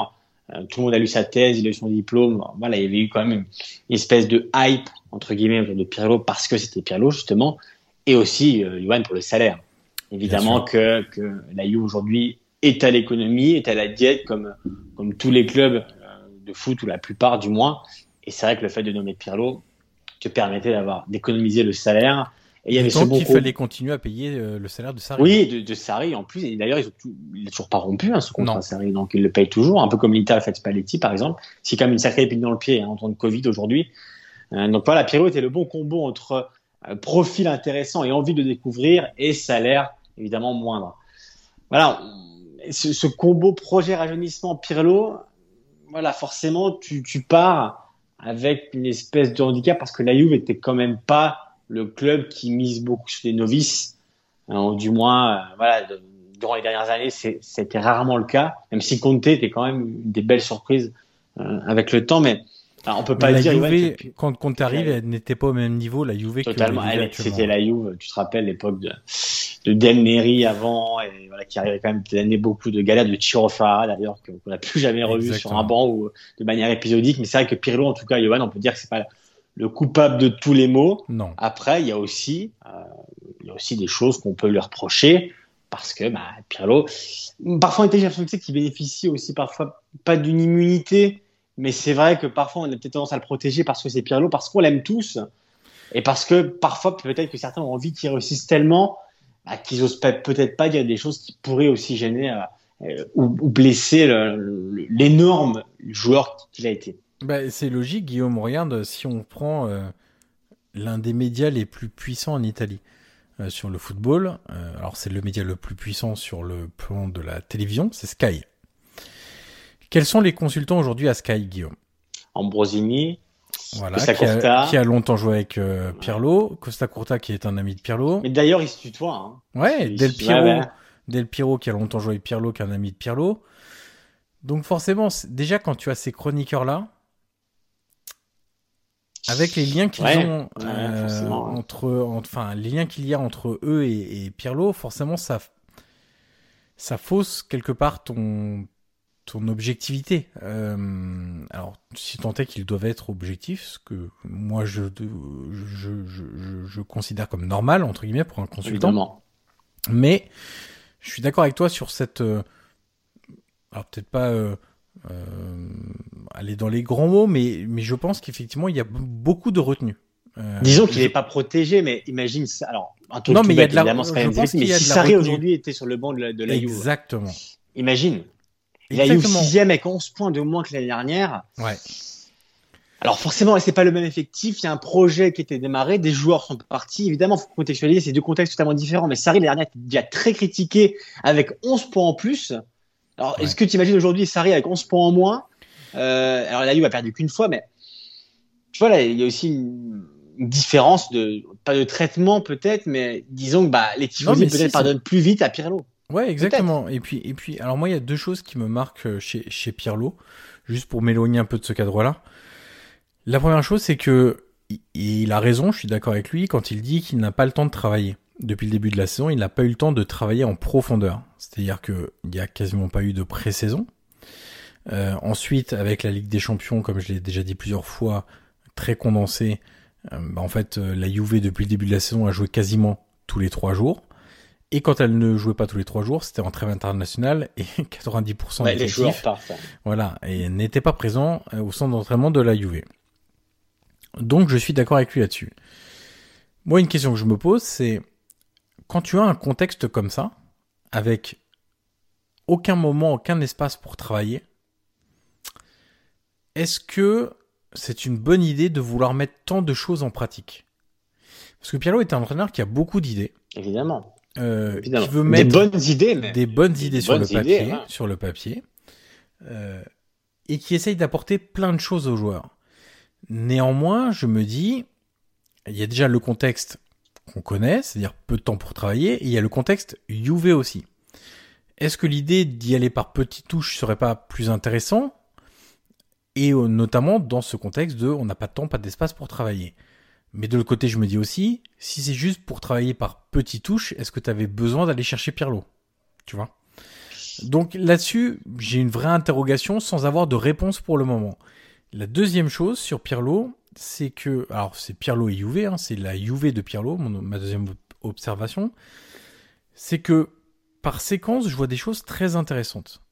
Euh, tout le monde a lu sa thèse, il a eu son diplôme. Voilà, il y avait eu quand même une, une espèce de hype entre guillemets autour de Pirlo parce que c'était Pirlo justement, et aussi euh, Johan pour le salaire. Évidemment que, que la Juve aujourd'hui est à l'économie, est à la diète comme comme tous les clubs de foot ou la plupart du moins. Et c'est vrai que le fait de nommer Pirlo te permettait d'avoir d'économiser le salaire. Et il y avait donc ce bon il coup. fallait continuer à payer euh, le salaire de Sarri. Oui, de, de Sarri en plus. Et d'ailleurs, ils ont tout, il n'a toujours pas rompu hein, ce contrat Non. Sarri, donc il le paye toujours, un peu comme l'Inter a fait Spalletti par exemple. C'est quand même une sacrée épine dans le pied hein, en temps de Covid aujourd'hui. Euh, donc voilà, Pirlo était le bon combo entre euh, profil intéressant et envie de découvrir et salaire évidemment moindre. Voilà, ce, ce combo projet rajeunissement Pirlo, voilà, forcément tu, tu pars avec une espèce de handicap parce que la Juve était quand même pas le club qui mise beaucoup sur des novices, hein, du moins, euh, voilà, de, durant les dernières années, c'est, c'était rarement le cas, même si Conte était quand même une des belles surprises euh, avec le temps, mais alors, on peut pas la dire. Juve, ouais, que, quand Conte arrive, elle n'était pas au même niveau, la Juve. Totalement, que elle, c'était la Juve, tu te rappelles l'époque de, de Del Neri avant, et voilà, qui arrivait quand même à donner beaucoup de galères, de Ciro Farah d'ailleurs, qu'on n'a plus jamais revu Exactement. Sur un banc ou de manière épisodique, mais c'est vrai que Pirlo, en tout cas, Johan, on peut dire que c'est pas le coupable de tous les maux. Non. Après, il y a aussi, euh, il y a aussi des choses qu'on peut lui reprocher parce que, bah, Pirlo, parfois, on était, j'ai l'impression qu'il bénéficie aussi parfois pas d'une immunité, mais c'est vrai que parfois, on a peut-être tendance à le protéger parce que c'est Pirlo, parce qu'on l'aime tous et parce que parfois, peut-être que certains ont envie qu'il réussisse tellement, bah, qu'ils osent peut-être pas dire des choses qui pourraient aussi gêner, euh, ou, ou blesser le, le, l'énorme joueur qu'il a été. Bah, c'est logique, Guillaume. Regarde, si on prend euh, l'un des médias les plus puissants en Italie euh, sur le football, euh, alors c'est le média le plus puissant sur le plan de la télévision, c'est Sky. Quels sont les consultants aujourd'hui à Sky, Guillaume ? Ambrosini, voilà, Costa qui, Curta, a, qui a longtemps joué avec euh, Pirlo, Costa Curta qui est un ami de Pirlo. Mais d'ailleurs, il se tutoie. Hein. Ouais, il Del Piero, ouais, ouais. Del Piero qui a longtemps joué avec Pirlo, qui est un ami de Pirlo. Donc forcément, déjà quand tu as ces chroniqueurs-là, avec les liens qu'ils ouais, ont ouais, euh, entre, enfin les liens qu'il y a entre eux et, et Pirlo, forcément ça, ça fausse quelque part ton, ton objectivité. Euh, alors si tant est qu'ils doivent être objectifs, ce que moi je, je, je, je, je considère comme normal entre guillemets pour un consultant. Évidemment. Mais je suis d'accord avec toi sur cette, euh, alors peut-être pas. Euh, Euh, aller dans les grands mots, mais, mais je pense qu'effectivement, il y a beaucoup de retenue. Euh, Disons qu'il n'est je... pas protégé, mais imagine ça. Alors, un non, mais il y a de la, évidemment, c'est quand même difficile, mais si Sarri aujourd'hui était sur le banc de la, de la Juve. Exactement. Imagine. Il a eu sixième avec onze points de moins que l'année dernière. Ouais. Alors, forcément, c'est pas le même effectif. Il y a un projet qui était démarré. Des joueurs sont partis. Évidemment, il faut contextualiser. C'est deux contextes totalement différents. Mais Sarri, l'année dernière, était déjà très critiqué avec onze points en plus. Alors, ouais. Est-ce que tu imagines aujourd'hui Sarri avec onze points en moins euh, Alors, la Juve a perdu qu'une fois, mais tu vois, là, il y a aussi une, une différence de, pas de traitement peut-être, mais disons que bah, les tifosi peut-être si, pardonnent c'est... plus vite à Pirlo. Ouais, exactement. Et puis, et puis, alors moi, il y a deux choses qui me marquent chez, chez Pirlo, juste pour m'éloigner un peu de ce cadre-là. La première chose, c'est que il a raison, je suis d'accord avec lui, quand il dit qu'il n'a pas le temps de travailler. Depuis le début de la saison, il n'a pas eu le temps de travailler en profondeur. C'est-à-dire qu'il n'y a quasiment pas eu de pré-saison. Euh, ensuite, avec la Ligue des Champions, comme je l'ai déjà dit plusieurs fois, très condensée, euh, bah en fait, euh, la Juve, depuis le début de la saison, a joué quasiment tous les trois jours. Et quand elle ne jouait pas tous les trois jours, c'était en trêve internationale et quatre-vingt-dix pour cent ouais, des joueurs partent. Voilà, et n'était pas présent au centre d'entraînement de la Juve. Donc, je suis d'accord avec lui là-dessus. Moi, une question que je me pose, c'est quand tu as un contexte comme ça, avec aucun moment, aucun espace pour travailler, est-ce que c'est une bonne idée de vouloir mettre tant de choses en pratique ? Parce que Pirlo est un entraîneur qui a beaucoup d'idées. Évidemment. Euh, Évidemment. Qui veut mettre des bonnes idées, mais des bonnes idées des sur, bonnes le papier, idées, hein. sur le papier, euh, et qui essaye d'apporter plein de choses aux joueurs. Néanmoins, je me dis, il y a déjà le contexte qu'on connaît, c'est-à-dire peu de temps pour travailler, et il y a le contexte Juve aussi. Est-ce que l'idée d'y aller par petites touches serait pas plus intéressant ? Et notamment dans ce contexte de on n'a pas de temps, pas d'espace pour travailler. Mais de l'autre côté, je me dis aussi, si c'est juste pour travailler par petites touches, est-ce que tu avais besoin d'aller chercher Pirlo ? Tu vois ? Donc là-dessus, j'ai une vraie interrogation sans avoir de réponse pour le moment. La deuxième chose sur Pirlo, c'est que... Alors, c'est Pirlo et Juve, hein, c'est la Juve de Pirlo, mon, ma deuxième observation. C'est que, par séquence, je vois des choses très intéressantes.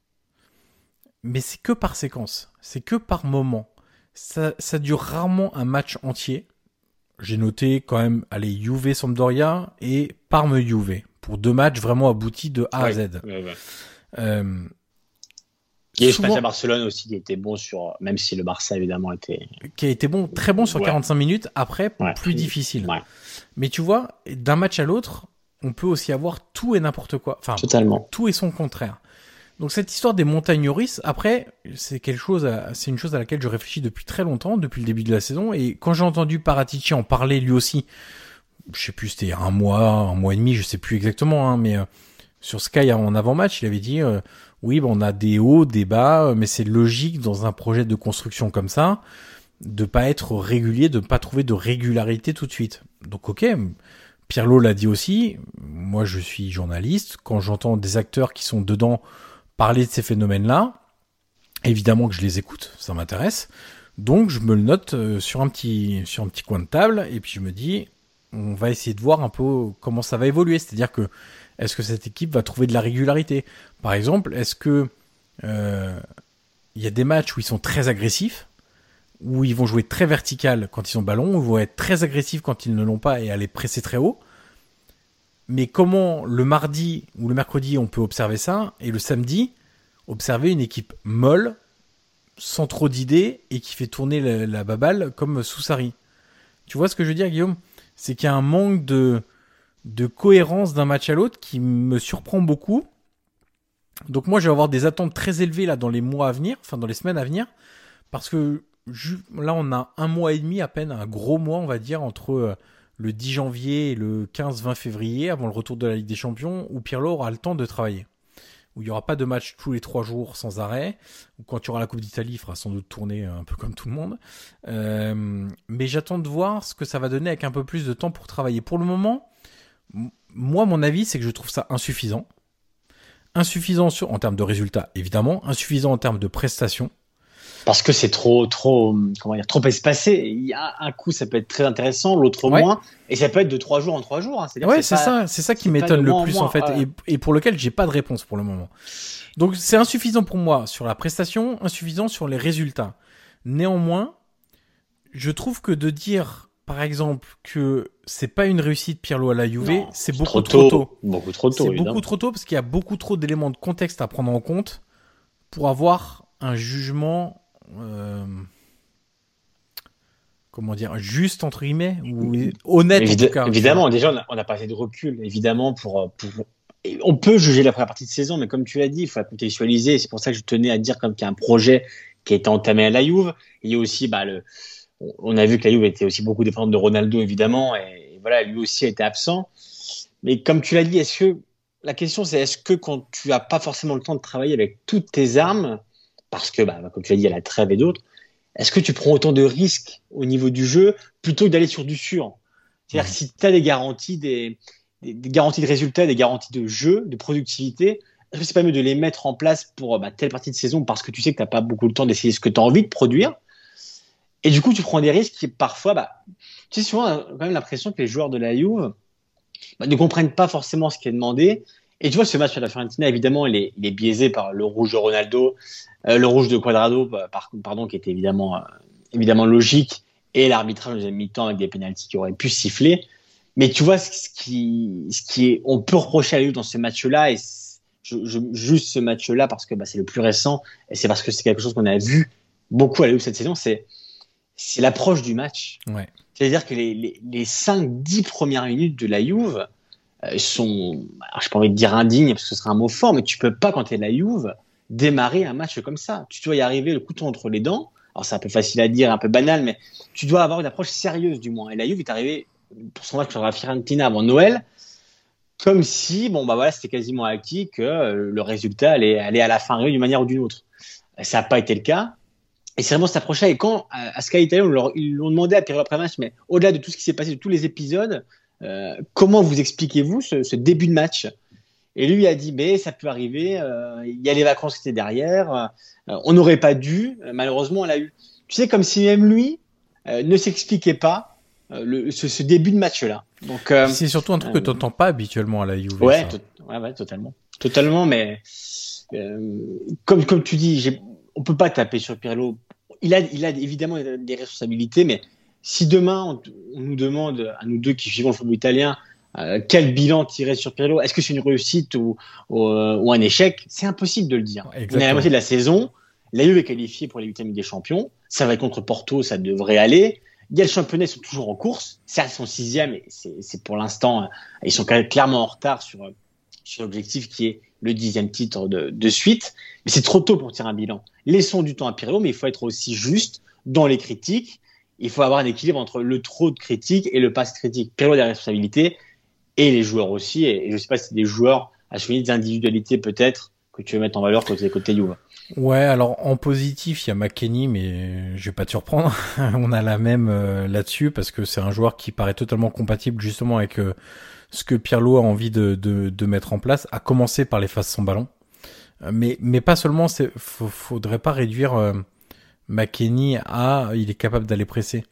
Mais c'est que par séquence. C'est que par moment. Ça, ça dure rarement un match entier. J'ai noté quand même, allez, Juve-Sampdoria et Parme-Juve. Pour deux matchs vraiment aboutis de A à Z. Ouais, ouais, ouais. Euh, Il y a eu souvent, ce match à Barcelone aussi qui était bon sur, même si le Barça évidemment était. Qui a été bon, très bon sur ouais. quarante-cinq minutes. Après, Ouais. plus difficile. Ouais. Mais tu vois, d'un match à l'autre, on peut aussi avoir tout et n'importe quoi. Enfin, Totalement. tout et son contraire. Donc cette histoire des montagnes russes, après, c'est quelque chose, à, c'est une chose à laquelle je réfléchis depuis très longtemps, depuis le début de la saison. Et quand j'ai entendu Paratici en parler lui aussi, je sais plus, c'était un mois, un mois et demi, je sais plus exactement, hein, mais euh, sur Sky en avant-match, il avait dit, euh, oui, bon, on a des hauts, des bas, mais c'est logique dans un projet de construction comme ça, de pas être régulier, de pas trouver de régularité tout de suite. Donc ok, Pirlo l'a dit aussi, moi je suis journaliste, quand j'entends des acteurs qui sont dedans parler de ces phénomènes-là, évidemment que je les écoute, ça m'intéresse. Donc je me le note euh, sur un petit sur un petit coin de table et puis je me dis on va essayer de voir un peu comment ça va évoluer, c'est-à-dire que est-ce que cette équipe va trouver de la régularité ? Par exemple, est-ce que euh, il y a des matchs où ils sont très agressifs, où ils vont jouer très vertical quand ils ont le ballon, où ils vont être très agressifs quand ils ne l'ont pas et aller presser très haut. Mais comment le mardi ou le mercredi on peut observer ça et le samedi observer une équipe molle, sans trop d'idées et qui fait tourner la, la baballe comme Soussari. Tu vois ce que je veux dire, Guillaume ? C'est qu'il y a un manque de, de cohérence d'un match à l'autre qui me surprend beaucoup. Donc moi je vais avoir des attentes très élevées là dans les mois à venir, enfin dans les semaines à venir, parce que ju- là on a un mois et demi à peine, un gros mois on va dire entre euh, le dix janvier et le quinze vingt février avant le retour de la Ligue des Champions où Pirlo aura le temps de travailler, où il n'y aura pas de match tous les trois jours sans arrêt, où quand il y aura la Coupe d'Italie il fera sans doute tourner un peu comme tout le monde, euh, mais j'attends de voir ce que ça va donner avec un peu plus de temps pour travailler. Pour le moment, m- moi mon avis c'est que je trouve ça insuffisant. Insuffisant sur, en termes de résultats, évidemment. Insuffisant en termes de prestations. Parce que c'est trop, trop, comment dire, trop espacé. Il y a un coup, ça peut être très intéressant, l'autre Ouais. moins. Et ça peut être de trois jours en trois jours. Hein. C'est-à-dire Ouais, que c'est pas- ça, c'est ça qui c'est pas m'étonne de le mois en plus mois, en fait, ouais. et, et pour lequel j'ai pas de réponse pour le moment. Donc c'est insuffisant pour moi sur la prestation, insuffisant sur les résultats. Néanmoins, je trouve que de dire, par exemple, que c'est pas une réussite Pirlo à la Juve, Non, c'est c'est beaucoup trop trop tôt. tôt. Beaucoup trop tôt, C'est évidemment. beaucoup trop tôt parce qu'il y a beaucoup trop d'éléments de contexte à prendre en compte pour avoir un jugement, euh, comment dire, juste entre guillemets, ou honnête Évid- en tout cas. Évidemment, déjà, on a, on a pas assez de recul, évidemment, pour, pour... et on peut juger la première partie de saison, mais comme tu l'as dit, il faut la contextualiser. C'est pour ça que je tenais à dire comme qu'il y a un projet qui a été entamé à la Juve. Il y a aussi, bah, le, on a vu que la Juve était aussi beaucoup dépendante de Ronaldo, évidemment, et, et voilà, lui aussi a été absent. Mais comme tu l'as dit, est-ce que la question c'est est-ce que quand tu as pas forcément le temps de travailler avec toutes tes armes, parce que, bah, comme tu l'as dit, il y a la trêve et d'autres, est-ce que tu prends autant de risques au niveau du jeu plutôt que d'aller sur du sûr? C'est-à-dire que si tu as des garanties, des, des, des garanties de résultats, des garanties de jeu, de productivité, est-ce que c'est pas mieux de les mettre en place pour bah, telle partie de saison parce que tu sais que tu n'as pas beaucoup le temps d'essayer ce que tu as envie de produire? Et du coup, tu prends des risques qui parfois, bah, tu sais, souvent, on a quand même l'impression que les joueurs de la Juve bah, ne comprennent pas forcément ce qui est demandé. Et tu vois, ce match à la Fiorentina, évidemment, il est, il est biaisé par le rouge de Ronaldo, euh, le rouge de Cuadrado, bah, par, pardon, qui était évidemment, euh, évidemment logique, et l'arbitrage en deuxième mi-temps avec des pénaltys qui auraient pu siffler. Mais tu vois, ce qui, ce qui est, on peut reprocher à la Juve dans ce match-là, et je, je, juste ce match-là parce que bah, c'est le plus récent, et c'est parce que c'est quelque chose qu'on a vu beaucoup à la Juve cette saison, c'est, c'est l'approche du match. Ouais. C'est-à-dire que les, les, les cinq dix premières minutes de la Juve euh, sont, alors, j'ai pas envie de dire indignes parce que ce serait un mot fort, mais tu peux pas, quand tu es la Juve, démarrer un match comme ça. Tu dois y arriver le couteau entre les dents. Alors c'est un peu facile à dire, un peu banal, mais tu dois avoir une approche sérieuse du moins. Et la Juve est arrivée pour son match contre la Fiorentina avant Noël, comme si, bon bah voilà, c'était quasiment acquis que euh, le résultat allait, allait à la fin arriver d'une manière ou d'une autre. Ça n'a pas été le cas. Et c'est vraiment cette approche-là. Et quand, à, à Sky Italia, leur, ils l'ont demandé à période après match, mais au-delà de tout ce qui s'est passé, de tous les épisodes, euh, comment vous expliquez-vous ce, ce début de match? Et lui a dit, mais ça peut arriver, euh, il y a les vacances qui étaient derrière, euh, on n'aurait pas dû, euh, malheureusement on l'a eu. Tu sais, comme si même lui euh, ne s'expliquait pas euh, le, ce, ce début de match-là. Donc, euh, c'est surtout un truc euh, que tu n'entends pas habituellement à la Juve. Ouais, to- ouais, ouais, totalement. Totalement, mais euh, comme, comme tu dis, j'ai, on peut pas taper sur Pirlo. Il a, il a évidemment des responsabilités, mais si demain on, on nous demande, à nous deux qui suivons le football italien, Euh, quel bilan tirer sur Pirlo? Est-ce que c'est une réussite ou, ou, euh, ou un échec? C'est impossible de le dire. Exactement. On est à la moitié de la saison. La Juve est qualifiée pour les huitièmes des champions. Ça va être contre Porto, ça devrait aller. Il y a le championnat, ils sont toujours en course. Certes, ils sont sixième, et c'est, c'est pour l'instant, ils sont quand même clairement en retard sur, sur l'objectif qui est le dixième titre de, de suite. Mais c'est trop tôt pour tirer un bilan. Laissons du temps à Pirlo, mais il faut être aussi juste dans les critiques. Il faut avoir un équilibre entre le trop de critiques et le pas de critiques. Pirlo a des responsabilités. Et les joueurs aussi, et je ne sais pas si c'est des joueurs à souligner, des individualités peut-être que tu veux mettre en valeur côté côté Juve. Ouais, alors en positif, il y a McKennie, mais je vais pas te surprendre. On a la même euh, là-dessus parce que c'est un joueur qui paraît totalement compatible justement avec euh, ce que Pirlo a envie de, de, de mettre en place, à commencer par les phases sans ballon. Euh, mais mais pas seulement, c'est faut, faudrait pas réduire euh, McKennie à il est capable d'aller presser.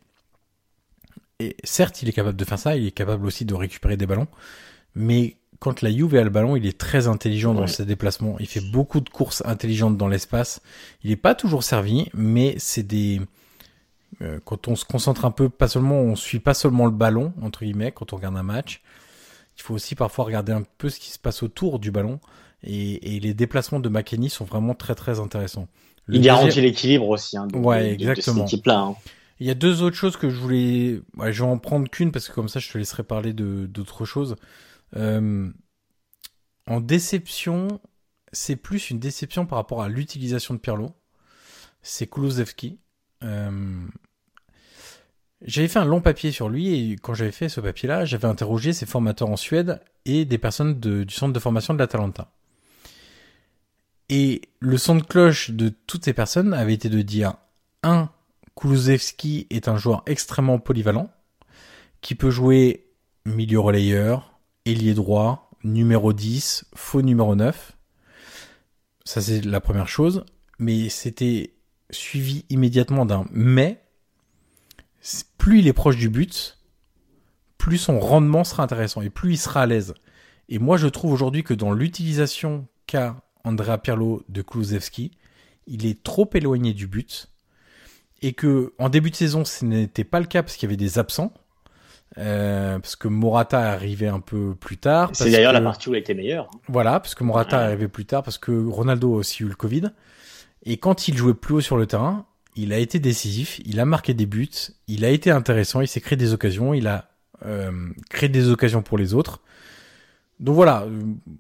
Et certes, il est capable de faire ça, il est capable aussi de récupérer des ballons, mais quand la Juve a le ballon, il est très intelligent dans ouais. ses déplacements. Il fait beaucoup de courses intelligentes dans l'espace. Il est pas toujours servi, mais c'est des euh, quand on se concentre un peu, pas seulement, on suit pas seulement le ballon entre guillemets quand on regarde un match. Il faut aussi parfois regarder un peu ce qui se passe autour du ballon, et, et les déplacements de McKennie sont vraiment très très intéressants. Le il garantit deuxième... l'équilibre aussi hein, de, ouais, de, exactement. de cette équipe-là. Hein. Il y a deux autres choses que je voulais... Ouais, je vais en prendre qu'une parce que comme ça, je te laisserai parler de, d'autres choses. Euh, en déception, c'est plus une déception par rapport à l'utilisation de Pirlo. C'est Kulusevski. Euh, j'avais fait un long papier sur lui et quand j'avais fait ce papier-là, j'avais interrogé ses formateurs en Suède et des personnes de, du centre de formation de l'Atalanta. Et le son de cloche de toutes ces personnes avait été de dire un, Kulusevski est un joueur extrêmement polyvalent, qui peut jouer milieu relayeur, ailier droit, numéro dix, faux numéro neuf. Ça, c'est la première chose. Mais c'était suivi immédiatement d'un « mais ». Plus il est proche du but, plus son rendement sera intéressant et plus il sera à l'aise. Et moi, je trouve aujourd'hui que dans l'utilisation qu'a Andrea Pirlo de Kulusevski, il est trop éloigné du but. Et que en début de saison, ce n'était pas le cas parce qu'il y avait des absents, euh, parce que Morata arrivait un peu plus tard. C'est d'ailleurs que, la partie où il était meilleur. Voilà, parce que Morata ouais. arrivait plus tard, parce que Ronaldo a aussi eu le Covid. Et quand il jouait plus haut sur le terrain, il a été décisif, il a marqué des buts, il a été intéressant, il s'est créé des occasions, il a euh, créé des occasions pour les autres. Donc voilà,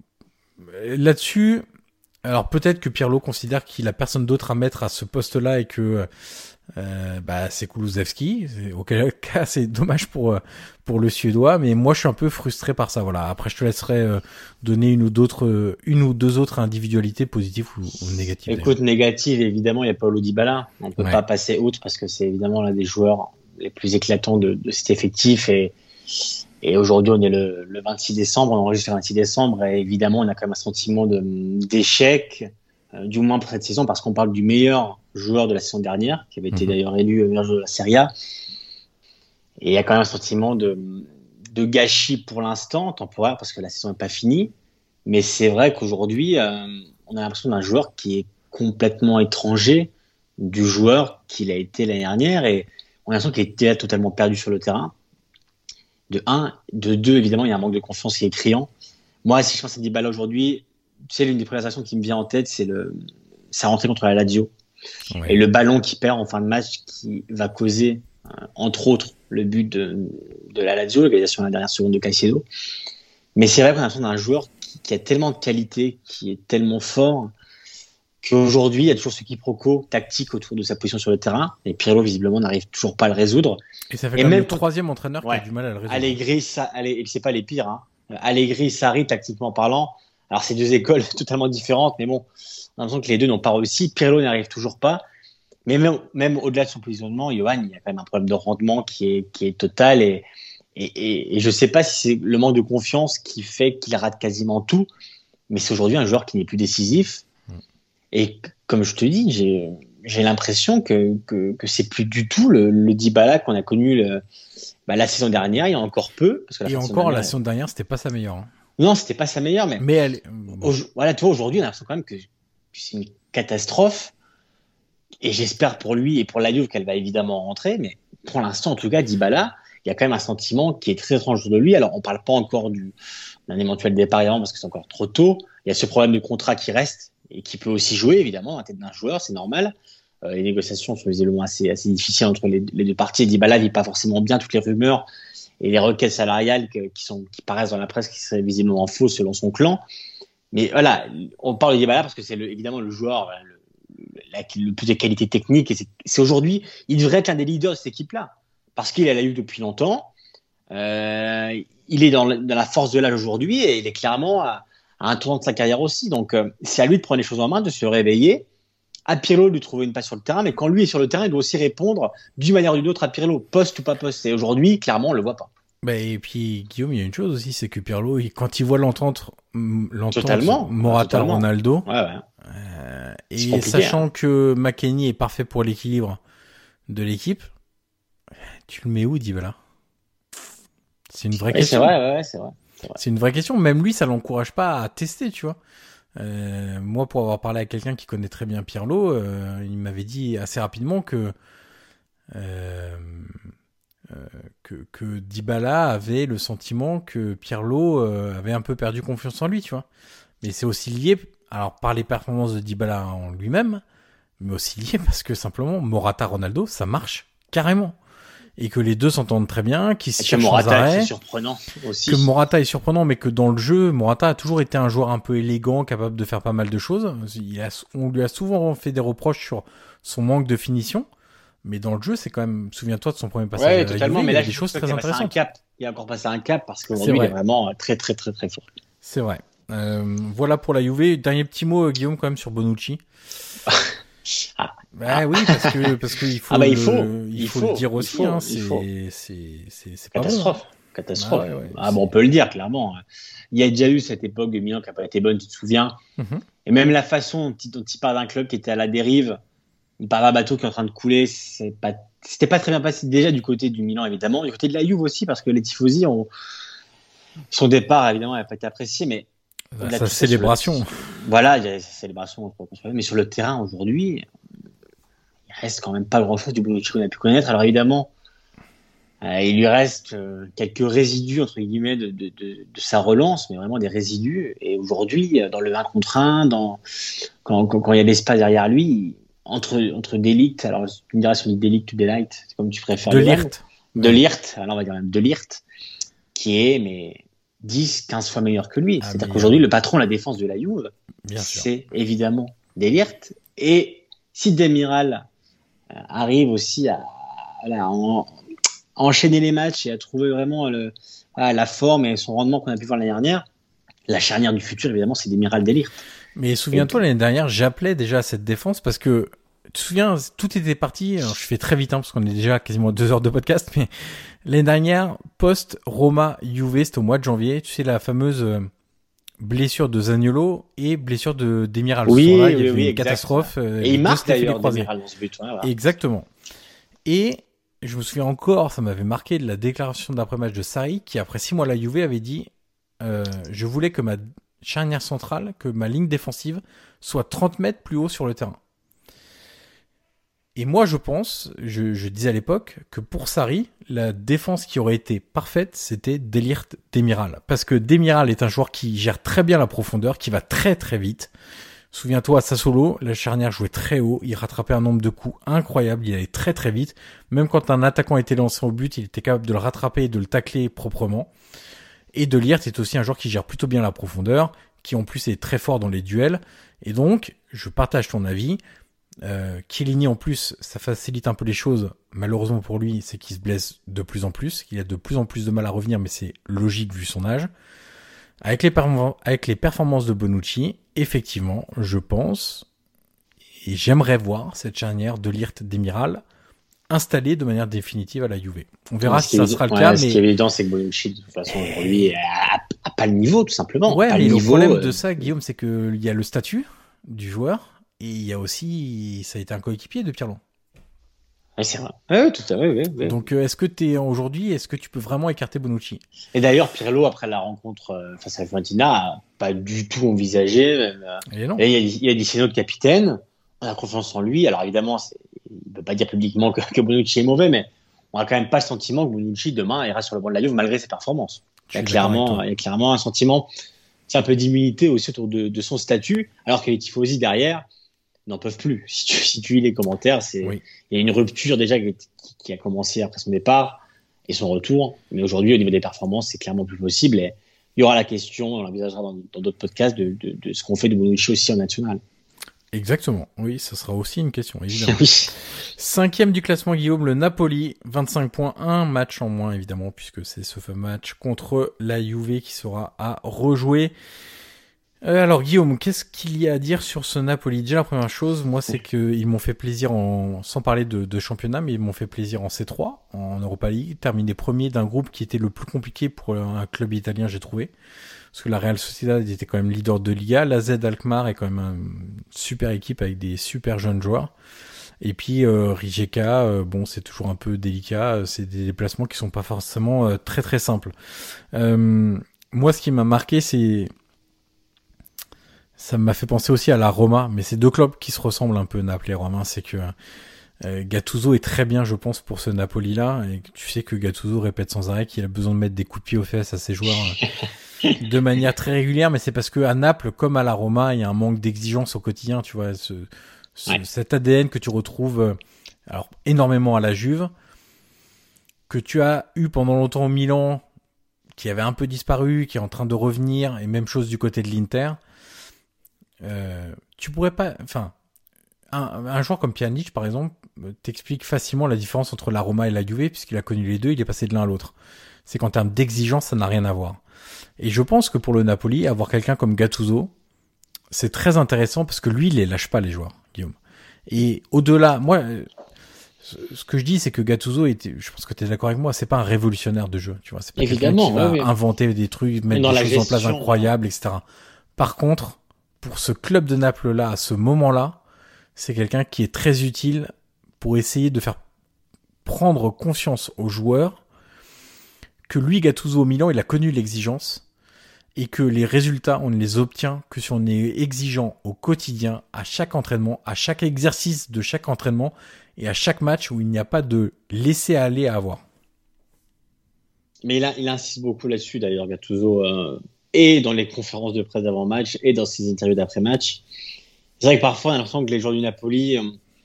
là-dessus, alors peut-être que Pirlo considère qu'il a personne d'autre à mettre à ce poste-là et que Euh, bah c'est Kulusevski, auquel cas c'est dommage pour pour le Suédois, mais moi je suis un peu frustré par ça. Voilà. Après je te laisserai euh, donner une ou d'autres, une ou deux autres individualités positives ou, ou négatives. Écoute, négative évidemment, il y a Paulo Dybala. On peut ouais. pas passer outre parce que c'est évidemment l'un des joueurs les plus éclatants de, de cet effectif et et aujourd'hui on est le, le vingt-six décembre, on enregistre le vingt-six décembre et évidemment on a quand même un sentiment de d'échec. Euh, du moins pour cette saison, parce qu'on parle du meilleur joueur de la saison dernière, qui avait été mmh. d'ailleurs élu meilleur joueur de la Serie A. Et il y a quand même un sentiment de, de gâchis pour l'instant, temporaire, parce que la saison n'est pas finie. Mais c'est vrai qu'aujourd'hui, euh, on a l'impression d'un joueur qui est complètement étranger du joueur qu'il a été l'année dernière. Et on a l'impression qu'il était totalement perdu sur le terrain. De un. De deux, évidemment, il y a un manque de confiance qui est criant. Moi, si je pense à Dybala aujourd'hui, tu sais, l'une des premières actions qui me vient en tête, c'est le, sa rentrée contre la Lazio. Ouais. Et le ballon qu'il perd en fin de match qui va causer, euh, entre autres, le but de, de la Lazio, l'égalisation à la dernière seconde de Caicedo. Mais c'est vrai qu'on a l'impression d'un joueur qui, qui a tellement de qualité, qui est tellement fort, qu'aujourd'hui, il y a toujours ce quiproquo tactique autour de sa position sur le terrain. Et Pirlo, visiblement, n'arrive toujours pas à le résoudre. Et ça fait et même le troisième entraîneur ouais, qui a du mal à le résoudre. Allegri, ça, Allegri, et c'est pas les pires, hein. Allegri, Sarri, tactiquement parlant. Alors, c'est deux écoles totalement différentes, mais bon, on a l'impression que les deux n'ont pas réussi. Pirlo n'arrive toujours pas. Mais même, même au-delà de son positionnement, Johan, il y a quand même un problème de rendement qui est, qui est total. Et, et, et, et je sais pas si c'est le manque de confiance qui fait qu'il rate quasiment tout. mais c'est aujourd'hui un joueur qui n'est plus décisif. Mm. Et comme je te dis, j'ai, j'ai l'impression que, que, que c'est plus du tout le, le Dybala qu'on a connu le, bah, la saison dernière, il y a encore peu. Parce que la et encore, dernière, la saison dernière, c'était pas sa meilleure. Hein. Non, c'était pas sa meilleure, mais, mais elle... au, voilà, tu vois, aujourd'hui, on a l'impression quand même que, que c'est une catastrophe. Et j'espère pour lui et pour la Juve qu'elle va évidemment rentrer, mais pour l'instant, en tout cas, Dybala, il y a quand même un sentiment qui est très étrange de lui. Alors, on parle pas encore du, d'un éventuel départ évidemment parce que c'est encore trop tôt. Il y a ce problème de contrat qui reste et qui peut aussi jouer, évidemment, à la tête d'un joueur, c'est normal. Euh, les négociations sont visiblement assez, assez difficiles entre les, les deux parties. Dybala vit pas forcément bien toutes les rumeurs et les requêtes salariales que, qui sont, qui paraissent dans la presse qui seraient visiblement fausses selon son clan. Mais voilà, on parle de Dybala parce que c'est le, évidemment le joueur, le, la, le plus de qualité technique et c'est, c'est aujourd'hui, il devrait être l'un des leaders de cette équipe-là parce qu'il a la Juve depuis longtemps. Euh, il est dans, dans la force de l'âge aujourd'hui et il est clairement à, à un tournant de sa carrière aussi. Donc, euh, c'est à lui de prendre les choses en main, de se réveiller. À Pirlo de lui trouver une passe sur le terrain, mais quand lui est sur le terrain, il doit aussi répondre d'une manière ou d'une autre à Pirlo, poste ou pas poste. Et aujourd'hui, clairement, on le voit pas. Bah et puis Guillaume, il y a une chose aussi, c'est que Pirlo, il, quand il voit l'entente, l'entente totalement, Morata totalement. Ronaldo, ouais, ouais. Euh, et sachant hein. que McKennie est parfait pour l'équilibre de l'équipe, tu le mets où, Dybala ? C'est une vraie ouais, question. C'est vrai, ouais, c'est vrai, c'est vrai. C'est une vraie question. Même lui, ça l'encourage pas à tester, tu vois. Euh, moi, pour avoir parlé à quelqu'un qui connaît très bien Pirlo, euh, il m'avait dit assez rapidement que euh, euh, que, que Dybala avait le sentiment que Pirlo euh, avait un peu perdu confiance en lui, tu vois. Mais c'est aussi lié, alors par les performances de Dybala en lui-même, mais aussi lié parce que simplement Morata Ronaldo, ça marche carrément. Et que les deux s'entendent très bien, qu'ils se cherchent sans arrêt. Morata est surprenant aussi. Que Morata est surprenant, mais que dans le jeu, Morata a toujours été un joueur un peu élégant, capable de faire pas mal de choses. Il a, on lui a souvent fait des reproches sur son manque de finition, mais dans le jeu, c'est quand même, souviens-toi de son premier passage ouais, à la totalement, Juve, mais il y là, a des choses très il intéressantes. Un cap. Il a encore passé un cap parce qu'aujourd'hui, il est vraiment très, très, très, très fort. C'est vrai. Euh, voilà pour la Juve. Dernier petit mot, Guillaume, quand même, sur Bonucci. Ah. Bah ah. oui, parce que parce qu'il faut, ah bah, il le, faut, il il faut, faut le dire aussi. faut, Hein, c'est, c'est c'est c'est pas catastrophe, bon, hein. catastrophe. Ah, ouais, ouais, ah bon, on peut le dire clairement. Il y a déjà eu cette époque de Milan qui n'a pas été bonne, tu te souviens. Mm-hmm. Et même la façon dont il part d'un club qui était à la dérive, il part d'un bateau qui est en train de couler, c'est pas, c'était pas très bien passé déjà du côté du Milan évidemment, du côté de la Juve aussi parce que les tifosi ont son départ évidemment n'a pas été apprécié, mais bah, sa célébration. Le... Voilà, il y a sa célébration, mais sur le terrain aujourd'hui. Il reste quand même pas grand-chose du Bonucci qu'on a pu connaître. Alors évidemment, euh, il lui reste euh, quelques résidus entre guillemets de, de, de, de sa relance, mais vraiment des résidus. Et aujourd'hui, dans le un contre un, dans quand, quand, quand il y a l'espace derrière lui, entre entre De Ligt, alors tu me diras si on dit De Ligt ou De Ligt, c'est comme tu préfères. De Ligt. De Ligt, alors on va dire même De Ligt, qui est mais dix, quinze fois meilleur que lui. Ah, C'est-à-dire qu'aujourd'hui, le patron de la défense de la Juve, Bien c'est sûr. évidemment De Ligt. Et si Demiral arrive aussi à, à, à, en, à enchaîner les matchs et à trouver vraiment le, à la forme et son rendement qu'on a pu voir l'année dernière, la charnière du futur, évidemment, c'est Demiral De Ligt. Mais souviens-toi, et... l'année dernière, j'appelais déjà à cette défense parce que, tu te souviens, tout était parti, alors je fais très vite, hein, parce qu'on est déjà quasiment deux heures de podcast, mais l'année dernière, post-Roma-Juve, c'était au mois de janvier, tu sais, la fameuse blessure de Zaniolo et blessure de Demiral. Oui, là, oui, il y a eu oui, une exact. catastrophe. Euh, et il marque d'ailleurs Demiral dans ce but. Ouais, voilà. Exactement. Et je me souviens encore, ça m'avait marqué de la déclaration d'après-match de Sarri, qui après six mois à la Juve avait dit euh, « Je voulais que ma charnière centrale, que ma ligne défensive soit trente mètres plus haut sur le terrain. » Et moi, je pense, je, je disais à l'époque, que pour Sarri, la défense qui aurait été parfaite, c'était De Ligt Demiral. Parce que Demiral est un joueur qui gère très bien la profondeur, qui va très très vite. Souviens-toi, à Sassuolo, la charnière jouait très haut, il rattrapait un nombre de coups incroyable, il allait très très vite. Même quand un attaquant était lancé au but, il était capable de le rattraper et de le tacler proprement. Et De Ligt est aussi un joueur qui gère plutôt bien la profondeur, qui en plus est très fort dans les duels. Et donc, je partage ton avis. Euh, Chiellini en plus, ça facilite un peu les choses. Malheureusement pour lui, c'est qu'il se blesse de plus en plus, qu'il a de plus en plus de mal à revenir, mais c'est logique vu son âge. Avec les, perform- avec les performances de Bonucci, effectivement, je pense, et j'aimerais voir cette charnière De Ligt Demiral installée de manière définitive à la Juve. On verra si ça évident, sera le ouais, cas. Ce mais... qui est évident, c'est que Bonucci, de toute façon, aujourd'hui, a, a pas le niveau, tout simplement. Ouais, pas mais le, le niveau, problème euh... de ça, Guillaume, c'est que il y a le statut du joueur et il y a aussi, ça a été un coéquipier de Pirlo. Oui, c'est vrai. Oui, tout à fait. Oui, oui. Donc, euh, est-ce que t'es aujourd'hui, est-ce que tu peux vraiment écarter Bonucci? Et d'ailleurs, Pirlo, après la rencontre euh, face à la Fiorentina, a pas du tout envisagé. Même, euh... Et non. Et il, y a, il y a dit c'est notre capitaine, on a confiance en lui. Alors évidemment, c'est... il ne peut pas dire publiquement que, que Bonucci est mauvais, mais on a quand même pas le sentiment que Bonucci demain ira sur le banc de la Juve malgré ses performances. Il y a clairement, il y a clairement un sentiment, c'est un peu d'immunité aussi autour de, de son statut, alors que les tifosi derrière n'en peuvent plus. Si tu, si tu lis les commentaires, c'est, oui. il y a une rupture déjà qui, qui a commencé après son départ et son retour. Mais aujourd'hui, au niveau des performances, c'est clairement plus possible. Et il y aura la question, on l'envisagera dans, dans d'autres podcasts, de, de, de ce qu'on fait de Bonucci aussi en national. Exactement. Oui, ça sera aussi une question, évidemment. Oui. Cinquième du classement, Guillaume, le Napoli, vingt-cinq points, un match en moins, évidemment, puisque c'est ce fameux match contre la Juve qui sera à rejouer. Euh, alors Guillaume, qu'est-ce qu'il y a à dire sur ce Napoli? Déjà la première chose, moi c'est qu'ils m'ont fait plaisir en, sans parler de, de championnat, mais ils m'ont fait plaisir en C trois, en Europa League, terminé premier d'un groupe qui était le plus compliqué pour un club italien, j'ai trouvé. Parce que la Real Sociedad était quand même leader de Liga, la Z Alkmaar est quand même une super équipe avec des super jeunes joueurs. Et puis euh, Rijeka, euh, bon c'est toujours un peu délicat, c'est des déplacements qui sont pas forcément euh, très très simples. Euh, moi ce qui m'a marqué c'est ça m'a fait penser aussi à la Roma, mais c'est deux clubs qui se ressemblent un peu, Naples et Roma. C'est que euh, Gattuso est très bien, je pense, pour ce Napoli-là. Et tu sais que Gattuso répète sans arrêt qu'il a besoin de mettre des coups de pied aux fesses à ses joueurs euh, de manière très régulière. Mais c'est parce que à Naples, comme à la Roma, il y a un manque d'exigence au quotidien. Tu vois, ce, ce, ouais. cet A D N que tu retrouves euh, alors énormément à la Juve, que tu as eu pendant longtemps au Milan, qui avait un peu disparu, qui est en train de revenir, et même chose du côté de l'Inter. Euh, tu pourrais pas, enfin, un, un joueur comme Pjanic, par exemple, t'explique facilement la différence entre la Roma et la Juve, puisqu'il a connu les deux, il est passé de l'un à l'autre. C'est qu'en termes d'exigence, ça n'a rien à voir. Et je pense que pour le Napoli, avoir quelqu'un comme Gattuso, c'est très intéressant parce que lui, il les lâche pas, les joueurs, Guillaume. Et au-delà, moi, ce que je dis, c'est que Gattuso était, je pense que tu es d'accord avec moi, c'est pas un révolutionnaire de jeu, tu vois. C'est pas Évidemment, quelqu'un qui va oui, oui. inventer des trucs, mettre des choses en place incroyables, et cetera. Par contre, pour ce club de Naples-là, à ce moment-là, c'est quelqu'un qui est très utile pour essayer de faire prendre conscience aux joueurs que lui, Gattuso au Milan, il a connu l'exigence et que les résultats, on ne les obtient que si on est exigeant au quotidien, à chaque entraînement, à chaque exercice de chaque entraînement et à chaque match où il n'y a pas de laisser-aller à avoir. Mais il, a, il insiste beaucoup là-dessus, d'ailleurs, Gattuso, euh, et dans les conférences de presse d'avant-match et dans ses interviews d'après-match. C'est vrai que parfois, on a l'impression que les joueurs du Napoli euh,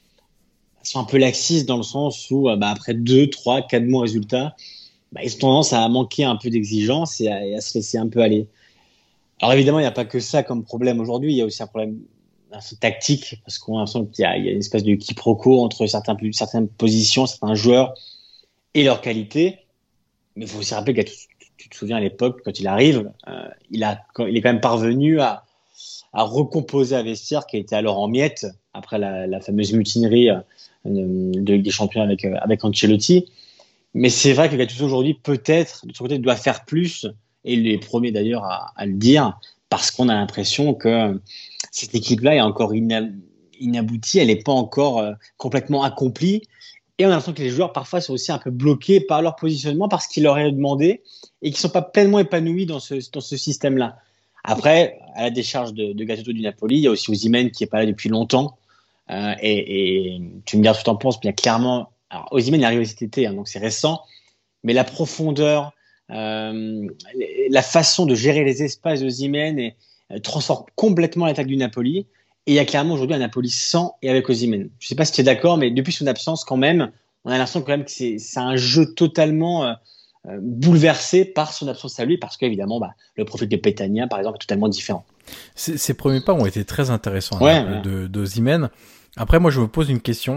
sont un peu laxistes dans le sens où, euh, bah, après deux, trois, quatre bons résultats, bah, ils ont tendance à manquer un peu d'exigence et à, et à se laisser un peu aller. Alors évidemment, il n'y a pas que ça comme problème aujourd'hui, il y a aussi un problème un peu tactique, parce qu'on a l'impression qu'il y a, il y a une espèce de quiproquo entre certains, certaines positions, certains joueurs et leur qualité. Mais il faut aussi rappeler que tu te souviens à l'époque, quand il arrive, euh, il, a, il est quand même parvenu à, à recomposer un vestiaire qui était alors en miettes après la, la fameuse mutinerie euh, de Ligue des Champions avec, euh, avec Ancelotti. Mais c'est vrai que Gattuso aujourd'hui, peut-être, de son côté, doit faire plus, et il est le premier d'ailleurs à, à le dire, parce qu'on a l'impression que cette équipe-là est encore inab- inaboutie, elle n'est pas encore euh, complètement accomplie. Et on a l'impression que les joueurs, parfois, sont aussi un peu bloqués par leur positionnement parce qu'ils leur est demandé et qu'ils ne sont pas pleinement épanouis dans ce, dans ce système-là. Après, à la décharge de, de Gattuso du Napoli, il y a aussi Osimhen qui n'est pas là depuis longtemps. Euh, et, et tu me diras ce que tu en penses, bien clairement. Alors, Osimhen est arrivé cet été, hein, donc c'est récent. Mais la profondeur, euh, la façon de gérer les espaces d'Osimhen et, euh, transforme complètement l'attaque du Napoli. Et il y a clairement aujourd'hui un Napoli sans et avec Osimhen. Je ne sais pas si tu es d'accord, mais depuis son absence, quand même, on a l'impression quand même que c'est, c'est un jeu totalement euh, euh, bouleversé par son absence à lui, parce qu'évidemment, bah, le profil de Petagna, par exemple, est totalement différent. Ces, ces premiers pas ont été très intéressants ouais, hein, ouais. de, de Osimhen. Après, moi, je me pose une question.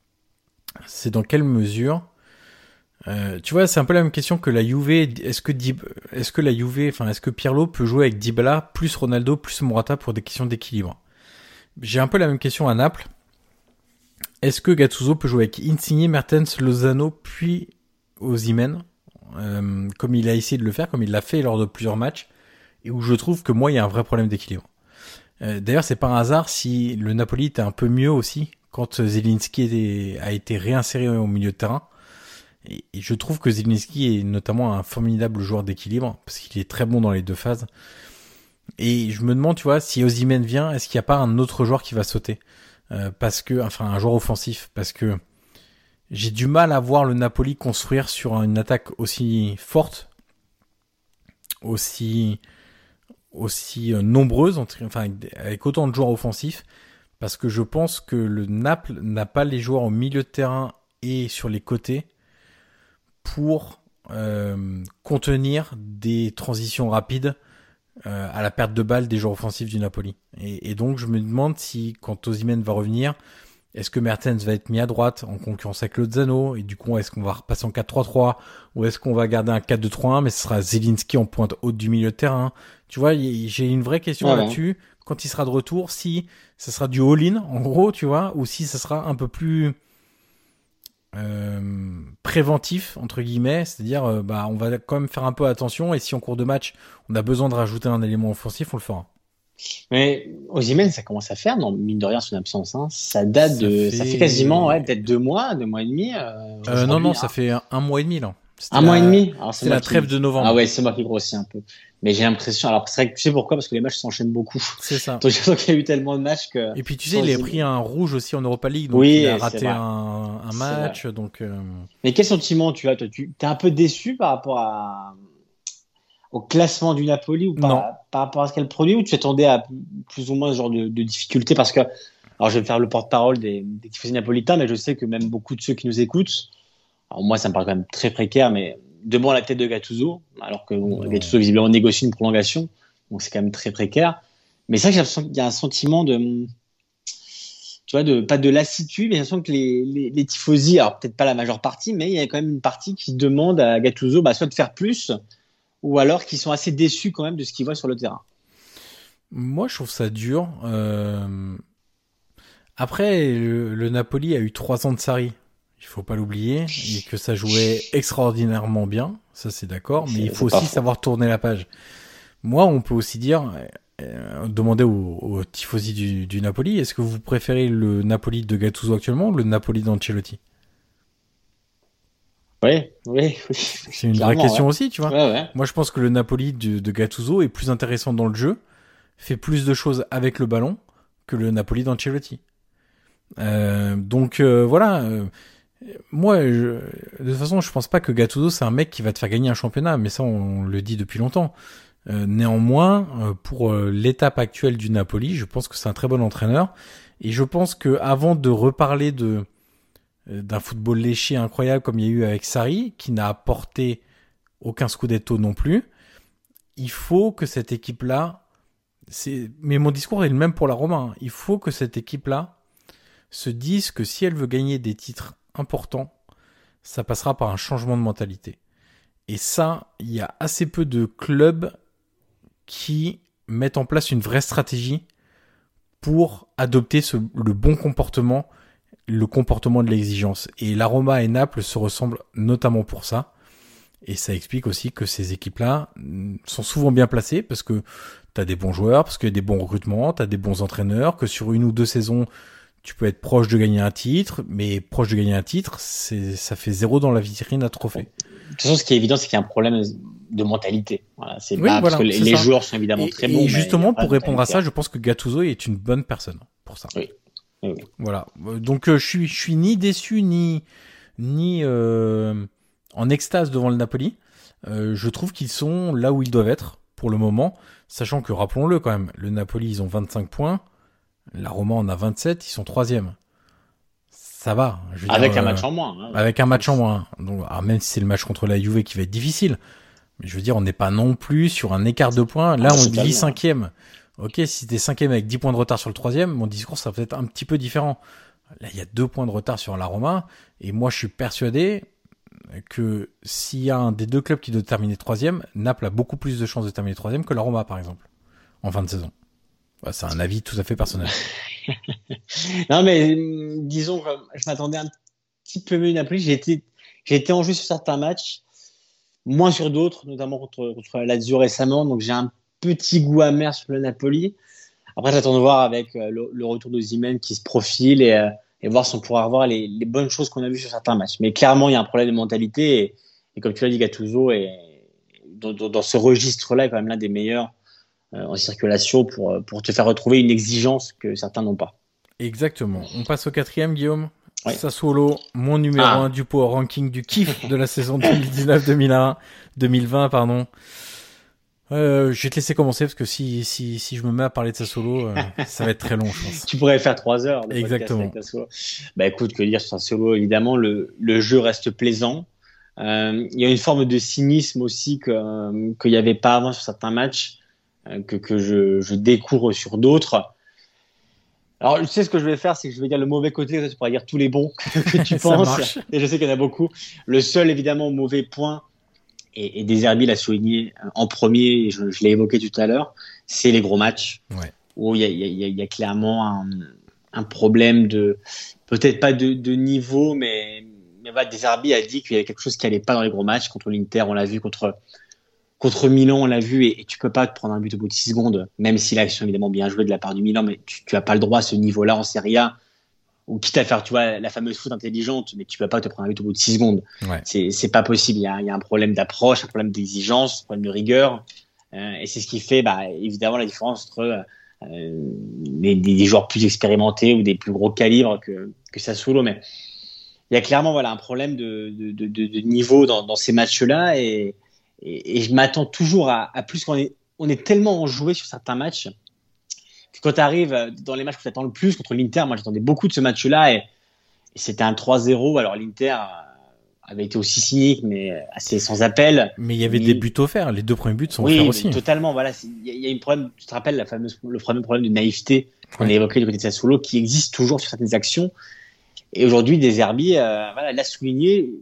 C'est dans quelle mesure euh, tu vois, c'est un peu la même question que la Juve. Est-ce que Dib... est-ce que la Juve, enfin, est-ce que Pirlo peut jouer avec Dybala plus Ronaldo plus Morata pour des questions d'équilibre? J'ai un peu la même question à Naples. Est-ce que Gattuso peut jouer avec Insigne, Mertens, Lozano, puis Osimhen, euh, comme il a essayé de le faire, comme il l'a fait lors de plusieurs matchs, et où je trouve que moi il y a un vrai problème d'équilibre. Euh, d'ailleurs, c'est pas un hasard si le Napoli était un peu mieux aussi quand Zielinski était, a été réinséré au milieu de terrain. Et, et je trouve que Zielinski est notamment un formidable joueur d'équilibre parce qu'il est très bon dans les deux phases. Et je me demande, tu vois, si Osimhen vient, est-ce qu'il n'y a pas un autre joueur qui va sauter euh, parce que, enfin, un joueur offensif, parce que j'ai du mal à voir le Napoli construire sur une attaque aussi forte, aussi aussi euh, nombreuse, enfin avec autant de joueurs offensifs, parce que je pense que le Naples n'a pas les joueurs au milieu de terrain et sur les côtés pour euh, contenir des transitions rapides euh, à la perte de balle des joueurs offensifs du Napoli. Et, et donc je me demande si quand Osimhen va revenir, est-ce que Mertens va être mis à droite en concurrence avec Lozano, et du coup est-ce qu'on va repasser en quatre trois trois, ou est-ce qu'on va garder un quatre deux trois un mais ce sera Zielinski en pointe haute du milieu de terrain. Tu vois, y, j'ai une vraie question ouais, là-dessus, quand il sera de retour, si ça sera du all-in en gros, tu vois, ou si ça sera un peu plus euh, préventif entre guillemets, c'est-à-dire euh, bah on va quand même faire un peu attention, et si en cours de match on a besoin de rajouter un élément offensif, on le fera. Mais Osimhen, ça commence à faire, non, mine de rien, son absence. Hein. Ça date ça de, fait... ça fait quasiment, ouais, peut-être deux mois, deux mois et demi. Euh, euh, non, non, hein. Ça fait un, un mois et demi là. C'était un la... mois et demi. Alors, c'est la trêve qui... de novembre. Ah ouais, c'est moi qui grossis un peu. Mais j'ai l'impression, alors c'est vrai que tu sais pourquoi, parce que les matchs s'enchaînent beaucoup. C'est ça. Donc j'ai l'impression qu'il y a eu tellement de matchs que. Et puis tu sais, il a pris un rouge aussi en Europa League, donc oui, il a raté un, un match, donc. Euh... Mais quel sentiment tu as, toi, tu t'es un peu déçu par rapport à. Au classement du Napoli ou par, par rapport à ce qu'elle produit, ou tu attendais à plus ou moins ce genre de, de difficulté, parce que, alors je vais faire le porte-parole des, des tifosi napolitains, mais je sais que même beaucoup de ceux qui nous écoutent, alors moi ça me paraît quand même très précaire, mais devant la tête de Gattuso, alors que bon, Gattuso visiblement négocie une prolongation, donc c'est quand même très précaire. Mais c'est vrai que j'ai l'impression qu'il y a un sentiment de, tu vois, de, pas de lassitude, mais j'ai l'impression que les, les, les tifosi, alors peut-être pas la majeure partie, mais il y a quand même une partie qui demande à Gattuso, bah, soit de faire plus, ou alors qu'ils sont assez déçus quand même de ce qu'ils voient sur le terrain. Moi, je trouve ça dur. Euh... Après, le, le Napoli a eu trois ans de Sarri. Il faut pas l'oublier, et que ça jouait extraordinairement bien. Ça, c'est d'accord. Mais c'est, il faut aussi savoir tourner la page. Moi, on peut aussi dire, euh, demander aux, aux tifosi du, du Napoli, est-ce que vous préférez le Napoli de Gattuso actuellement ou le Napoli d'Ancelotti? Oui, oui, oui. C'est une vraie question ouais. aussi, tu vois. Ouais, ouais. Moi, je pense que le Napoli de, de Gattuso est plus intéressant dans le jeu, fait plus de choses avec le ballon que le Napoli d'Ancelotti. Euh, donc euh, voilà. Euh, moi, je, de toute façon, je pense pas que Gattuso c'est un mec qui va te faire gagner un championnat, mais ça, on le dit depuis longtemps. Euh, néanmoins, euh, pour euh, l'étape actuelle du Napoli, je pense que c'est un très bon entraîneur, et je pense que avant de reparler de d'un football léché incroyable comme il y a eu avec Sarri, qui n'a apporté aucun scudetto non plus, il faut que cette équipe-là, c'est, mais mon discours est le même pour la Roma, hein. Il faut que cette équipe-là se dise que si elle veut gagner des titres importants, ça passera par un changement de mentalité. Et ça, il y a assez peu de clubs qui mettent en place une vraie stratégie pour adopter ce, le bon comportement, le comportement de l'exigence. Et la Roma et Naples se ressemblent notamment pour ça. Et ça explique aussi que ces équipes-là sont souvent bien placées parce que t'as des bons joueurs, parce qu'il y a des bons recrutements, t'as des bons entraîneurs, que sur une ou deux saisons, tu peux être proche de gagner un titre, mais proche de gagner un titre, c'est, ça fait zéro dans la vitrine à trophée. De toute façon, ce qui est évident, c'est qu'il y a un problème de mentalité. Voilà, c'est oui, pas, voilà, parce que les, les joueurs sont évidemment et, très et bons. Et justement, pour répondre à mentalité. ça, je pense que Gattuso est une bonne personne pour ça. Oui. Oui, oui. Voilà. Donc euh, je suis, je suis ni déçu ni ni euh, en extase devant le Napoli. Euh, je trouve qu'ils sont là où ils doivent être pour le moment, sachant que, rappelons-le quand même, le Napoli ils ont vingt-cinq points, la Roma en a vingt-sept, ils sont troisième. Ça va. Je veux avec dire, un euh, match en moins. Hein. Avec un match en moins. Donc, alors même si c'est le match contre la Juve qui va être difficile, mais je veux dire, on n'est pas non plus sur un écart de points. Là, ah, on dit cinquième. Ok, si t'es cinquième avec dix points de retard sur le troisième, mon discours ça va être un petit peu différent. Là, il y a deux points de retard sur la Roma, et moi je suis persuadé que s'il y a un des deux clubs qui doit terminer troisième, Naples a beaucoup plus de chances de terminer troisième que la Roma par exemple, en fin de saison. Bah, c'est un avis tout à fait personnel. Non mais disons que je m'attendais un petit peu mieux Napoli. J'ai été, j'ai été en jeu sur certains matchs, moins sur d'autres, notamment contre, contre la Lazio récemment, donc j'ai un petit goût amer sur le Napoli. Après, j'attends de voir avec euh, le, le retour d'Osimhen qui se profile et, euh, et voir si on pourra revoir les, les bonnes choses qu'on a vues sur certains matchs. Mais clairement, il y a un problème de mentalité et, et comme tu l'as dit, Gattuso est dans, dans, dans ce registre-là est quand même l'un des meilleurs euh, en circulation pour, pour te faire retrouver une exigence que certains n'ont pas. Exactement. On passe au quatrième, Guillaume. Oui. Sassuolo, mon numéro Ah. un du power ranking du kiff de la saison deux mille dix-neuf deux mille un, deux mille vingt, pardon. Euh, je vais te laisser commencer parce que si, si, si je me mets à parler de Sassuolo, euh, ça va être très long, je pense. Tu pourrais faire trois heures. De Exactement. Avec Sassuolo. Bah écoute, que dire sur Sassuolo, évidemment, le, le jeu reste plaisant. Euh, il y a une forme de cynisme aussi que, euh, qu'il n'y avait pas avant sur certains matchs, euh, que, que je, je découvre sur d'autres. Alors, tu sais ce que je vais faire, c'est que je vais dire le mauvais côté, tu pourras dire tous les bons que tu Ça penses. marche. Et je sais qu'il y en a beaucoup. Le seul, évidemment, mauvais point, et, et Deserbi l'a souligné en premier, et je, je l'ai évoqué tout à l'heure, c'est les gros matchs. Ouais. Où il y a, il y a, il y a clairement un, un problème de, peut-être pas de, de niveau, mais, mais voilà, Deserbi a dit qu'il y avait quelque chose qui allait pas dans les gros matchs. Contre l'Inter, on l'a vu, contre, contre Milan, on l'a vu, et, et tu peux pas te prendre un but au bout de six secondes, même si l'action est évidemment bien jouée de la part du Milan, mais tu, tu as pas le droit à ce niveau-là en Serie A, ou quitte à faire, tu vois, la fameuse faute intelligente, mais tu peux pas te prendre un but au bout de six secondes. Ouais. C'est, c'est pas possible. Il y a, il y a un problème d'approche, un problème d'exigence, un problème de rigueur, euh, et c'est ce qui fait, bah, évidemment, la différence entre euh, des, des joueurs plus expérimentés ou des plus gros calibres que, que Sassuolo, mais il y a clairement, voilà, un problème de, de, de, de, de niveau dans, dans ces matchs-là, et, et, et je m'attends toujours à, à plus qu'on est, on est tellement enjoué sur certains matchs que quand tu arrives dans les matchs que tu attends le plus, contre l'Inter, moi j'attendais beaucoup de ce match-là, et, et c'était un trois zéro. Alors l'Inter avait été aussi cynique, mais assez sans appel. Mais il y avait Mais- des buts offerts. Les deux premiers buts sont oui, offerts mais aussi. totalement. Voilà, c'est- il y, a- il y a une problème. Tu te rappelles la fameuse, le fameux problème de naïveté qu'on Ouais. a évoqué du côté de Sassuolo, qui existe toujours sur certaines actions. Et aujourd'hui, Deserbi, euh, voilà, l'a souligné.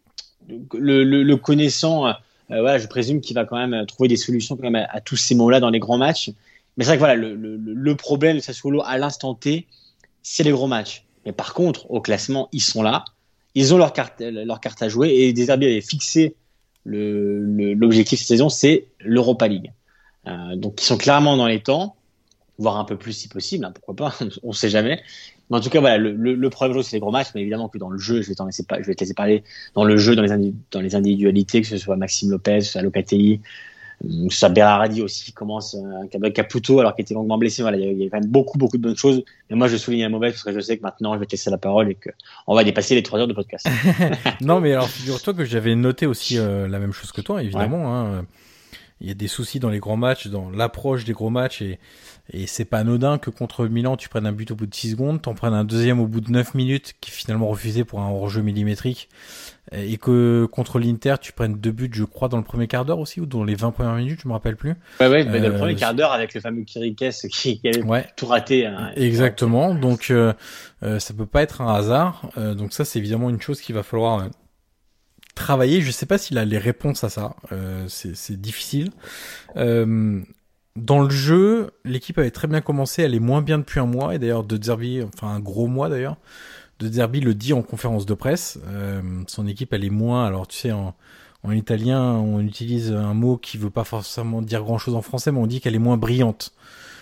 Le, le, le connaissant, euh, voilà, je présume qu'il va quand même trouver des solutions quand même à, à tous ces mots-là dans les grands matchs. Mais c'est vrai que voilà, le, le, le problème de Sassuolo à l'instant T, c'est les gros matchs. Mais par contre, au classement, ils sont là. Ils ont leur carte, leur carte à jouer, et Deserbi avait fixé le, le, l'objectif de cette saison, c'est l'Europa League. Euh, donc, ils sont clairement dans les temps, voire un peu plus si possible, hein, pourquoi pas, on sait jamais. Mais en tout cas, voilà, le, le, le problème jeu, c'est les gros matchs, mais évidemment que dans le jeu, je vais t'en laisser pas, je vais te laisser parler, dans le jeu, dans les, indi- dans les individualités, que ce soit Maxime Lopez, que ce soit Locatelli, euh, que ce soit Berardi aussi, qui commence euh, avec Caputo, alors qu'il était longuement blessé. Voilà, il y a- il y a quand même beaucoup, beaucoup de bonnes choses. Mais moi, je souligne un mauvais parce que je sais que maintenant, je vais te laisser la parole et que on va dépasser les trois heures de podcast. Non, mais alors, figure-toi que j'avais noté aussi euh, la même chose que toi, évidemment. Hein. Il y a des soucis dans les grands matchs, dans l'approche des gros matchs, et, et c'est pas anodin que contre Milan, tu prennes un but au bout de six secondes, t'en prennes un deuxième au bout de neuf minutes, qui est finalement refusé pour un hors-jeu millimétrique, et que contre l'Inter, tu prennes deux buts, je crois, dans le premier quart d'heure aussi, ou dans les vingt premières minutes, je me rappelle plus. Ouais, ouais, mais dans le Euh, premier quart d'heure avec le fameux Kirikes qui, qui avait Ouais. tout raté. Hein. Exactement. Donc euh, euh, ça peut pas être un hasard. Euh, donc ça c'est évidemment une chose qu'il va falloir euh, travailler. Je sais pas s'il a les réponses à ça. Euh, c'est, c'est difficile. Euh, dans le jeu, l'équipe avait très bien commencé. Elle est moins bien depuis un mois. Et d'ailleurs De Zerbi, enfin un gros mois d'ailleurs. De Zerbi le dit en conférence de presse. Euh, son équipe elle est moins. Alors tu sais en en italien, on utilise un mot qui veut pas forcément dire grand-chose en français, mais on dit qu'elle est moins brillante.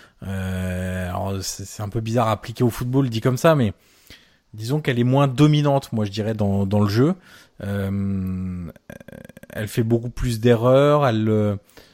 Euh, alors c'est, c'est un peu bizarre à appliquer au football dit comme ça, mais disons qu'elle est moins dominante, moi je dirais dans dans le jeu. Euh, elle fait beaucoup plus d'erreurs, elle euh,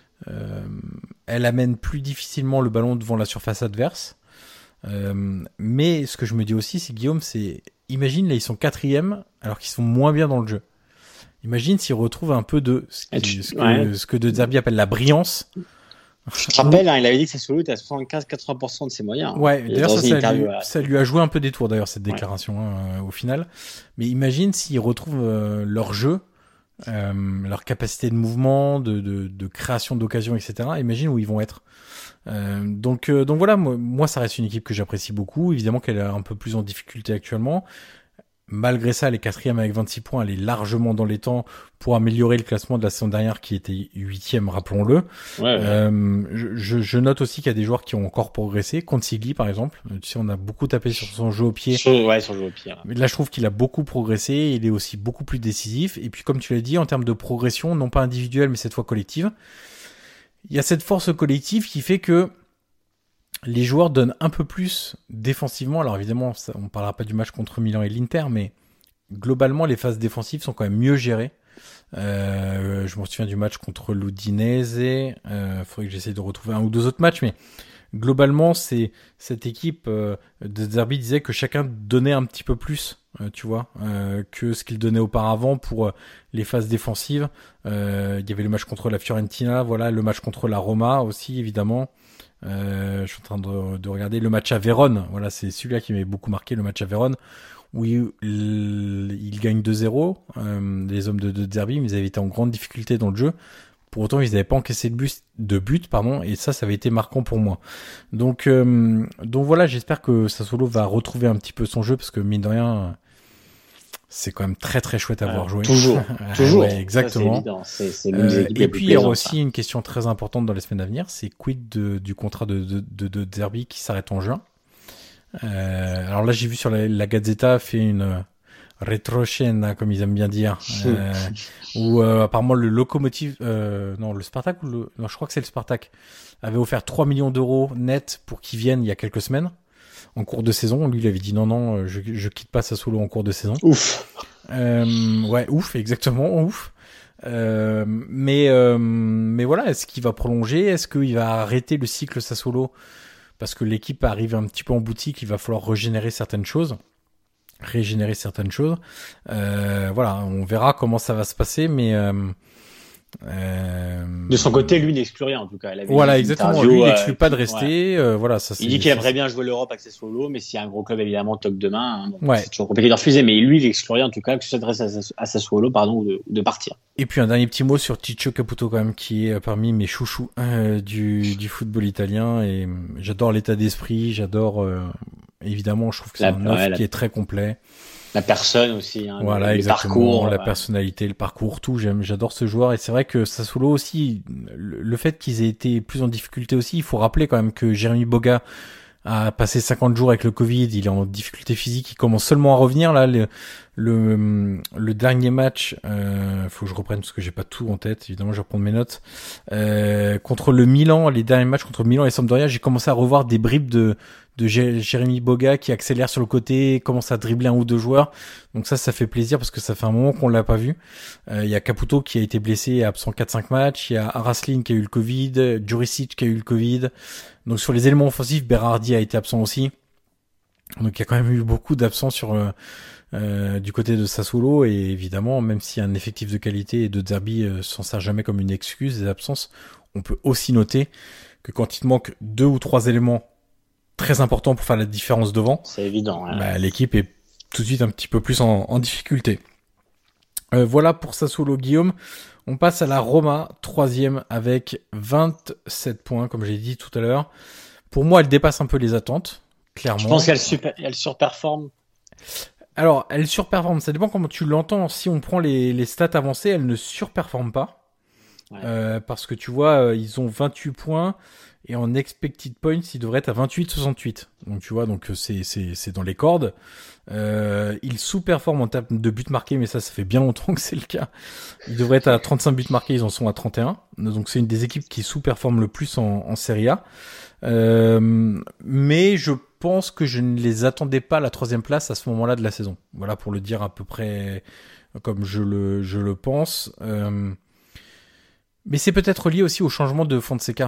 elle amène plus difficilement le ballon devant la surface adverse. Euh, mais ce que je me dis aussi, c'est Guillaume, c'est imagine là ils sont quatrième alors qu'ils sont moins bien dans le jeu. Imagine s'ils retrouvent un peu de ce, qui, Tu- ce que ouais. ce que De Zerbi appelle la brillance. Je te rappelle, hein, il avait dit que Sassuolo était à soixante-quinze à quatre-vingts pour cent de ses moyens. hein. Ouais, Et d'ailleurs dans ça, une ça, interview, lui, euh, ça lui a joué un peu des tours d'ailleurs cette déclaration hein, au final. Mais imagine s'ils retrouvent euh, leur jeu, euh, leur capacité de mouvement, de, de, de création d'occasions, et cetera. Imagine où ils vont être. Euh, donc euh, donc voilà, moi, moi ça reste une équipe que j'apprécie beaucoup. Évidemment qu'elle est un peu plus en difficulté actuellement. Malgré ça, elle est quatrième avec vingt-six points. Elle est largement dans les temps pour améliorer le classement de la saison dernière qui était huitième, rappelons-le. ouais, ouais. Euh, je, je, je note aussi qu'il y a des joueurs qui ont encore progressé. Consigli, par exemple. Euh, Tu sais, on a beaucoup tapé sur son jeu au pied. Sur, ouais, sur le jeu au pire. Mais là, je trouve qu'il a beaucoup progressé. Il est aussi beaucoup plus décisif. Et puis, comme tu l'as dit, en termes de progression, non pas individuelle, mais cette fois collective, il y a cette force collective qui fait que les joueurs donnent un peu plus défensivement. Alors évidemment, ça, on ne parlera pas du match contre Milan et l'Inter, mais globalement, les phases défensives sont quand même mieux gérées. Euh, je me souviens du match contre l'Udinese. Il euh, faudrait que j'essaie de retrouver un ou deux autres matchs, mais globalement, c'est cette équipe euh, de Zerbi disait que chacun donnait un petit peu plus, euh, tu vois, euh, que ce qu'il donnait auparavant pour euh, les phases défensives. Euh, il y avait le match contre la Fiorentina, voilà, le match contre la Roma aussi, évidemment. Euh, je suis en train de, de regarder le match à Vérone. Voilà, c'est celui-là qui m'avait beaucoup marqué, le match à Vérone, où il, il gagne deux zéro. Euh, les hommes de, de Zerbi, mais ils avaient été en grande difficulté dans le jeu. Pour autant, ils n'avaient pas encaissé de but, de but, pardon, et ça, ça avait été marquant pour moi. Donc, euh, donc voilà, j'espère que Sassuolo va retrouver un petit peu son jeu, parce que mine de rien, c'est quand même très très chouette à voir euh, jouer. Toujours, toujours. Ouais, exactement. Ça, c'est c'est, c'est l'une des équipes euh, et puis il y aura aussi ça. une question très importante dans les semaines à venir, c'est quid de, du contrat de, de, de, de Zerbi qui s'arrête en juin. Euh, alors là, j'ai vu sur la, la Gazzetta fait une rétroscène, comme ils aiment bien dire, euh, où euh, apparemment le Locomotive, euh, non le Spartak ou le, non je crois que c'est le Spartak, avait offert trois millions d'euros net pour qu'il vienne il y a quelques semaines en cours de saison. Lui il avait dit non non, je je quitte pas Sassuolo en cours de saison. Ouf. Euh, ouais ouf exactement ouf. Euh, mais euh, mais voilà, est-ce qu'il va prolonger, est-ce qu'il va arrêter le cycle Sassuolo parce que l'équipe arrive un petit peu en boutique, il va falloir régénérer certaines choses. régénérer certaines choses. Euh, voilà, on verra comment ça va se passer, mais euh, euh, de son côté, lui n'exclut rien en tout cas. Il avait voilà, exactement. Lui, il n'exclut euh, pas de rester. Ouais. Euh, voilà, ça. Il dit qu'il aimerait bien jouer l'Europe avec ses solos, mais s'il y a un gros club évidemment toque demain, hein, bon, ouais. c'est toujours compliqué de refuser. Mais lui, il n'exclut rien en tout cas, que ce soit de rester à Sassuolo, pardon, ou de, de partir. Et puis un dernier petit mot sur Ciccio Caputo quand même, qui est parmi mes chouchous euh, du du football italien, et j'adore l'état d'esprit, j'adore. Euh, évidemment, je trouve que c'est la, un offre ouais, qui la... est très complet. La personne aussi, hein, voilà, le, exactement, le parcours, la ouais. personnalité, le parcours, tout. J'aime, j'adore ce joueur, et c'est vrai que Sassuolo aussi, le, le fait qu'ils aient été plus en difficulté aussi, il faut rappeler quand même que Jérémy Boga a passé cinquante jours avec le Covid, il est en difficulté physique, il commence seulement à revenir là. Le, le, le dernier match, euh, faut que je reprenne parce que j'ai pas tout en tête. Évidemment, je vais reprendre mes notes. Euh, contre le Milan, les derniers matchs contre Milan et Sampdoria, j'ai commencé à revoir des bribes de de Jérémy Boga qui accélère sur le côté, commence à dribbler un ou deux joueurs. Donc ça, ça fait plaisir parce que ça fait un moment qu'on l'a pas vu. Il euh, y a Caputo qui a été blessé, absent quatre cinq matchs. Il y a Araslin qui a eu le Covid, Jurisic qui a eu le Covid. Donc sur les éléments offensifs, Berardi a été absent aussi. Donc il y a quand même eu beaucoup d'absents sur euh, euh, du côté de Sassuolo, et évidemment, même s'il y a un effectif de qualité et de Zerbi euh, s'en sert jamais comme une excuse des absences, on peut aussi noter que quand il te manque deux ou trois éléments très importants pour faire la différence devant, c'est évident. Hein. Bah, l'équipe est tout de suite un petit peu plus en, en difficulté. Euh, voilà pour Sassuolo, Guillaume. On passe à la Roma, troisième avec vingt-sept points, comme j'ai dit tout à l'heure. Pour moi, elle dépasse un peu les attentes, clairement. Je pense qu'elle super, elle surperforme. Alors, elle surperforme, ça dépend comment tu l'entends. Si on prend les, les stats avancées, elle ne surperforme pas. Ouais. Euh, parce que tu vois, euh, ils ont vingt-huit points, et en expected points, ils devraient être à vingt-huit virgule soixante-huit. Donc tu vois, donc c'est c'est c'est dans les cordes. Euh, ils sous-performent en termes de buts marqués, mais ça, ça fait bien longtemps que c'est le cas. Ils devraient être à trente-cinq buts marqués, ils en sont à trente et un. Donc c'est une des équipes qui sous-performent le plus en, en Serie A. Euh, mais je pense que je ne les attendais pas à la troisième place à ce moment-là de la saison. Voilà, pour le dire à peu près comme je le je le pense. Euh, mais c'est peut-être lié aussi au changement de Fonseca.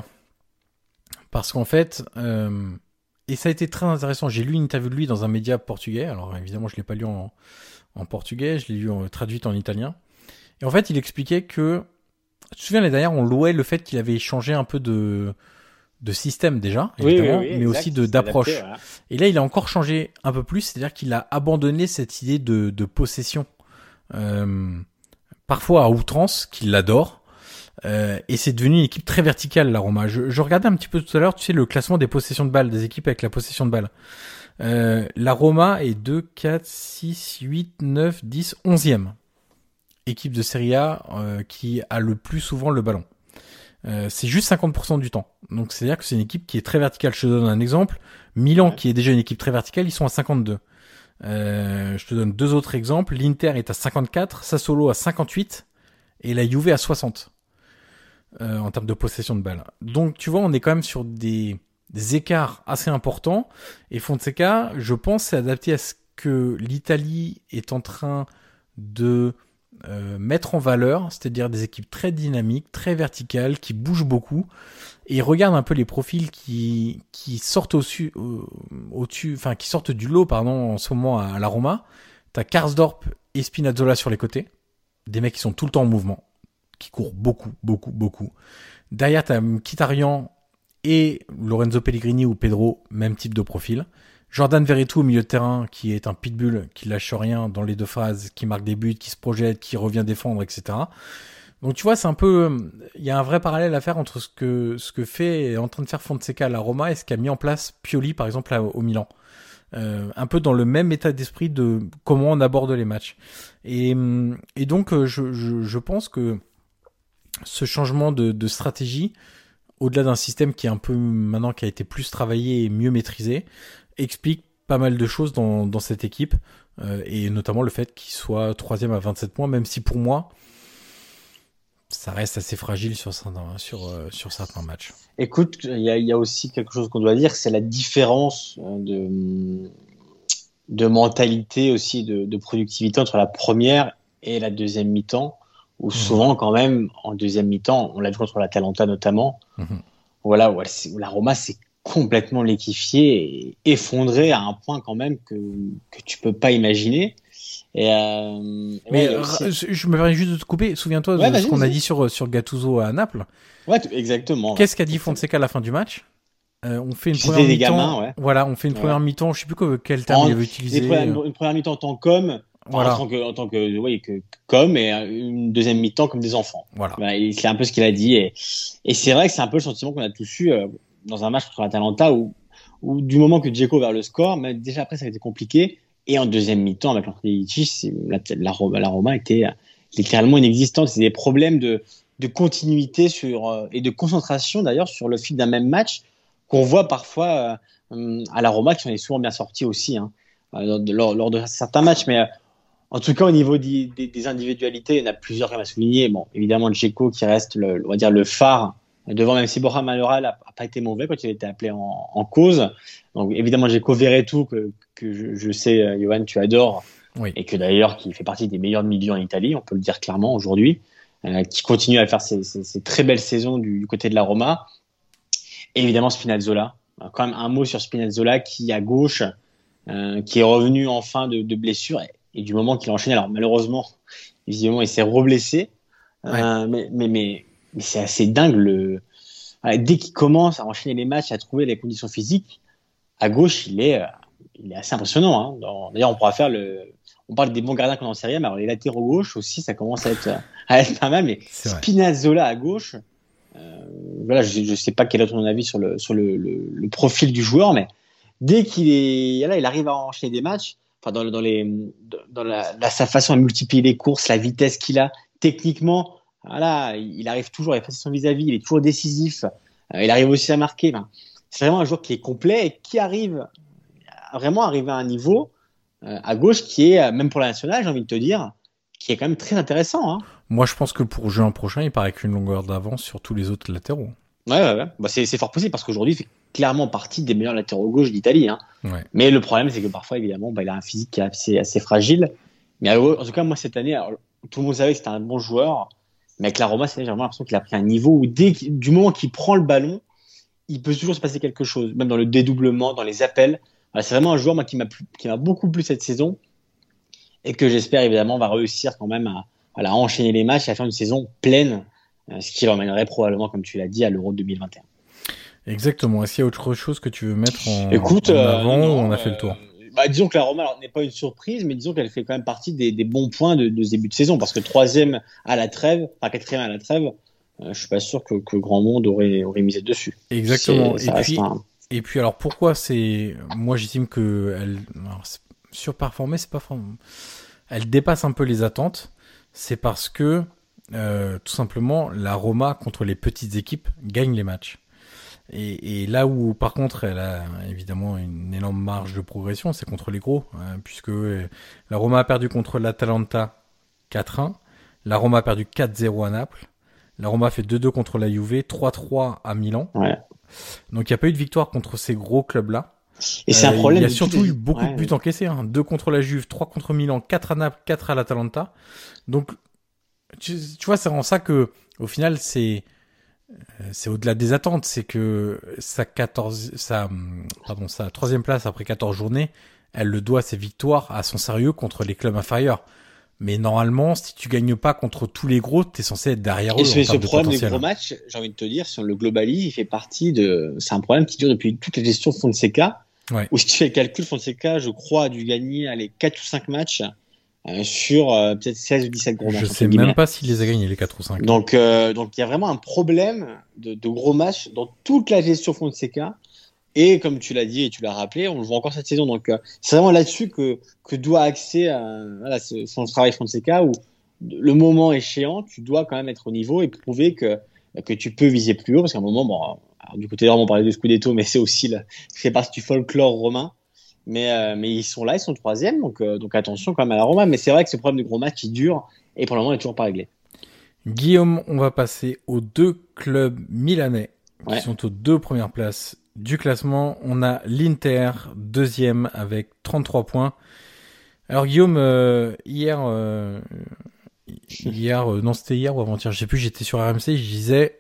Parce qu'en fait, euh, et ça a été très intéressant, j'ai lu une interview de lui dans un média portugais, alors évidemment je ne l'ai pas lu en, en portugais, je l'ai lu en, traduite en italien, et en fait il expliquait que, tu te souviens l'année dernière, on louait le fait qu'il avait changé un peu de, de système déjà, évidemment, oui, oui, oui, mais exact, aussi de, d'approche. Adapté, voilà. Et là il a encore changé un peu plus, c'est-à-dire qu'il a abandonné cette idée de, de possession, euh, parfois à outrance, qu'il adore. Euh, et c'est devenu une équipe très verticale, la Roma. Je, je regardais un petit peu tout à l'heure, tu sais, le classement des possessions de balles, des équipes avec la possession de balles. Euh, la Roma est deux, quatre, six, huit, neuf, dix, onzième équipe de Serie A euh, qui a le plus souvent le ballon. Euh, c'est juste cinquante pour cent du temps. Donc c'est-à-dire que c'est une équipe qui est très verticale. Je te donne un exemple. Milan, ouais. qui est déjà une équipe très verticale, ils sont à cinquante-deux. Euh, je te donne deux autres exemples. L'Inter est à cinquante-quatre, Sassuolo à cinquante-huit et la Juve à soixante. euh, en termes de possession de balle. Donc tu vois, on est quand même sur des, des écarts assez importants. Et Fonseca, je pense, s'est adapté à ce que l'Italie est en train de euh, mettre en valeur, c'est-à-dire des équipes très dynamiques, très verticales, qui bougent beaucoup. Et il regarde un peu les profils qui qui sortent au-dessus, au-dessus, enfin qui sortent du lot, pardon, en ce moment à, à la Roma. T'as Karsdorp et Spinazzola sur les côtés, des mecs qui sont tout le temps en mouvement, qui courent beaucoup, beaucoup, beaucoup. Derrière, t'as Mkhitaryan et Lorenzo Pellegrini ou Pedro, même type de profil. Jordan Verretou au milieu de terrain, qui est un pitbull, qui lâche rien dans les deux phases, qui marque des buts, qui se projette, qui revient défendre, et cetera. Donc tu vois, c'est un peu, il y a un vrai parallèle à faire entre ce que ce que fait est en train de faire Fonseca à la Roma et ce qu'a mis en place Pioli par exemple à, au Milan. Euh, un peu dans le même état d'esprit de comment on aborde les matchs. Et et donc je je je pense que ce changement de de stratégie, au-delà d'un système qui est un peu maintenant qui a été plus travaillé et mieux maîtrisé, explique pas mal de choses dans dans cette équipe euh, et notamment le fait qu'il soit troisième à vingt-sept points, même si pour moi ça reste assez fragile sur certains, sur, euh, sur certains matchs. Écoute, il y a, y a aussi quelque chose qu'on doit dire, c'est la différence de, de mentalité aussi, de, de productivité entre la première et la deuxième mi-temps, où souvent quand même, en deuxième mi-temps, on l'a vu contre l'Atalanta notamment, mmh. voilà, où, elle, où la Roma s'est complètement liquéfiée et effondrée à un point quand même que, que tu peux pas imaginer. Et euh, mais ouais, aussi... je me permets juste de te couper. Souviens-toi ouais, de ce qu'on a dit sur sur Gattuso à Naples. Ouais, exactement. Qu'est-ce qu'a dit Fonseca à la fin du match? euh, On fait une C'était première des mi-temps. Gamins, ouais. Voilà, on fait une ouais. première mi-temps. Je sais plus quel terme en, il avait utilisé. Une première, une première mi-temps en tant qu'homme, voilà. en tant que en tant que oui que comme et une deuxième mi-temps comme des enfants. Voilà. Bah, c'est un peu ce qu'il a dit et et c'est vrai que c'est un peu le sentiment qu'on a tous eu euh, dans un match contre l'Atalanta où où du moment que Dzeko vers le score, mais déjà après ça a été compliqué. Et en deuxième mi-temps, avec l'Anthony, la, la, Roma, la Roma était littéralement inexistante. C'est des problèmes de, de continuité sur, euh, et de concentration d'ailleurs sur le fil d'un même match qu'on voit parfois euh, à la Roma, qui sont souvent bien sortis aussi hein, euh, lors, lors de certains matchs. Mais euh, en tout cas, au niveau des, des, des individualités, il y en a plusieurs à souligner. Bon, évidemment, Dzeko qui reste le, on va dire le phare devant, même si Borja Mayoral n'a pas été mauvais quand il a été appelé en, en cause. Donc évidemment, Dzeko Verretou que que je, je sais, euh, Johan, tu adores, oui. et que d'ailleurs, qui fait partie des meilleurs milieux en Italie, on peut le dire clairement aujourd'hui, euh, qui continue à faire ces, ces, ces très belles saisons du, du côté de la Roma. Et évidemment, Spinazzola. Euh, quand même un mot sur Spinazzola qui, à gauche, euh, qui est revenu en fin de, de blessure, et, et du moment qu'il a enchaîné, alors malheureusement, visiblement, il s'est reblessé, euh, ouais. mais, mais, mais, mais c'est assez dingue. Le... Voilà, dès qu'il commence à enchaîner les matchs, à trouver les conditions physiques, à gauche, il est... Euh, il est assez impressionnant. Hein. Dans, d'ailleurs, on pourra faire le. On parle des bons gardiens qu'on en sait rien, mais alors les latéraux gauche aussi, ça commence à être, à être pas mal. Mais c'est Spinazzola vrai. À gauche, euh, voilà, je ne sais pas quel est ton avis sur le sur le, le, le profil du joueur, mais dès qu'il est là, il arrive à enchaîner des matchs. Enfin, dans, dans les dans la, la sa façon à multiplier les courses, la vitesse qu'il a, techniquement, voilà, il arrive toujours à effacer son vis-à-vis. Il est toujours décisif. Euh, il arrive aussi à marquer. Enfin, c'est vraiment un joueur qui est complet et qui arrive vraiment arriver à un niveau euh, à gauche qui est, même pour la nationale, j'ai envie de te dire, qui est quand même très intéressant. Hein. Moi, je pense que pour juin prochain, il paraît qu'une longueur d'avance sur tous les autres latéraux. Ouais, ouais, ouais. Bah, c'est, c'est fort possible parce qu'aujourd'hui, il fait clairement partie des meilleurs latéraux gauche d'Italie. Hein. Ouais. Mais le problème, c'est que parfois, évidemment, bah, il a un physique qui est assez, assez fragile. Mais en tout cas, moi, cette année, alors, tout le monde savait que c'était un bon joueur. Mais avec la Roma, c'est, j'ai vraiment l'impression qu'il a pris un niveau où dès du moment qu'il prend le ballon, il peut toujours se passer quelque chose, même dans le dédoublement, dans les appels. C'est vraiment un joueur moi, qui, m'a plu, qui m'a beaucoup plu cette saison et que j'espère évidemment va réussir quand même à, à enchaîner les matchs et à faire une saison pleine, ce qui l'emmènerait probablement, comme tu l'as dit, à l'Euro deux mille vingt et un. Exactement. Est-ce qu'il y a autre chose que tu veux mettre en, Écoute, en avant euh, non, ou on a euh, fait le tour? Bah, disons que la Roma alors, n'est pas une surprise, mais disons qu'elle fait quand même partie des, des bons points de, de ce début de saison parce que troisième à la trêve, enfin quatrième à la trêve, euh, je suis pas sûr que, que grand monde aurait, aurait misé dessus. Exactement. C'est, et puis. Un... Et puis alors pourquoi c'est moi j'estime que elle alors, c'est surperformée, c'est pas elle dépasse un peu les attentes, c'est parce que euh, tout simplement la Roma contre les petites équipes gagne les matchs. Et, et là où par contre elle a évidemment une énorme marge de progression, c'est contre les gros hein, puisque la Roma a perdu contre l'Atalanta quatre un, la Roma a perdu quatre zéro à Naples, La Roma fait deux deux contre la Juve, trois trois à Milan. Ouais. Donc il n'y a pas eu de victoire contre ces gros clubs-là. Et c'est euh, un problème. Il y a surtout les... eu beaucoup ouais, de buts ouais. encaissés. Hein. deux contre la Juve, trois contre Milan, quatre à Naples, quatre à l'Atalanta. Donc tu, tu vois, c'est en ça que au final c'est c'est au-delà des attentes. C'est que sa quatorze, sa pardon, sa troisième place après quatorze journées, elle le doit ses victoires à son sérieux contre les clubs inférieurs. Mais normalement, si tu gagnes pas contre tous les gros, t'es censé être derrière eux. Et ce, en ce termes de problème des potentiel. gros matchs, j'ai envie de te dire, si on le globalise, il fait partie de. C'est un problème qui dure depuis toute la gestion Fonseca. Ouais. Où si tu fais le calcul, Fonseca, je crois, a dû gagner allez, quatre ou cinq matchs euh, sur euh, peut-être seize ou dix-sept gros matchs. Je sais même pas s'il les a gagnés, les quatre ou cinq. Donc, euh, donc il y a vraiment un problème de, de gros matchs dans toute la gestion Fonseca. Et comme tu l'as dit et tu l'as rappelé, on le voit encore cette saison. Donc, euh, c'est vraiment là-dessus que, que doit axer euh, voilà, ce, son travail Fonseca, où le moment échéant, tu dois quand même être au niveau et prouver que, que tu peux viser plus haut. Parce qu'à un moment, bon, alors, du côté de Rome, on parlait de Scudetto, mais c'est aussi la, c'est partie du folklore romain. Mais, euh, mais ils sont là, ils sont troisième. Donc, euh, donc attention quand même à la Roma. Mais c'est vrai que ce problème de gros match, il dure et pour le moment, il n'est toujours pas réglé. Guillaume, on va passer aux deux clubs milanais qui Ouais. sont aux deux premières places du classement. On a l'Inter, deuxième, avec trente-trois points. Alors Guillaume, euh, hier, euh, hier, euh, non c'était hier ou avant-hier, je sais plus, j'étais sur R M C, je disais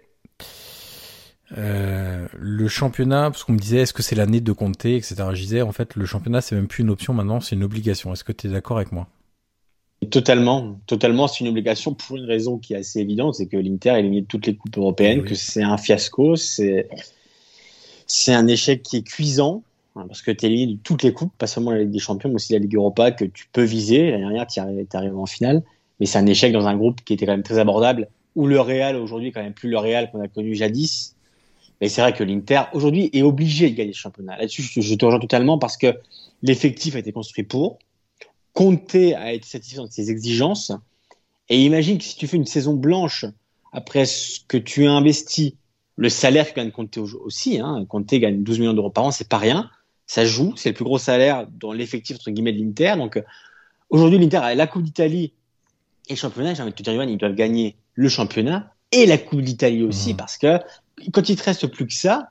euh, le championnat, parce qu'on me disait est-ce que c'est l'année de Conte, et cetera. Je disais en fait le championnat c'est même plus une option maintenant, c'est une obligation. Est-ce que tu es d'accord avec moi? Totalement, totalement, c'est une obligation pour une raison qui est assez évidente, c'est que l'Inter est éliminé de toutes les coupes européennes, Oui. que c'est un fiasco, c'est c'est un échec qui est cuisant, hein, parce que tu es éliminé de toutes les coupes, pas seulement la Ligue des Champions, mais aussi la Ligue Europa que tu peux viser. L'année dernière, tu arrives, arrives en finale, mais c'est un échec dans un groupe qui était quand même très abordable, où le Real aujourd'hui, quand même plus le Real qu'on a connu jadis. Mais c'est vrai que l'Inter aujourd'hui est obligé de gagner ce championnat. Là-dessus, je, je te rejoins totalement parce que l'effectif a été construit pour. Conte a été satisfait de ses exigences. Et imagine que si tu fais une saison blanche après ce que tu as investi, le salaire que gagne Conte aussi, hein, Conte gagne douze millions d'euros par an, c'est pas rien. Ça joue, c'est le plus gros salaire dans l'effectif entre guillemets de l'Inter. Donc aujourd'hui, l'Inter a la Coupe d'Italie et le championnat. J'ai envie de te dire, Yoann, ils doivent gagner le championnat et la Coupe d'Italie aussi, mmh. parce que quand il te reste plus que ça,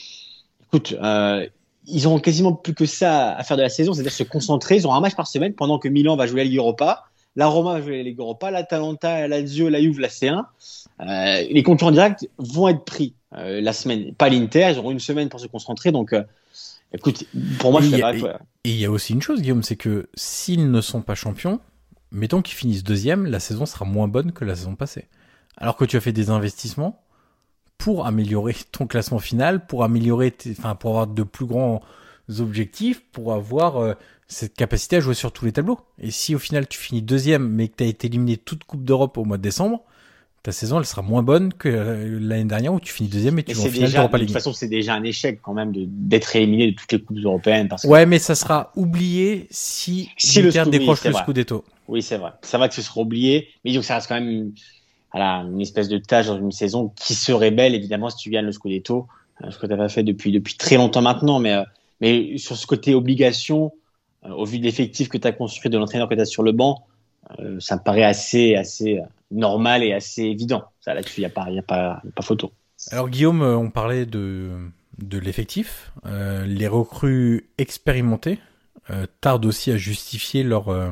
écoute. Euh, Ils auront quasiment plus que ça à faire de la saison, c'est-à-dire se concentrer. Ils auront un match par semaine pendant que Milan va jouer la Ligue Europa, la Roma va jouer la Ligue Europa, l'Atalanta, la Lazio, la Juve, la C un. Euh, les concurrents directs vont être pris euh, la semaine, pas l'Inter. Ils auront une semaine pour se concentrer. Donc, euh, écoute, pour moi, je sais pas. Et il y a aussi une chose, Guillaume, c'est que s'ils ne sont pas champions, mettons qu'ils finissent deuxième, la saison sera moins bonne que la saison passée. Alors que tu as fait des investissements pour améliorer ton classement final, pour améliorer, tes, enfin, pour avoir de plus grands objectifs, pour avoir euh, cette capacité à jouer sur tous les tableaux. Et si au final tu finis deuxième, mais que tu as été éliminé de toute Coupe d'Europe au mois de décembre, ta saison elle sera moins bonne que l'année dernière où tu finis deuxième et tu joues en finale d'Europa League. De toute façon, c'est déjà un échec quand même de, d'être éliminé de toutes les coupes européennes. Parce que... Ouais, mais ça sera oublié si, si l'Inter le décroche oui, le Scudetto. Oui, c'est vrai. C'est vrai que ce sera oublié, mais disons que ça reste quand même une, voilà, une espèce de tâche dans une saison qui serait belle, évidemment, si tu gagnes le Scudetto, ce que tu n'as pas fait depuis, depuis très longtemps maintenant. Mais, mais sur ce côté obligation, euh, au vu de l'effectif que tu as construit, de l'entraîneur que tu as sur le banc, euh, ça me paraît assez, assez normal et assez évident. Ça, là-dessus, il n'y a, pas, y a, pas, y a pas photo. Alors, Guillaume, on parlait de, de l'effectif. Euh, les recrues expérimentées euh, tardent aussi à justifier leur... Euh,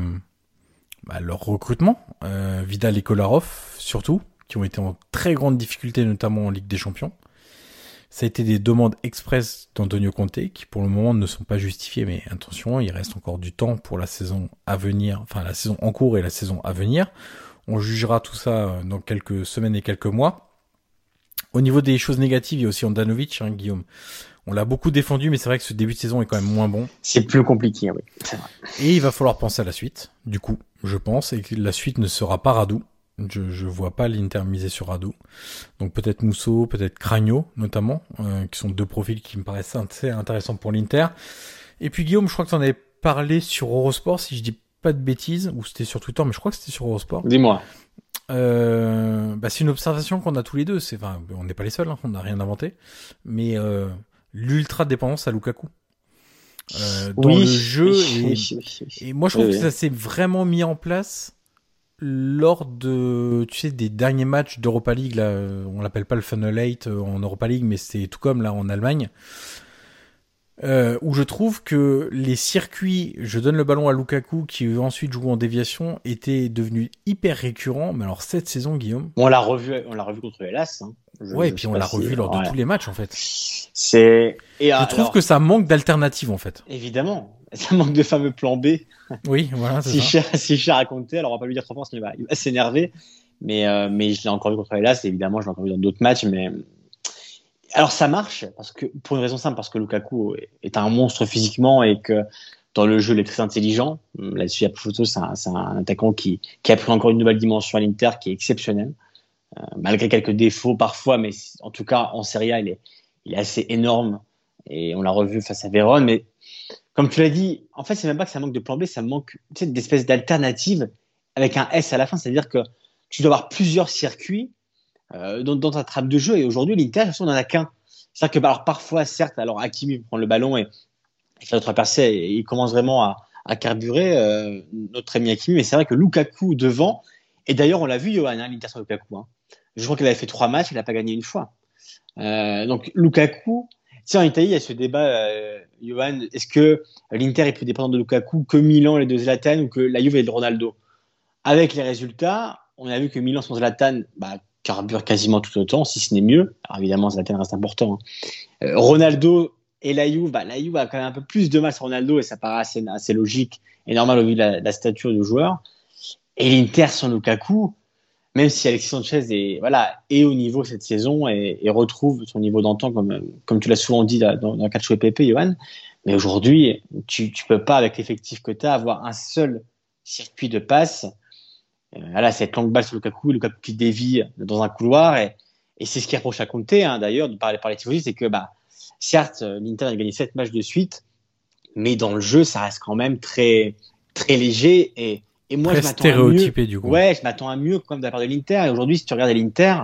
Bah, leur recrutement, euh, Vidal et Kolarov surtout, qui ont été en très grande difficulté, notamment en Ligue des Champions. Ça a été des demandes express d'Antonio Conte, qui pour le moment ne sont pas justifiées, mais attention, il reste encore du temps pour la saison à venir, enfin la saison en cours et la saison à venir. On jugera tout ça dans quelques semaines et quelques mois. Au niveau des choses négatives, il y a aussi Andanovic, hein, Guillaume. On l'a beaucoup défendu, mais c'est vrai que ce début de saison est quand même moins bon. C'est plus compliqué, oui. C'est vrai. Et il va falloir penser à la suite, du coup, je pense, et que la suite ne sera pas Radu. Je je vois pas l'Inter miser sur Radu. Donc peut-être Musso, peut-être Cragno, notamment, euh, qui sont deux profils qui me paraissent assez intéressants pour l'Inter. Et puis Guillaume, je crois que tu en avais parlé sur Eurosport, si je dis pas de bêtises, ou c'était sur Twitter, mais je crois que c'était sur Eurosport. Dis-moi. Euh, bah c'est une observation qu'on a tous les deux. C'est, enfin, on n'est pas les seuls, hein, on n'a rien inventé. Mais euh, l'ultra dépendance à Lukaku. Euh, dans oui, le jeu oui, et, oui, oui, oui. et moi je trouve oui, que oui. ça s'est vraiment mis en place lors de, tu sais, des derniers matchs d'Europa League, là, on l'appelle pas le Final Eight en Europa League, mais c'est tout comme là en Allemagne, euh, où je trouve que les circuits, je donne le ballon à Lukaku qui ensuite joue en déviation, étaient devenus hyper récurrents. Mais alors cette saison, Guillaume, on l'a revu, on l'a revu contre Hellas. Hein. Je, ouais, et puis on l'a revu lors de ouais. tous les matchs en fait. C'est. Et je alors, trouve que ça manque d'alternatives en fait. Évidemment. Ça manque de fameux plan B. Oui, voilà, c'est si ça. Cher, si Cher a compté, alors on va pas lui dire trop fort, sinon il va, il va s'énerver. Mais, euh, mais je l'ai encore vu contre Hellas, et évidemment, je l'ai encore vu dans d'autres matchs. Mais alors ça marche, parce que, pour une raison simple, parce que Lukaku est un monstre physiquement et que dans le jeu, il est très intelligent. Là-dessus, il y a pas photo, c'est un, c'est un attaquant qui, qui a pris encore une nouvelle dimension à l'Inter, qui est exceptionnel. Euh, malgré quelques défauts parfois, mais en tout cas, en Serie A, il est, il est assez énorme. Et on l'a revu face à Vérone, mais comme tu l'as dit, en fait, c'est même pas que ça manque de plan B, ça manque, tu sais, d'espèces d'alternatives avec un S à la fin. C'est-à-dire que tu dois avoir plusieurs circuits euh, dans, dans ta trame de jeu. Et aujourd'hui, l'Inter, on n'en a qu'un. C'est-à-dire que, alors, parfois, certes, alors Hakimi prend le ballon et, et fait notre percée et il commence vraiment à, à carburer euh, notre ami Hakimi. Mais c'est vrai que Lukaku devant, et d'ailleurs, on l'a vu, Johan, hein, l'Inter sur Lukaku. Hein. Je crois qu'il avait fait trois matchs, il n'a pas gagné une fois. Euh, donc, Lukaku. Tu sais, en Italie, il y a ce débat, euh, Johan, est-ce que l'Inter est plus dépendant de Lukaku que Milan, les deux Zlatan, ou que la Juve et le Ronaldo? Avec les résultats, on a vu que Milan sans Zlatan bah, carbure quasiment tout autant, si ce n'est mieux. Alors évidemment, Zlatan reste important. Hein. Euh, Ronaldo et la Juve, bah, la Juve a quand même un peu plus de mal sur Ronaldo, et ça paraît assez, assez logique et normal au vu de la, de la stature du joueur. Et l'Inter sans Lukaku, même si Alexis Sanchez est, voilà, est au niveau cette saison et, et retrouve son niveau d'antan, comme, comme tu l'as souvent dit dans, dans Calcio et Pepe, Johan. Mais aujourd'hui, tu ne peux pas, avec l'effectif que tu as, avoir un seul circuit de passe. Euh, voilà, cette longue balle sur Lukaku, Lukaku qui dévie dans un couloir. Et, et c'est ce qui reproche à Conte, hein, d'ailleurs, de parler par les tifosi, c'est que, bah, certes, l'Inter a gagné sept matchs de suite, mais dans le jeu, ça reste quand même très, très léger et Et moi, Très je m'attends stéréotypé, à mieux. du coup. Ouais, je m'attends à mieux quand même de la part de l'Inter. Et aujourd'hui, si tu regardes l'Inter,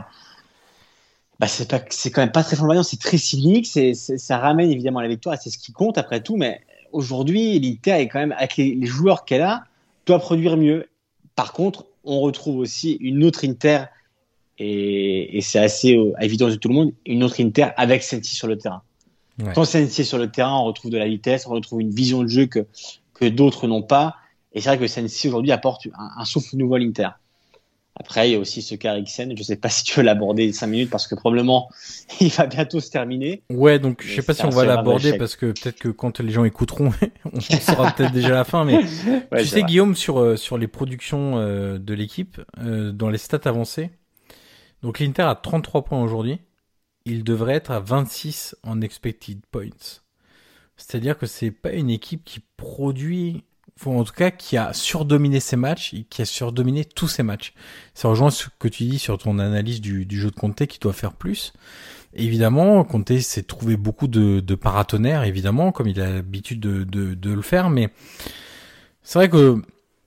bah, c'est pas, c'est quand même pas très flamboyant, c'est très cynique, c'est, c'est, ça ramène évidemment la victoire et c'est ce qui compte après tout. Mais aujourd'hui, l'Inter est quand même, avec les, les joueurs qu'elle a, doit produire mieux. Par contre, on retrouve aussi une autre Inter, et, et c'est assez euh, évident de tout le monde, une autre Inter avec Sensi sur le terrain. Ouais. Quand Sensi est sur le terrain, on retrouve de la vitesse, on retrouve une vision de jeu que, que d'autres n'ont pas. Et c'est vrai que Sensi aujourd'hui apporte un, un souffle nouveau à l'Inter. Après, il y a aussi ce cas Eriksen. Je ne sais pas si tu veux l'aborder cinq minutes parce que probablement il va bientôt se terminer. Ouais, donc je ne sais pas si on va l'aborder parce que peut-être que quand les gens écouteront, on saura peut-être déjà la fin. Mais ouais, tu sais, vrai. Guillaume, sur euh, sur les productions euh, de l'équipe, euh, dans les stats avancées, donc l'Inter a trente-trois points aujourd'hui. Il devrait être à vingt-six en expected points. C'est-à-dire que c'est pas une équipe qui produit. Enfin, en tout cas, qui a surdominé ses matchs et qui a surdominé tous ses matchs. Ça rejoint ce que tu dis sur ton analyse du, du jeu de Conte qui doit faire plus. Évidemment, Conte s'est trouvé beaucoup de, de paratonnerres, évidemment, comme il a l'habitude de, de, de le faire, mais c'est vrai que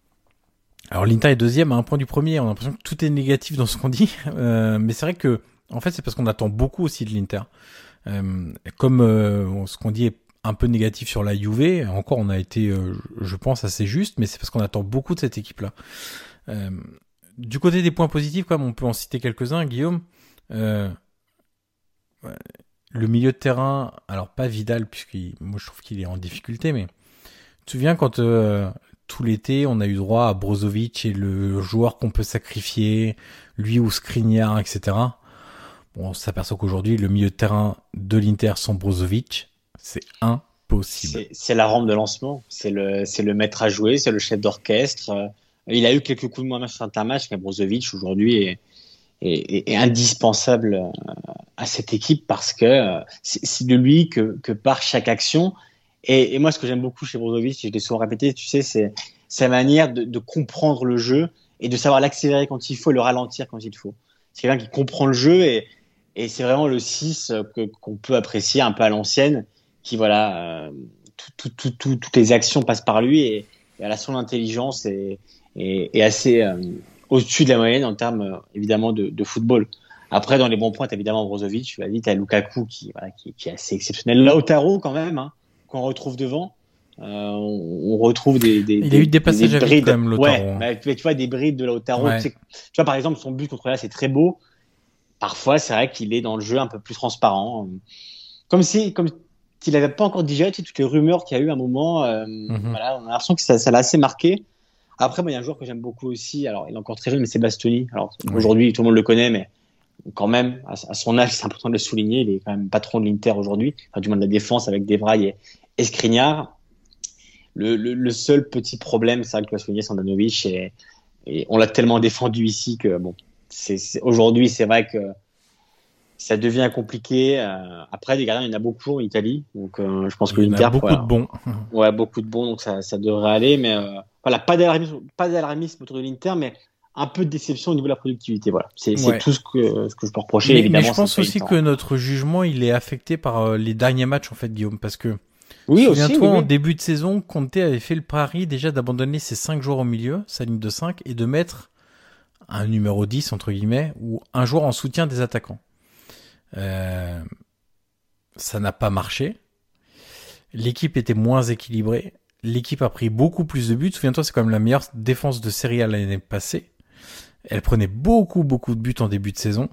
alors l'Inter est deuxième à un point du premier, on a l'impression que tout est négatif dans ce qu'on dit, euh, mais c'est vrai que en fait c'est parce qu'on attend beaucoup aussi de l'Inter. Euh, comme euh, ce qu'on dit est un peu négatif sur la Juve, encore on a été, euh, je pense, assez juste, mais c'est parce qu'on attend beaucoup de cette équipe-là. Euh, du côté des points positifs, quand même, on peut en citer quelques-uns, Guillaume. Euh, le milieu de terrain, alors pas Vidal, puisque moi je trouve qu'il est en difficulté, mais tu te souviens quand euh, tout l'été, on a eu droit à Brozovic et le joueur qu'on peut sacrifier, lui ou Skriniar, et cetera. Bon, on s'aperçoit qu'aujourd'hui, le milieu de terrain de l'Inter sans Brozovic, c'est impossible. C'est, c'est la rampe de lancement, c'est le, c'est le maître à jouer, c'est le chef d'orchestre. Euh, il a eu quelques coups de moins sur certains matchs, mais Brozovic aujourd'hui est, est, est indispensable à cette équipe parce que euh, c'est, c'est de lui que, que part chaque action. Et, et moi, ce que j'aime beaucoup chez Brozovic, je l'ai souvent répété, tu sais, c'est sa manière de, de comprendre le jeu et de savoir l'accélérer quand il faut et le ralentir quand il faut. C'est quelqu'un qui comprend le jeu et, et c'est vraiment le six que, qu'on peut apprécier un peu à l'ancienne. Qui voilà, euh, tout, tout, tout, tout, toutes les actions passent par lui et, et à la son intelligence est, est, est assez euh, au-dessus de la moyenne en termes euh, évidemment de, de football. Après, dans les bons points, t'as évidemment Brozovic, tu l'as dit, t'as Lukaku qui, voilà, qui, qui est assez exceptionnel. Lautaro quand même, hein, qu'on retrouve devant. Euh, on, on retrouve des, des il des, a eu des passages des à vide quand même, Lautaro. Ouais, bah, tu, tu vois des brides de Lautaro. Ouais. Tu, sais, tu vois par exemple son but contre là, c'est très beau. Parfois, c'est vrai qu'il est dans le jeu un peu plus transparent, comme si comme s'il n'avait pas encore digéré tu sais, toutes les rumeurs qu'il y a eu à un moment. Euh, mm-hmm. Voilà, on a l'impression que ça, ça l'a assez marqué. Après, moi, il y a un joueur que j'aime beaucoup aussi. Alors, il est encore très jeune, mais c'est Bastoni. Alors ouais. Aujourd'hui, tout le monde le connaît, mais quand même, à, à son âge, c'est important de le souligner. Il est quand même patron de l'Inter aujourd'hui, enfin, du moins de la défense avec Devray et, et Skriniar. Le, le, le seul petit problème, c'est vrai que tu as souligné Sandanovic et, et on l'a tellement défendu ici que bon, c'est, c'est, aujourd'hui, c'est vrai que ça devient compliqué. Euh, après, des gardiens, il y en a beaucoup en Italie, donc euh, je pense que il y l'Inter, en a beaucoup voilà, de bons. Ouais, beaucoup de bons, donc ça, ça devrait aller. Mais euh, voilà, pas d'alarmisme, pas d'alarmisme autour de l'Inter, mais un peu de déception au niveau de la productivité. Voilà, c'est, c'est ouais. tout ce que ce que je peux reprocher. Mais, évidemment, mais je pense aussi que notre jugement, il est affecté par euh, les derniers matchs en fait, Guillaume, parce que oui, souviens-toi, aussi, oui, en oui. début de saison, Conte avait fait le pari déjà d'abandonner ses cinq joueurs au milieu, sa ligne de cinq, et de mettre un numéro dix, entre guillemets, ou un joueur en soutien des attaquants. Euh, ça n'a pas marché. L'équipe était moins équilibrée. L'équipe a pris beaucoup plus de buts. Souviens-toi, c'est quand même la meilleure défense de Serie A l'année passée. Elle prenait beaucoup, beaucoup de buts en début de saison.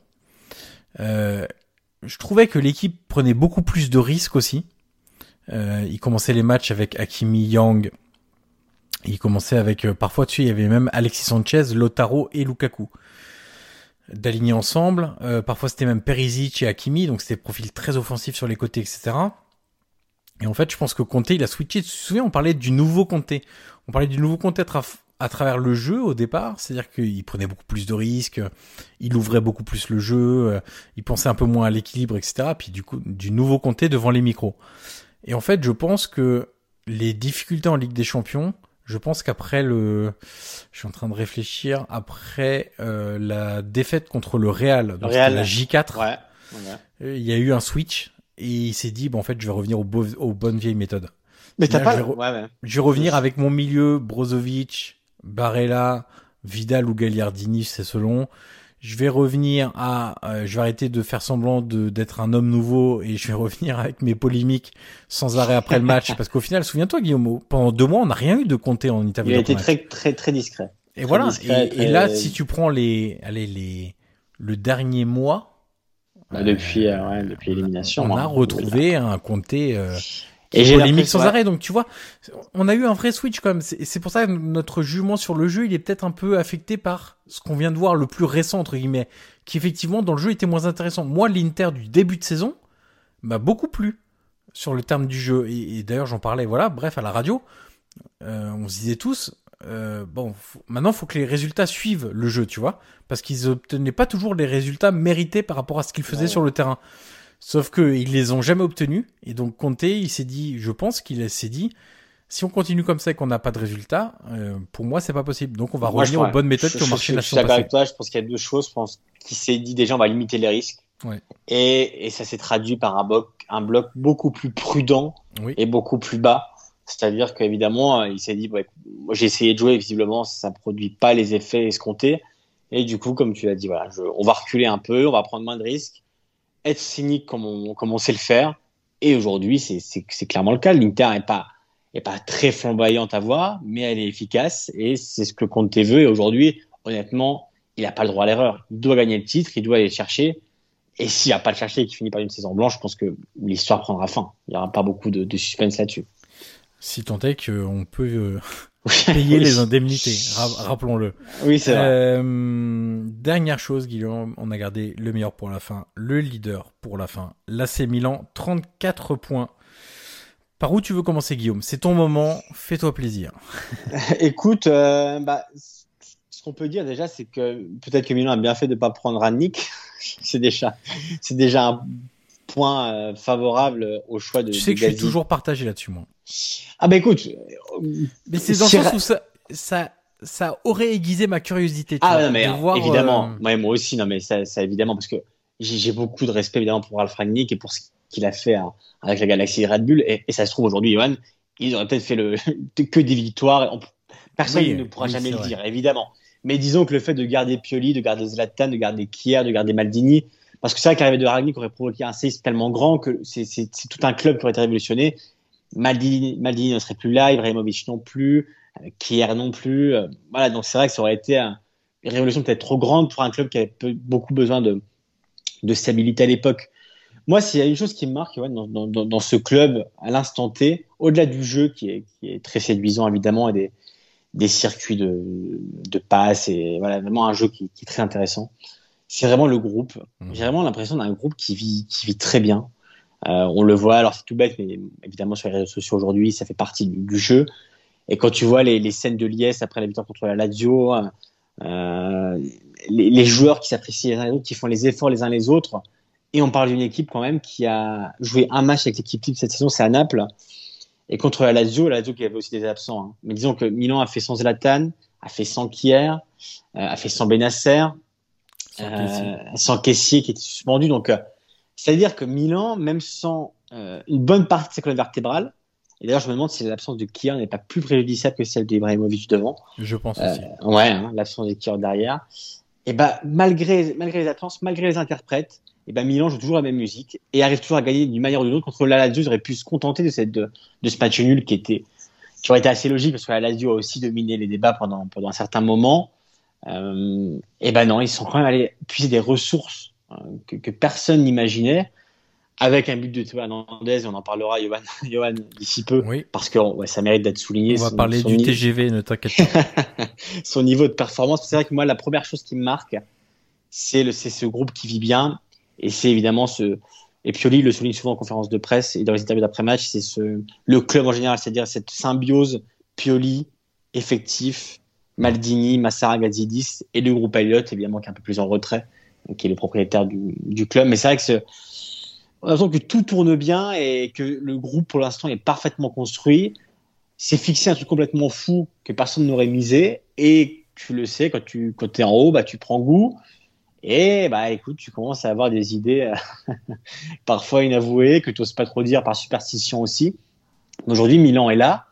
Euh, je trouvais que l'équipe prenait beaucoup plus de risques aussi. Euh, il commençait les matchs avec Hakimi, Yang. Il commençait avec, euh, parfois dessus, il y avait même Alexis Sanchez, Lautaro et Lukaku d'aligner ensemble. Euh, parfois, c'était même Perisic et Hakimi, donc c'était profil très offensif sur les côtés, et cetera. Et en fait, je pense que Conte, il a switché. Tu te souviens, on parlait du nouveau Conte. On parlait du nouveau Conte à, tra- à travers le jeu au départ. C'est-à-dire qu'il prenait beaucoup plus de risques, il ouvrait beaucoup plus le jeu, il pensait un peu moins à l'équilibre, et cetera. Puis du coup, du nouveau Conte devant les micros. Et en fait, je pense que les difficultés en Ligue des Champions, je pense qu'après le, je suis en train de réfléchir, après euh, la défaite contre le Real, donc le Real, c'était la J quatre, ouais, ouais. il y a eu un switch et il s'est dit, bon, en fait, je vais revenir aux, beaux, aux bonnes vieilles méthodes. Mais t'as pas, je vais, re- ouais, ouais. je vais revenir avec mon milieu, Brozovic, Barella, Vidal ou Gagliardini, c'est selon. Je vais revenir à, euh, je vais arrêter de faire semblant de d'être un homme nouveau et je vais revenir avec mes polémiques sans arrêt après le match parce qu'au final, souviens-toi Guillaume, pendant deux mois, on n'a rien eu de Conte en Italie. Il a été très très très discret. Et très voilà. Discret, et, très... et là, si tu prends les, allez les, le dernier mois, bah, depuis euh, ouais, depuis l'élimination, on, on hein, a retrouvé un Conte. Euh, Et j'ai polémique sans ouais. arrêt, donc tu vois, on a eu un vrai switch quand même. C'est, c'est pour ça que notre jugement sur le jeu, il est peut-être un peu affecté par ce qu'on vient de voir, le plus récent entre guillemets, qui effectivement dans le jeu était moins intéressant. Moi, l'Inter du début de saison m'a beaucoup plu sur le terme du jeu. Et, et d'ailleurs, j'en parlais, voilà, bref, à la radio, euh, on se disait tous, euh, bon, faut, maintenant, faut que les résultats suivent le jeu, tu vois, parce qu'ils obtenaient pas toujours les résultats mérités par rapport à ce qu'ils faisaient ouais. sur le terrain. Sauf que ils les ont jamais obtenus et donc Conte il s'est dit, je pense qu'il s'est dit, si on continue comme ça et qu'on n'a pas de résultats, euh, pour moi c'est pas possible. Donc on va moi, revenir aux bonnes méthodes je, qui ont marché je, la je, saison passée. Je suis d'accord passée. avec toi. Je pense qu'il y a deux choses. Je pense qu'il s'est dit déjà on va limiter les risques. Ouais. Et, et ça s'est traduit par un bloc, un bloc beaucoup plus prudent oui. et beaucoup plus bas. C'est-à-dire qu'évidemment il s'est dit, ouais, moi j'ai essayé de jouer, visiblement ça produit pas les effets escomptés. Et du coup comme tu l'as dit, voilà, je, on va reculer un peu, on va prendre moins de risques. Être cynique comme on, comme on sait le faire. Et aujourd'hui, c'est, c'est, c'est clairement le cas. L'Inter est pas, est pas très flamboyante à voir, mais elle est efficace et c'est ce que Conte veut. Et aujourd'hui, honnêtement, il n'a pas le droit à l'erreur. Il doit gagner le titre, il doit aller le chercher. Et s'il n'a pas le chercher et qu'il finit par une saison blanche, je pense que l'histoire prendra fin. Il n'y aura pas beaucoup de, de suspense là-dessus. Si tant est qu'on peut euh, payer oui. les indemnités, rappelons-le. Oui, c'est vrai. Euh, dernière chose, Guillaume, on a gardé le meilleur pour la fin, le leader pour la fin, l'A C Milan, trente-quatre points. Par où tu veux commencer, Guillaume ? C'est ton moment, fais-toi plaisir. Écoute, euh, bah, ce qu'on peut dire déjà, c'est que peut-être que Milan a bien fait de ne pas prendre Rangnick. c'est déjà, c'est déjà un point euh, favorable au choix de. Tu sais de que Gazi. Je suis toujours partagé là-dessus, moi. Ah bah écoute, mais c'est dans le sens où ça, ça, ça aurait aiguisé ma curiosité. Tu ah vois, non mais de voir, évidemment, euh... ouais, moi aussi, non mais ça, ça évidemment parce que j'ai, j'ai beaucoup de respect évidemment pour Ralf Rangnick et pour ce qu'il a fait hein, avec la Galaxy Red Bull et, et ça se trouve aujourd'hui, Johan, il aurait peut-être fait le que des victoires. On, personne oui, ne pourra oui, jamais le vrai. dire, évidemment. Mais disons que le fait de garder Pioli, de garder Zlatan, de garder Kier, de garder Maldini, parce que c'est vrai que l'arrivée de Rangnick aurait provoqué un séisme tellement grand que c'est, c'est, c'est tout un club qui aurait été révolutionné. Maldini, Maldini ne serait plus là, Ibrahimovic non plus, euh, Kier non plus. Euh, voilà, donc c'est vrai que ça aurait été un, une révolution peut-être trop grande pour un club qui avait peu, beaucoup besoin de, de stabilité à l'époque. Moi, s'il y a une chose qui me marque ouais, dans, dans, dans ce club à l'instant T, au-delà du jeu qui est, qui est très séduisant évidemment et des, des circuits de, de passes et voilà vraiment un jeu qui, qui est très intéressant, c'est vraiment le groupe. Mmh. J'ai vraiment l'impression d'un groupe qui vit, qui vit très bien. Euh, on le voit, alors c'est tout bête, mais évidemment sur les réseaux sociaux aujourd'hui, ça fait partie du, du jeu. Et quand tu vois les, les scènes de liesse après la victoire contre la Lazio, euh, les, les joueurs qui s'apprécient les uns les autres, qui font les efforts les uns les autres, et on parle d'une équipe quand même qui a joué un match avec l'équipe type cette saison, c'est à Naples, et contre la Lazio, la Lazio qui avait aussi des absents. Hein. Mais disons que Milan a fait sans Zlatan, a fait sans Kier, euh, a fait sans Benasser, sans euh, Kessié. sans Kessié qui était suspendu, donc euh, c'est-à-dire que Milan, même sans euh, une bonne partie de sa colonne vertébrale, et d'ailleurs je me demande si l'absence de Kier n'est pas plus préjudiciable que celle d'Ibrahimovic devant. Je pense euh, aussi. Ouais, hein, l'absence de Kier derrière. Et ben malgré malgré les absences, malgré les interprètes, et ben Milan joue toujours la même musique et arrive toujours à gagner d'une manière ou d'une autre. Contre la Lazio, ils auraient pu se contenter de cette de, de ce match nul qui était qui aurait été assez logique parce que la Lazio a aussi dominé les débats pendant pendant un certain moment. Euh, et ben non, ils sont quand même allés puiser des ressources Que, que personne n'imaginait, avec un but de Théo Hernandez, et on en parlera, Johan, Johan d'ici peu, oui. parce que ouais, ça mérite d'être souligné. On va son, parler son du niveau... T G V, ne t'inquiète pas. Son niveau de performance, c'est vrai que moi, la première chose qui me marque, c'est, le, c'est ce groupe qui vit bien, et c'est évidemment ce... Et Pioli le souligne souvent en conférence de presse et dans les interviews d'après-match, c'est ce... le club en général, c'est-à-dire cette symbiose Pioli, effectif, Maldini, Massara, Gazidis, et le groupe Elliott, évidemment, qui est un peu plus en retrait, qui est le propriétaire du, du club. Mais c'est vrai que c'est, on a l'impression que tout tourne bien et que le groupe, pour l'instant, est parfaitement construit. C'est fixé un truc complètement fou que personne n'aurait misé. Et tu le sais, quand tu quand t'es en haut, bah, tu prends goût. Et bah, écoute, tu commences à avoir des idées parfois inavouées que tu n'oses pas trop dire par superstition aussi. Aujourd'hui, Milan est là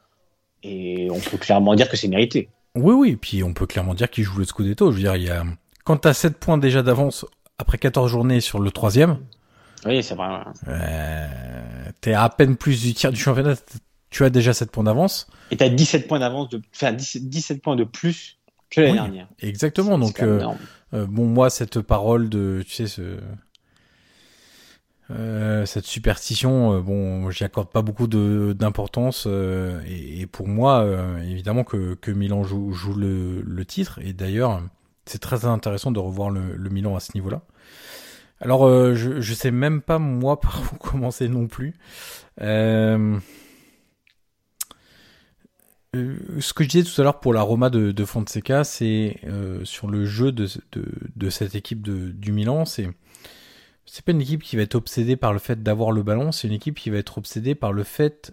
et on peut clairement dire que c'est mérité. Oui, oui. Puis on peut clairement dire qu'il joue le Scudetto. Je veux dire, il y a... Quand tu as sept points déjà d'avance après quatorze journées sur le troisième, oui, c'est vrai. Euh, t'es à, à peine plus du tiers du championnat, tu as déjà sept points d'avance. Et tu as dix-sept points d'avance, de, enfin dix-sept, dix-sept points de plus que l'année oui, dernière. Exactement. C'est, donc, c'est euh, euh, bon, moi, cette parole de, tu sais, ce, euh, cette superstition, euh, bon, j'y accorde pas beaucoup de, d'importance. Euh, et, et pour moi, euh, évidemment que, que Milan joue, joue le, le titre. Et d'ailleurs, c'est très intéressant de revoir le, le Milan à ce niveau-là. Alors, euh, je, je sais même pas moi par où commencer non plus. Euh, euh, ce que je disais tout à l'heure pour la Roma de, de Fonseca, c'est euh, sur le jeu de, de, de cette équipe de, du Milan, c'est c'est pas une équipe qui va être obsédée par le fait d'avoir le ballon, c'est une équipe qui va être obsédée par le fait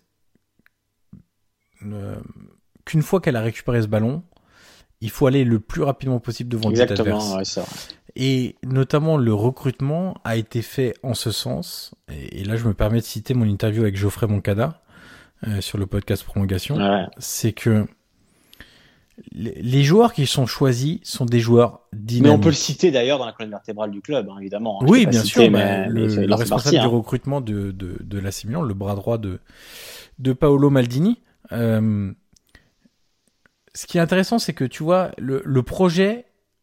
euh, qu'une fois qu'elle a récupéré ce ballon, il faut aller le plus rapidement possible devant le but adverse. Ouais, c'est vrai. Et notamment, le recrutement a été fait en ce sens. Et, et là, je me permets de citer mon interview avec Geoffrey Moncada euh, sur le podcast Prolongation. Ouais. C'est que les, les joueurs qui sont choisis sont des joueurs dynamiques. Mais on peut le citer d'ailleurs dans la colonne vertébrale du club, hein, évidemment. Hein. Oui, bien cité, sûr. Mais, le, mais le responsable partie, du hein. recrutement de, de, de l'A C Milan, le bras droit de, de Paolo Maldini. Euh, ce qui est intéressant, c'est que tu vois, le, le projet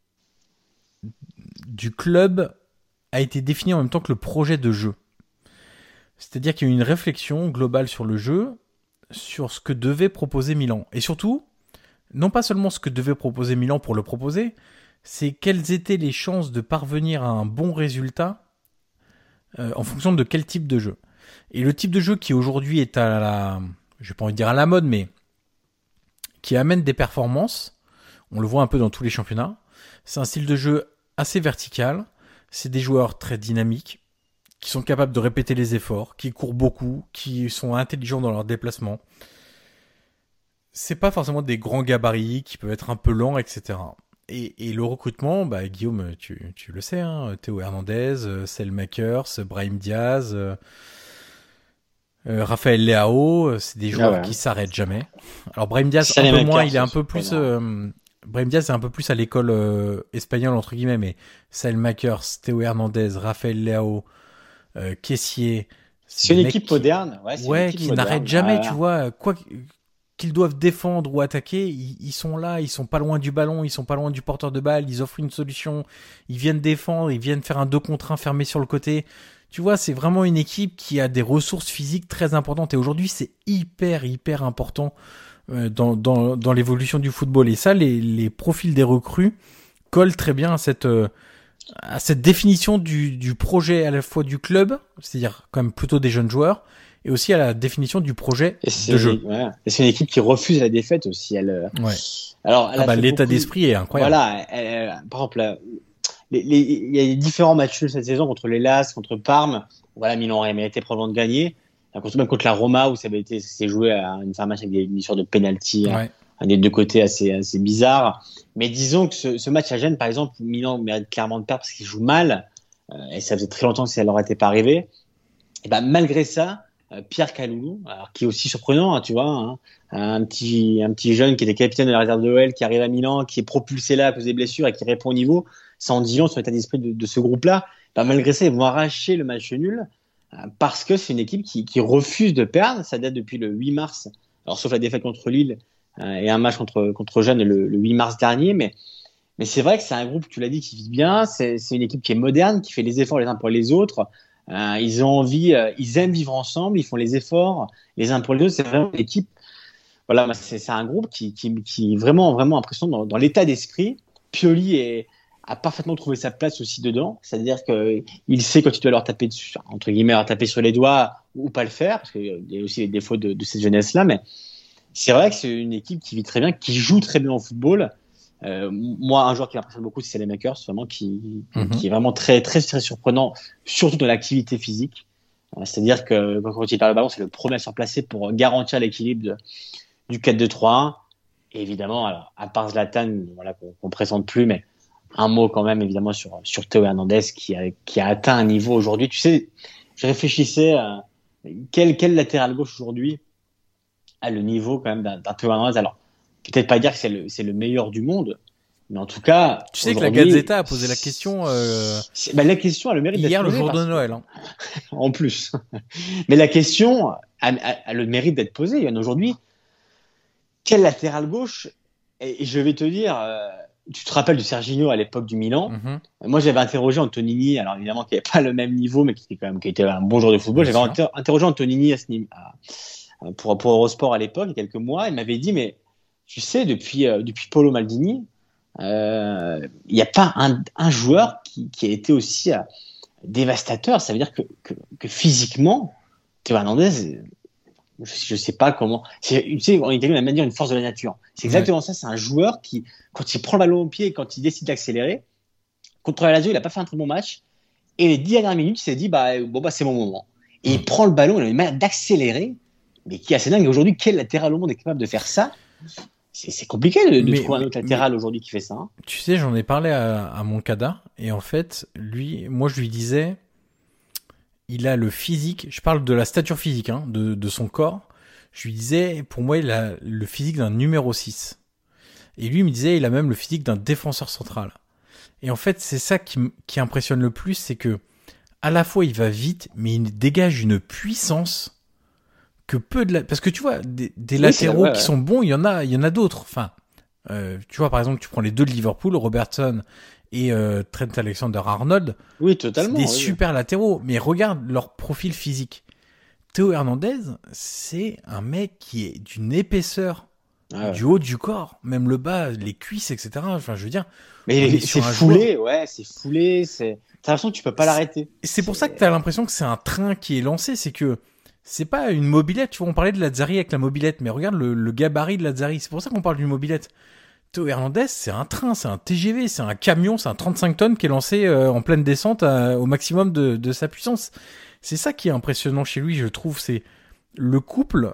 du club a été défini en même temps que le projet de jeu. C'est-à-dire qu'il y a eu une réflexion globale sur le jeu, sur ce que devait proposer Milan. Et surtout, non pas seulement ce que devait proposer Milan pour le proposer, c'est quelles étaient les chances de parvenir à un bon résultat euh, en fonction de quel type de jeu. Et le type de jeu qui aujourd'hui est à la, je vais pas envie de dire à la mode, mais qui amène des performances, on le voit un peu dans tous les championnats, c'est un style de jeu assez vertical, c'est des joueurs très dynamiques, qui sont capables de répéter les efforts, qui courent beaucoup, qui sont intelligents dans leurs déplacements. C'est pas forcément des grands gabarits, qui peuvent être un peu lents, et cetera. Et, et le recrutement, bah, Guillaume, tu, tu le sais, hein, Théo Hernandez, Selmakers, Brahim Diaz, euh, euh, Raphaël Leao, c'est des joueurs ah ouais. qui s'arrêtent jamais. Alors Brahim Diaz, un peu moins, il est un peu plus... Euh, Brahim Diaz, c'est un peu plus à l'école euh, espagnole, entre guillemets, mais Selmakers, Théo Hernandez, Raphaël Leao, euh, Kessié, C'est, c'est une équipe qui, moderne, ouais, c'est ouais, une équipe qui moderne. n'arrête jamais, voilà. tu vois, quoi qu'ils doivent défendre ou attaquer, ils, ils sont là, ils sont pas loin du ballon, ils sont pas loin du porteur de balle, ils offrent une solution, ils viennent défendre, ils viennent faire un deux contre un fermé sur le côté. Tu vois, c'est vraiment une équipe qui a des ressources physiques très importantes et aujourd'hui, c'est hyper, hyper important euh, dans, dans, dans l'évolution du football. Et ça, les, les profils des recrues collent très bien à cette, euh, à cette définition du, du projet à la fois du club, c'est-à-dire quand même plutôt des jeunes joueurs, et aussi à la définition du projet de jeu. Ouais. Et c'est une équipe qui refuse la défaite aussi. Elle, ouais. Alors, elle ah bah, l'état beaucoup... d'esprit est incroyable. Voilà. Elle, elle, par exemple, là, les, les, il y a différents matchs cette saison contre les L A S, contre Parme. Voilà, Milan aurait mérité probablement de gagner. Même contre la Roma, où ça avait été, c'est joué à une fin de match avec des, une histoire de penalty, ouais. hein, des deux côtés assez, assez bizarre. Mais disons que ce, ce match à Gênes, par exemple, Milan mérite clairement de perdre parce qu'il joue mal. Euh, et ça faisait très longtemps que ça leur était pas arrivé. Et ben, malgré ça, Pierre Kaloulou, alors qui est aussi surprenant, hein, tu vois, hein, un petit un petit jeune qui était capitaine de la réserve de l'O L, qui arrive à Milan, qui est propulsé là à cause des blessures et qui répond au niveau, ça en dit long sur l'état d'esprit de, de ce groupe-là. Ben, malgré ça, ils vont arracher le match nul euh, parce que c'est une équipe qui, qui refuse de perdre. Ça date depuis le huit mars, alors sauf la défaite contre Lille euh, et un match contre contre Gênes le, le huit mars dernier, mais mais c'est vrai que c'est un groupe, tu l'as dit, qui vit bien. C'est c'est une équipe qui est moderne, qui fait les efforts les uns pour les autres. Euh, ils ont envie, euh, ils aiment vivre ensemble, ils font les efforts les uns pour les autres. C'est vraiment une équipe. Voilà, c'est, c'est un groupe qui, qui, qui est vraiment, vraiment impressionnant dans, dans l'état d'esprit. Pioli est, a parfaitement trouvé sa place aussi dedans. C'est-à-dire que il sait quand il doit leur taper dessus, entre guillemets, leur taper sur les doigts ou pas le faire, parce qu'il y a aussi les défauts de, de cette jeunesse-là. Mais c'est vrai que c'est une équipe qui vit très bien, qui joue très bien au football. Euh, moi, un joueur qui m'impressionne beaucoup, c'est Saelemaekers, vraiment qui, mm-hmm. qui est vraiment très, très, très surprenant, surtout dans l'activité physique. Euh, c'est-à-dire que quand il perd le ballon, c'est le premier à se replacer pour garantir l'équilibre de, du quatre deux trois un. Et évidemment, alors, à part Zlatan, voilà, qu'on, qu'on présente plus, mais un mot quand même, évidemment, sur, sur Théo Hernandez, qui a, qui a atteint un niveau aujourd'hui. Tu sais, je réfléchissais à quel, quel latéral gauche aujourd'hui a le niveau quand même d'un, d'un Théo Hernandez. Alors, peut-être pas dire que c'est le, c'est le meilleur du monde, mais en tout cas. Tu sais que la Gazzetta a posé la question. Euh... Bah, la question a le mérite hier, d'être posée. Hier, le jour de Noël. Hein. En plus. Mais la question a, a, a le mérite d'être posée. Il y en a aujourd'hui. Quel latéral gauche? Et, et je vais te dire, euh, tu te rappelles de Serginho à l'époque du Milan. Mm-hmm. Moi, j'avais interrogé Antonini, alors évidemment, qui n'avait pas le même niveau, mais qui était quand même, qui était un bon joueur de football. Bien j'avais inter- interrogé Antonini à ce niveau, à, pour, pour Eurosport à l'époque, il y a quelques mois. Il m'avait dit, mais tu sais, depuis, euh, depuis Paolo Maldini, il euh, n'y a pas un, un joueur qui, qui a été aussi euh, dévastateur. Ça veut dire que, que, que physiquement, Théo Hernandez, je ne sais pas comment. C'est, tu sais, en Italie, on aime bien dire une force de la nature. C'est exactement ouais. ça. C'est un joueur qui, quand il prend le ballon au pied et quand il décide d'accélérer, contre la Lazio, il n'a pas fait un très bon match. Et les dix dernières minutes, il s'est dit, bah, bon, bah, c'est mon moment. Et il prend le ballon, il a une manière d'accélérer, mais qui est assez dingue. Et aujourd'hui, quel latéral au monde est capable de faire ça? C'est, c'est compliqué de, de mais, trouver un autre latéral mais, aujourd'hui qui fait ça. Hein. Tu sais, j'en ai parlé à, à Moncada, et en fait, lui, moi, je lui disais, il a le physique, je parle de la stature physique, hein, de, de son corps. Je lui disais, pour moi, il a le physique d'un numéro six. Et lui, il me disait, il a même le physique d'un défenseur central. Et en fait, c'est ça qui, qui impressionne le plus, c'est que, à la fois, il va vite, mais il dégage une puissance que peu de la... Parce que tu vois, des, des oui, latéraux ouais, qui ouais. sont bons, il y en a, il y en a d'autres. Enfin, euh, tu vois, par exemple, tu prends les deux de Liverpool, Robertson et euh, Trent Alexander-Arnold. Oui, totalement. C'est des oui. super latéraux, mais regarde leur profil physique. Théo Hernandez, c'est un mec qui est d'une épaisseur ah ouais. du haut du corps, même le bas, les cuisses, et cetera. Enfin, je veux dire... Mais c'est foulé, joueur... ouais, c'est foulé, c'est... T'as l'impression que tu peux pas l'arrêter. Et c'est pour c'est... ça que t'as l'impression que c'est un train qui est lancé, c'est que c'est pas une mobilette, tu vois, on parlait de Lazzari avec la mobilette, mais regarde le, le gabarit de Lazzari, c'est pour ça qu'on parle d'une mobilette. Théo Hernandez, c'est un train, c'est un T G V, c'est un camion, c'est un trente-cinq tonnes qui est lancé euh, en pleine descente à, au maximum de, de sa puissance. C'est ça qui est impressionnant chez lui, je trouve, c'est le couple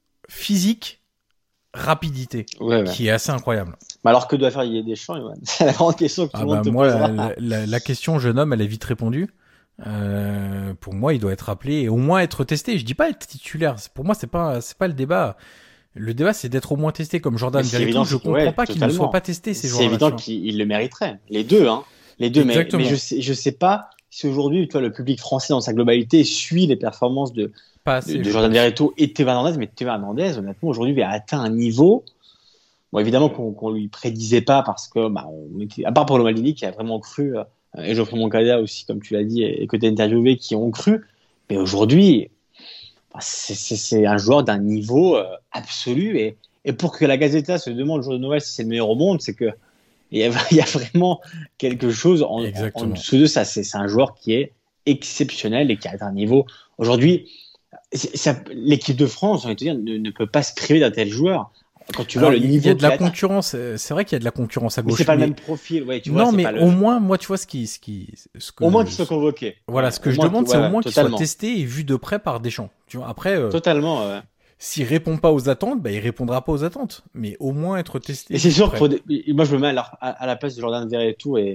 physique-rapidité, ouais, ouais. qui est assez incroyable. Mais alors que doit faire Didier Deschamps, Yoann? C'est la grande question que tout le ah monde bah te moi, posera. La, la, la question jeune homme, elle est vite répondue. Euh, pour moi, il doit être appelé et au moins être testé. Je dis pas être titulaire. Pour moi, c'est pas, c'est pas le débat. Le débat, c'est d'être au moins testé comme Jordan Verretou. Je comprends ouais, pas totalement. Qu'il ne soit pas testé, ces joueurs-là. C'est évident qu'il le mériterait. Les deux, hein. Les deux, mais, mais je sais, je sais pas si aujourd'hui, tu vois, le public français dans sa globalité suit les performances de, assez, de, de Jordan Verretou et Théo Hernandez, mais Théo Hernandez, honnêtement, aujourd'hui, il a atteint un niveau, bon, évidemment, qu'on, qu'on lui prédisait pas parce que, bah, on était, à part Paolo Maldini qui a vraiment cru, euh, et Geoffrey Moncada aussi, comme tu l'as dit, et, et que tu as interviewé, qui ont cru, mais aujourd'hui, bah, c'est, c'est, c'est un joueur d'un niveau euh, absolu, et, et pour que la Gazzetta se demande le jour de Noël si c'est le meilleur au monde, c'est que il y a, il y a vraiment quelque chose en, en, en dessous de ça. C'est, c'est un joueur qui est exceptionnel et qui a un niveau. Aujourd'hui, c'est, ça, l'équipe de France, j'ai envie de te dire, ne, ne peut pas se priver d'un tel joueur. Quand tu Alors, vois le niveau, il y a de la concurrence. C'est vrai qu'il y a de la concurrence à gauche. Mais c'est pas mais... le même profil. Ouais, tu vois, non, c'est mais pas le... au moins, moi, tu vois ce qui, ce qui, ce que au moins qu'il soit convoqué. Voilà, ouais, ce que je moins, demande, ouais, c'est ouais, au moins totalement. qu'il soit testé et vu de près par Deschamps. Tu vois, après. Euh... Totalement. Ouais. S'il répond pas aux attentes, bah, il répondra pas aux attentes. Mais au moins être testé. Et c'est sûr qu'il faut, des... moi, je me mets à la, à la place de Jordan Verretou et,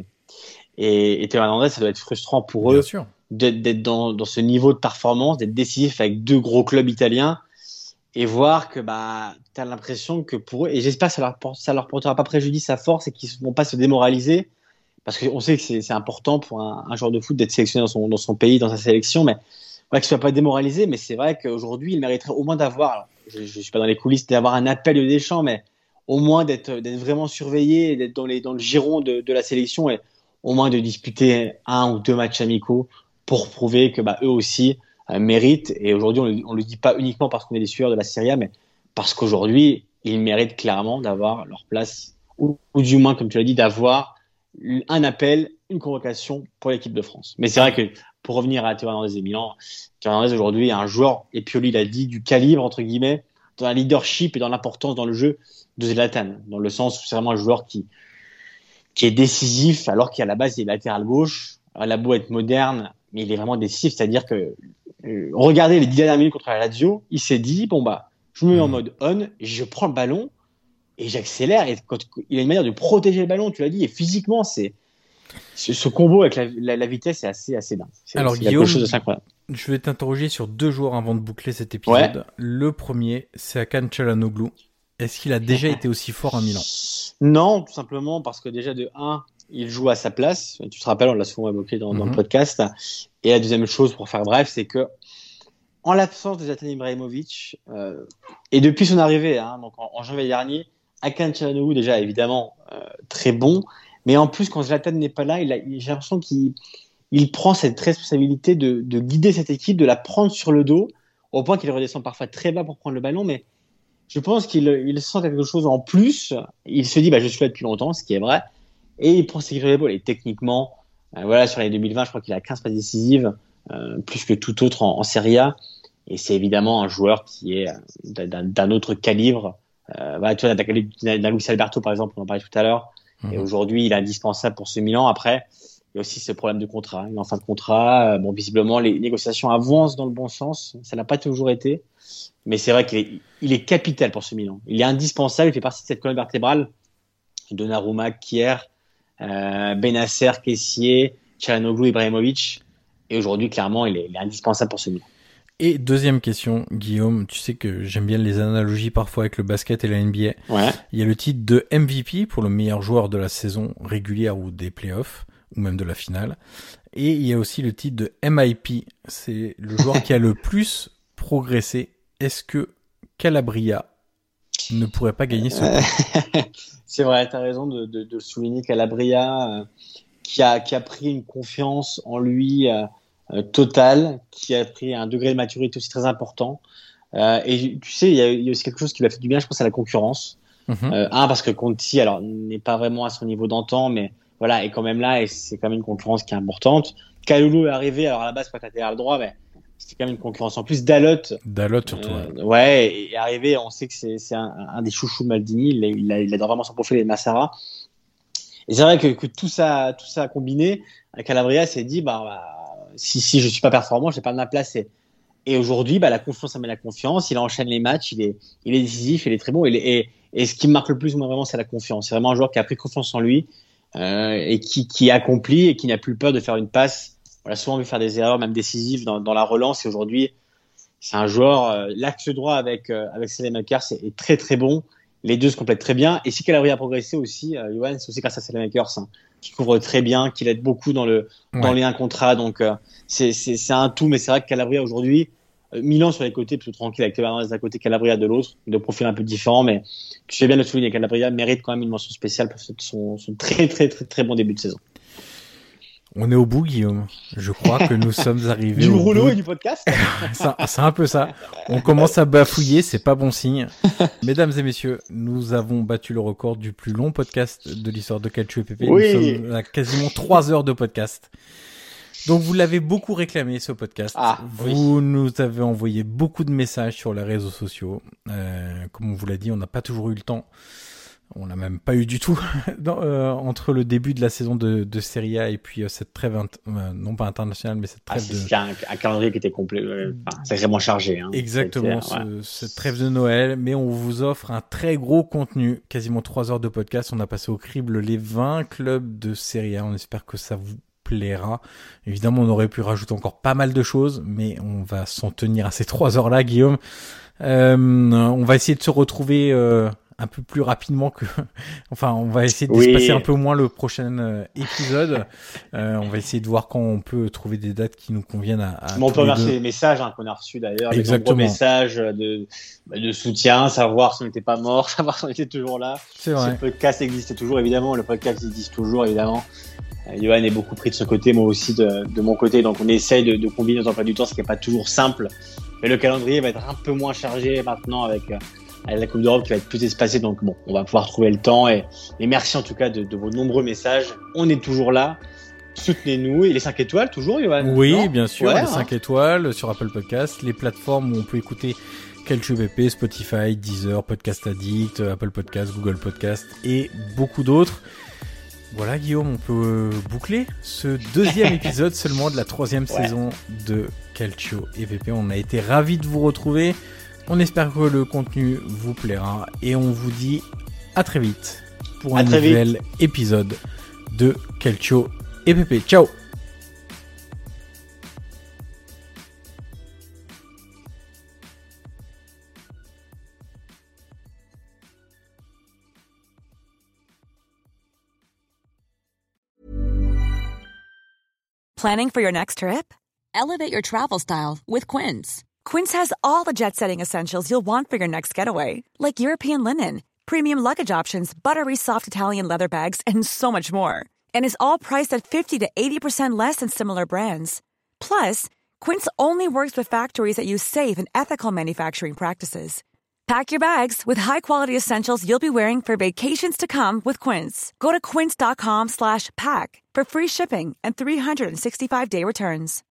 et, et Théo Hernandez, ça doit être frustrant pour Bien eux. sûr. D'être, d'être dans, dans ce niveau de performance, d'être décisif avec deux gros clubs italiens et voir que, bah, t'as l'impression que pour eux, et j'espère que ça leur, ça leur portera pas préjudice à force et qu'ils vont pas se démoraliser parce qu'on sait que c'est, c'est important pour un, un joueur de foot d'être sélectionné dans son, dans son pays, dans sa sélection, mais ouais, qu'il soit pas démoralisé, mais c'est vrai qu'aujourd'hui, il mériterait au moins d'avoir, alors, je, je suis pas dans les coulisses, d'avoir un appel de Deschamps, mais au moins d'être, d'être vraiment surveillé, d'être dans les, dans le giron de, de la sélection et au moins de disputer un ou deux matchs amicaux pour prouver que, bah, eux aussi, euh, méritent. Et aujourd'hui, on le, on le dit pas uniquement parce qu'on est les sueurs de la Serie A, mais parce qu'aujourd'hui, ils méritent clairement d'avoir leur place, ou, ou du moins, comme tu l'as dit, d'avoir un appel, une convocation pour l'équipe de France. Mais c'est vrai que, pour revenir à Théo Hernandez et Milan, Théo Hernandez aujourd'hui est un joueur, et Pioli l'a dit, du calibre, entre guillemets, dans la leadership et dans l'importance dans le jeu de Zlatan, dans le sens où c'est vraiment un joueur qui, qui est décisif, alors qu'à la base, il est latéral gauche. Il a beau être moderne, mais il est vraiment décisif, c'est-à-dire que, euh, regardez les dix dernières minutes contre la Lazio, il s'est dit, bon bah, je me mets en mode on, je prends le ballon, et j'accélère, et quand, il a une manière de protéger le ballon, tu l'as dit, et physiquement, c'est, Ce, ce combo avec la, la, la vitesse est assez, assez dingue. C'est, Alors, c'est Guillaume, quelque chose d'incroyable. Je vais t'interroger sur deux joueurs avant de boucler cet épisode. Ouais. Le premier, c'est Hakan Çalhanoğlu. Est-ce qu'il a déjà été aussi fort à Milan ? Non, tout simplement parce que déjà de un, il joue à sa place. Tu te rappelles, on l'a souvent évoqué dans, mm-hmm. dans le podcast. Et la deuxième chose, pour faire bref, c'est que en l'absence de Zlatan Ibrahimovic, euh, et depuis son arrivée, hein, donc en, en janvier dernier, Hakan Çalhanoğlu déjà évidemment euh, très bon. Mais en plus, quand Zlatan n'est pas là, il a, j'ai l'impression qu'il il prend cette responsabilité de, de guider cette équipe, de la prendre sur le dos, au point qu'il redescend parfois très bas pour prendre le ballon. Mais je pense qu'il il sent quelque chose en plus. Il se dit, bah, je suis là depuis longtemps, ce qui est vrai. Et il prend ses équipes sur l'épaule. Et techniquement, euh, voilà, sur les deux mille vingt, je crois qu'il a quinze passes décisives, euh, plus que tout autre en, en Serie A. Et c'est évidemment un joueur qui est euh, d'un, d'un autre calibre. Euh, voilà, tu vois, d'un, d'un Luis Alberto, par exemple, on en parlait tout à l'heure. Et aujourd'hui, il est indispensable pour ce Milan. Après, il y a aussi ce problème de contrat. Il est en fin de contrat. Bon, visiblement, les négociations avancent dans le bon sens. Ça n'a pas toujours été. Mais c'est vrai qu'il est, il est capital pour ce Milan. Il est indispensable. Il fait partie de cette colonne vertébrale. Donnarumma, Kier, euh, Bennacer, Kessié, Çalhanoğlu, Ibrahimovic. Et aujourd'hui, clairement, il est, il est indispensable pour ce Milan. Et deuxième question, Guillaume, tu sais que j'aime bien les analogies parfois avec le basket et la N B A. Ouais. Il y a le titre de M V P pour le meilleur joueur de la saison régulière ou des playoffs, ou même de la finale. Et il y a aussi le titre de M I P, c'est le joueur qui a le plus progressé. Est-ce que Calabria ne pourrait pas gagner ce prix ? C'est vrai, tu as raison de, de, de souligner Calabria, euh, qui, a, qui a pris une confiance en lui euh, Euh, total, qui a pris un degré de maturité aussi très important. Euh, et tu sais, il y, a, il y a aussi quelque chose qui lui a fait du bien, je pense, à la concurrence. Mm-hmm. Euh, un, parce que Conti, alors, n'est pas vraiment à son niveau d'antan, mais voilà, est quand même là, et c'est quand même une concurrence qui est importante. Kalulu est arrivé, alors à la base, pas latéral droit, mais c'était quand même une concurrence en plus. Dalot. Dalot, surtout. Euh, ouais, et, et arrivé, on sait que c'est, c'est un, un des chouchous de Maldini, il, il, a, il adore vraiment son profil de Massara. Et c'est vrai que, que tout ça, tout ça combiné, Calabria s'est dit, bah, bah si, si je suis pas performant, j'ai pas de ma place. Et, et aujourd'hui, bah, la confiance amène la confiance. Il enchaîne les matchs, il est, il est décisif, il est très bon. Il est, et, et ce qui me marque le plus, moi, vraiment, c'est la confiance. C'est vraiment un joueur qui a pris confiance en lui, euh, et qui, qui accomplit et qui n'a plus peur de faire une passe. On a souvent vu faire des erreurs, même décisives, dans, dans la relance. Et aujourd'hui, c'est un joueur, euh, l'axe droit avec, euh, avec Saelemaekers est, est très, très bon. Les deux se complètent très bien. Et si Calabria a progressé aussi, euh, Johan, c'est aussi grâce à Saelemaekers, hein. qui couvre très bien, qui l'aide beaucoup dans le ouais. dans les un contre un. Donc euh, c'est c'est c'est un tout, mais c'est vrai que Calabria aujourd'hui, euh, Milan sur les côtés, plutôt tranquille avec Théo Hernandez d'un côté, Calabria de l'autre, de profil un peu différent, mais tu fais bien de le souligner, Calabria mérite quand même une mention spéciale pour son son très très très très bon début de saison. On est au bout, Guillaume. Je crois que nous sommes arrivés du au rouleau bout. et du podcast. ça, c'est un peu ça. On commence à bafouiller, c'est pas bon signe. Mesdames et messieurs, nous avons battu le record du plus long podcast de l'histoire de Calcio P P. Oui. Nous sommes à quasiment trois heures de podcast. Donc vous l'avez beaucoup réclamé, ce podcast. Ah, vous oui. nous avez envoyé beaucoup de messages sur les réseaux sociaux. Euh, comme on vous l'a dit, on n'a pas toujours eu le temps. On l'a même pas eu du tout dans, euh, entre le début de la saison de, de Serie A et puis euh, cette trêve, int- euh, non pas internationale, mais cette trêve ah, de... c'est un, un calendrier qui était complet, euh, enfin, sacrément chargé. Hein. Exactement, C'était, ouais. ce, cette trêve de Noël, mais on vous offre un très gros contenu, quasiment trois heures de podcast. On a passé au crible les vingt clubs de Serie A. On espère que ça vous plaira. Évidemment, on aurait pu rajouter encore pas mal de choses, mais on va s'en tenir à ces trois heures-là, Guillaume. Euh, on va essayer de se retrouver... Euh, un peu plus rapidement que, enfin, on va essayer de oui. dépasser un peu moins le prochain euh, épisode. Euh, on va essayer de voir quand on peut trouver des dates qui nous conviennent à. à bon, on peut remercier les, les messages hein, qu'on a reçus d'ailleurs, Exactement. les nombreux messages de, de soutien, savoir si on n'était pas mort, savoir si on était toujours là. C'est vrai. Si le podcast existait toujours, évidemment, le podcast existe toujours, évidemment. Euh, Johan est beaucoup pris de son côté, moi aussi de, de mon côté, donc on essaye de, de combiner nos emplois du temps, ce qui n'est pas toujours simple. Mais le calendrier va être un peu moins chargé maintenant avec. Euh, avec la Coupe d'Europe qui va être plus espacée, donc bon, on va pouvoir trouver le temps et, et merci en tout cas de, de vos nombreux messages. On est toujours là, soutenez-nous et les cinq étoiles toujours, Johan. Oui, non bien sûr, ouais, les hein. cinq étoiles sur Apple Podcast, les plateformes où on peut écouter Calcio P P, Spotify, Deezer, Podcast Addict, Apple Podcast, Google Podcast et beaucoup d'autres. Voilà Guillaume, on peut boucler ce deuxième épisode seulement de la troisième ouais. saison de Calcio et P P. On a été ravis de vous retrouver. On espère que le contenu vous plaira et on vous dit à très vite pour un nouvel vite. épisode de Calcio et P P. Ciao. Planning for your next trip? Elevate your travel style with Quince. Quince has all the jet-setting essentials you'll want for your next getaway, like European linen, premium luggage options, buttery soft Italian leather bags, and so much more. And is all priced at fifty to eighty percent less than similar brands. Plus, Quince only works with factories that use safe and ethical manufacturing practices. Pack your bags with high-quality essentials you'll be wearing for vacations to come with Quince. Go to quince.com slash pack for free shipping and three sixty-five day returns.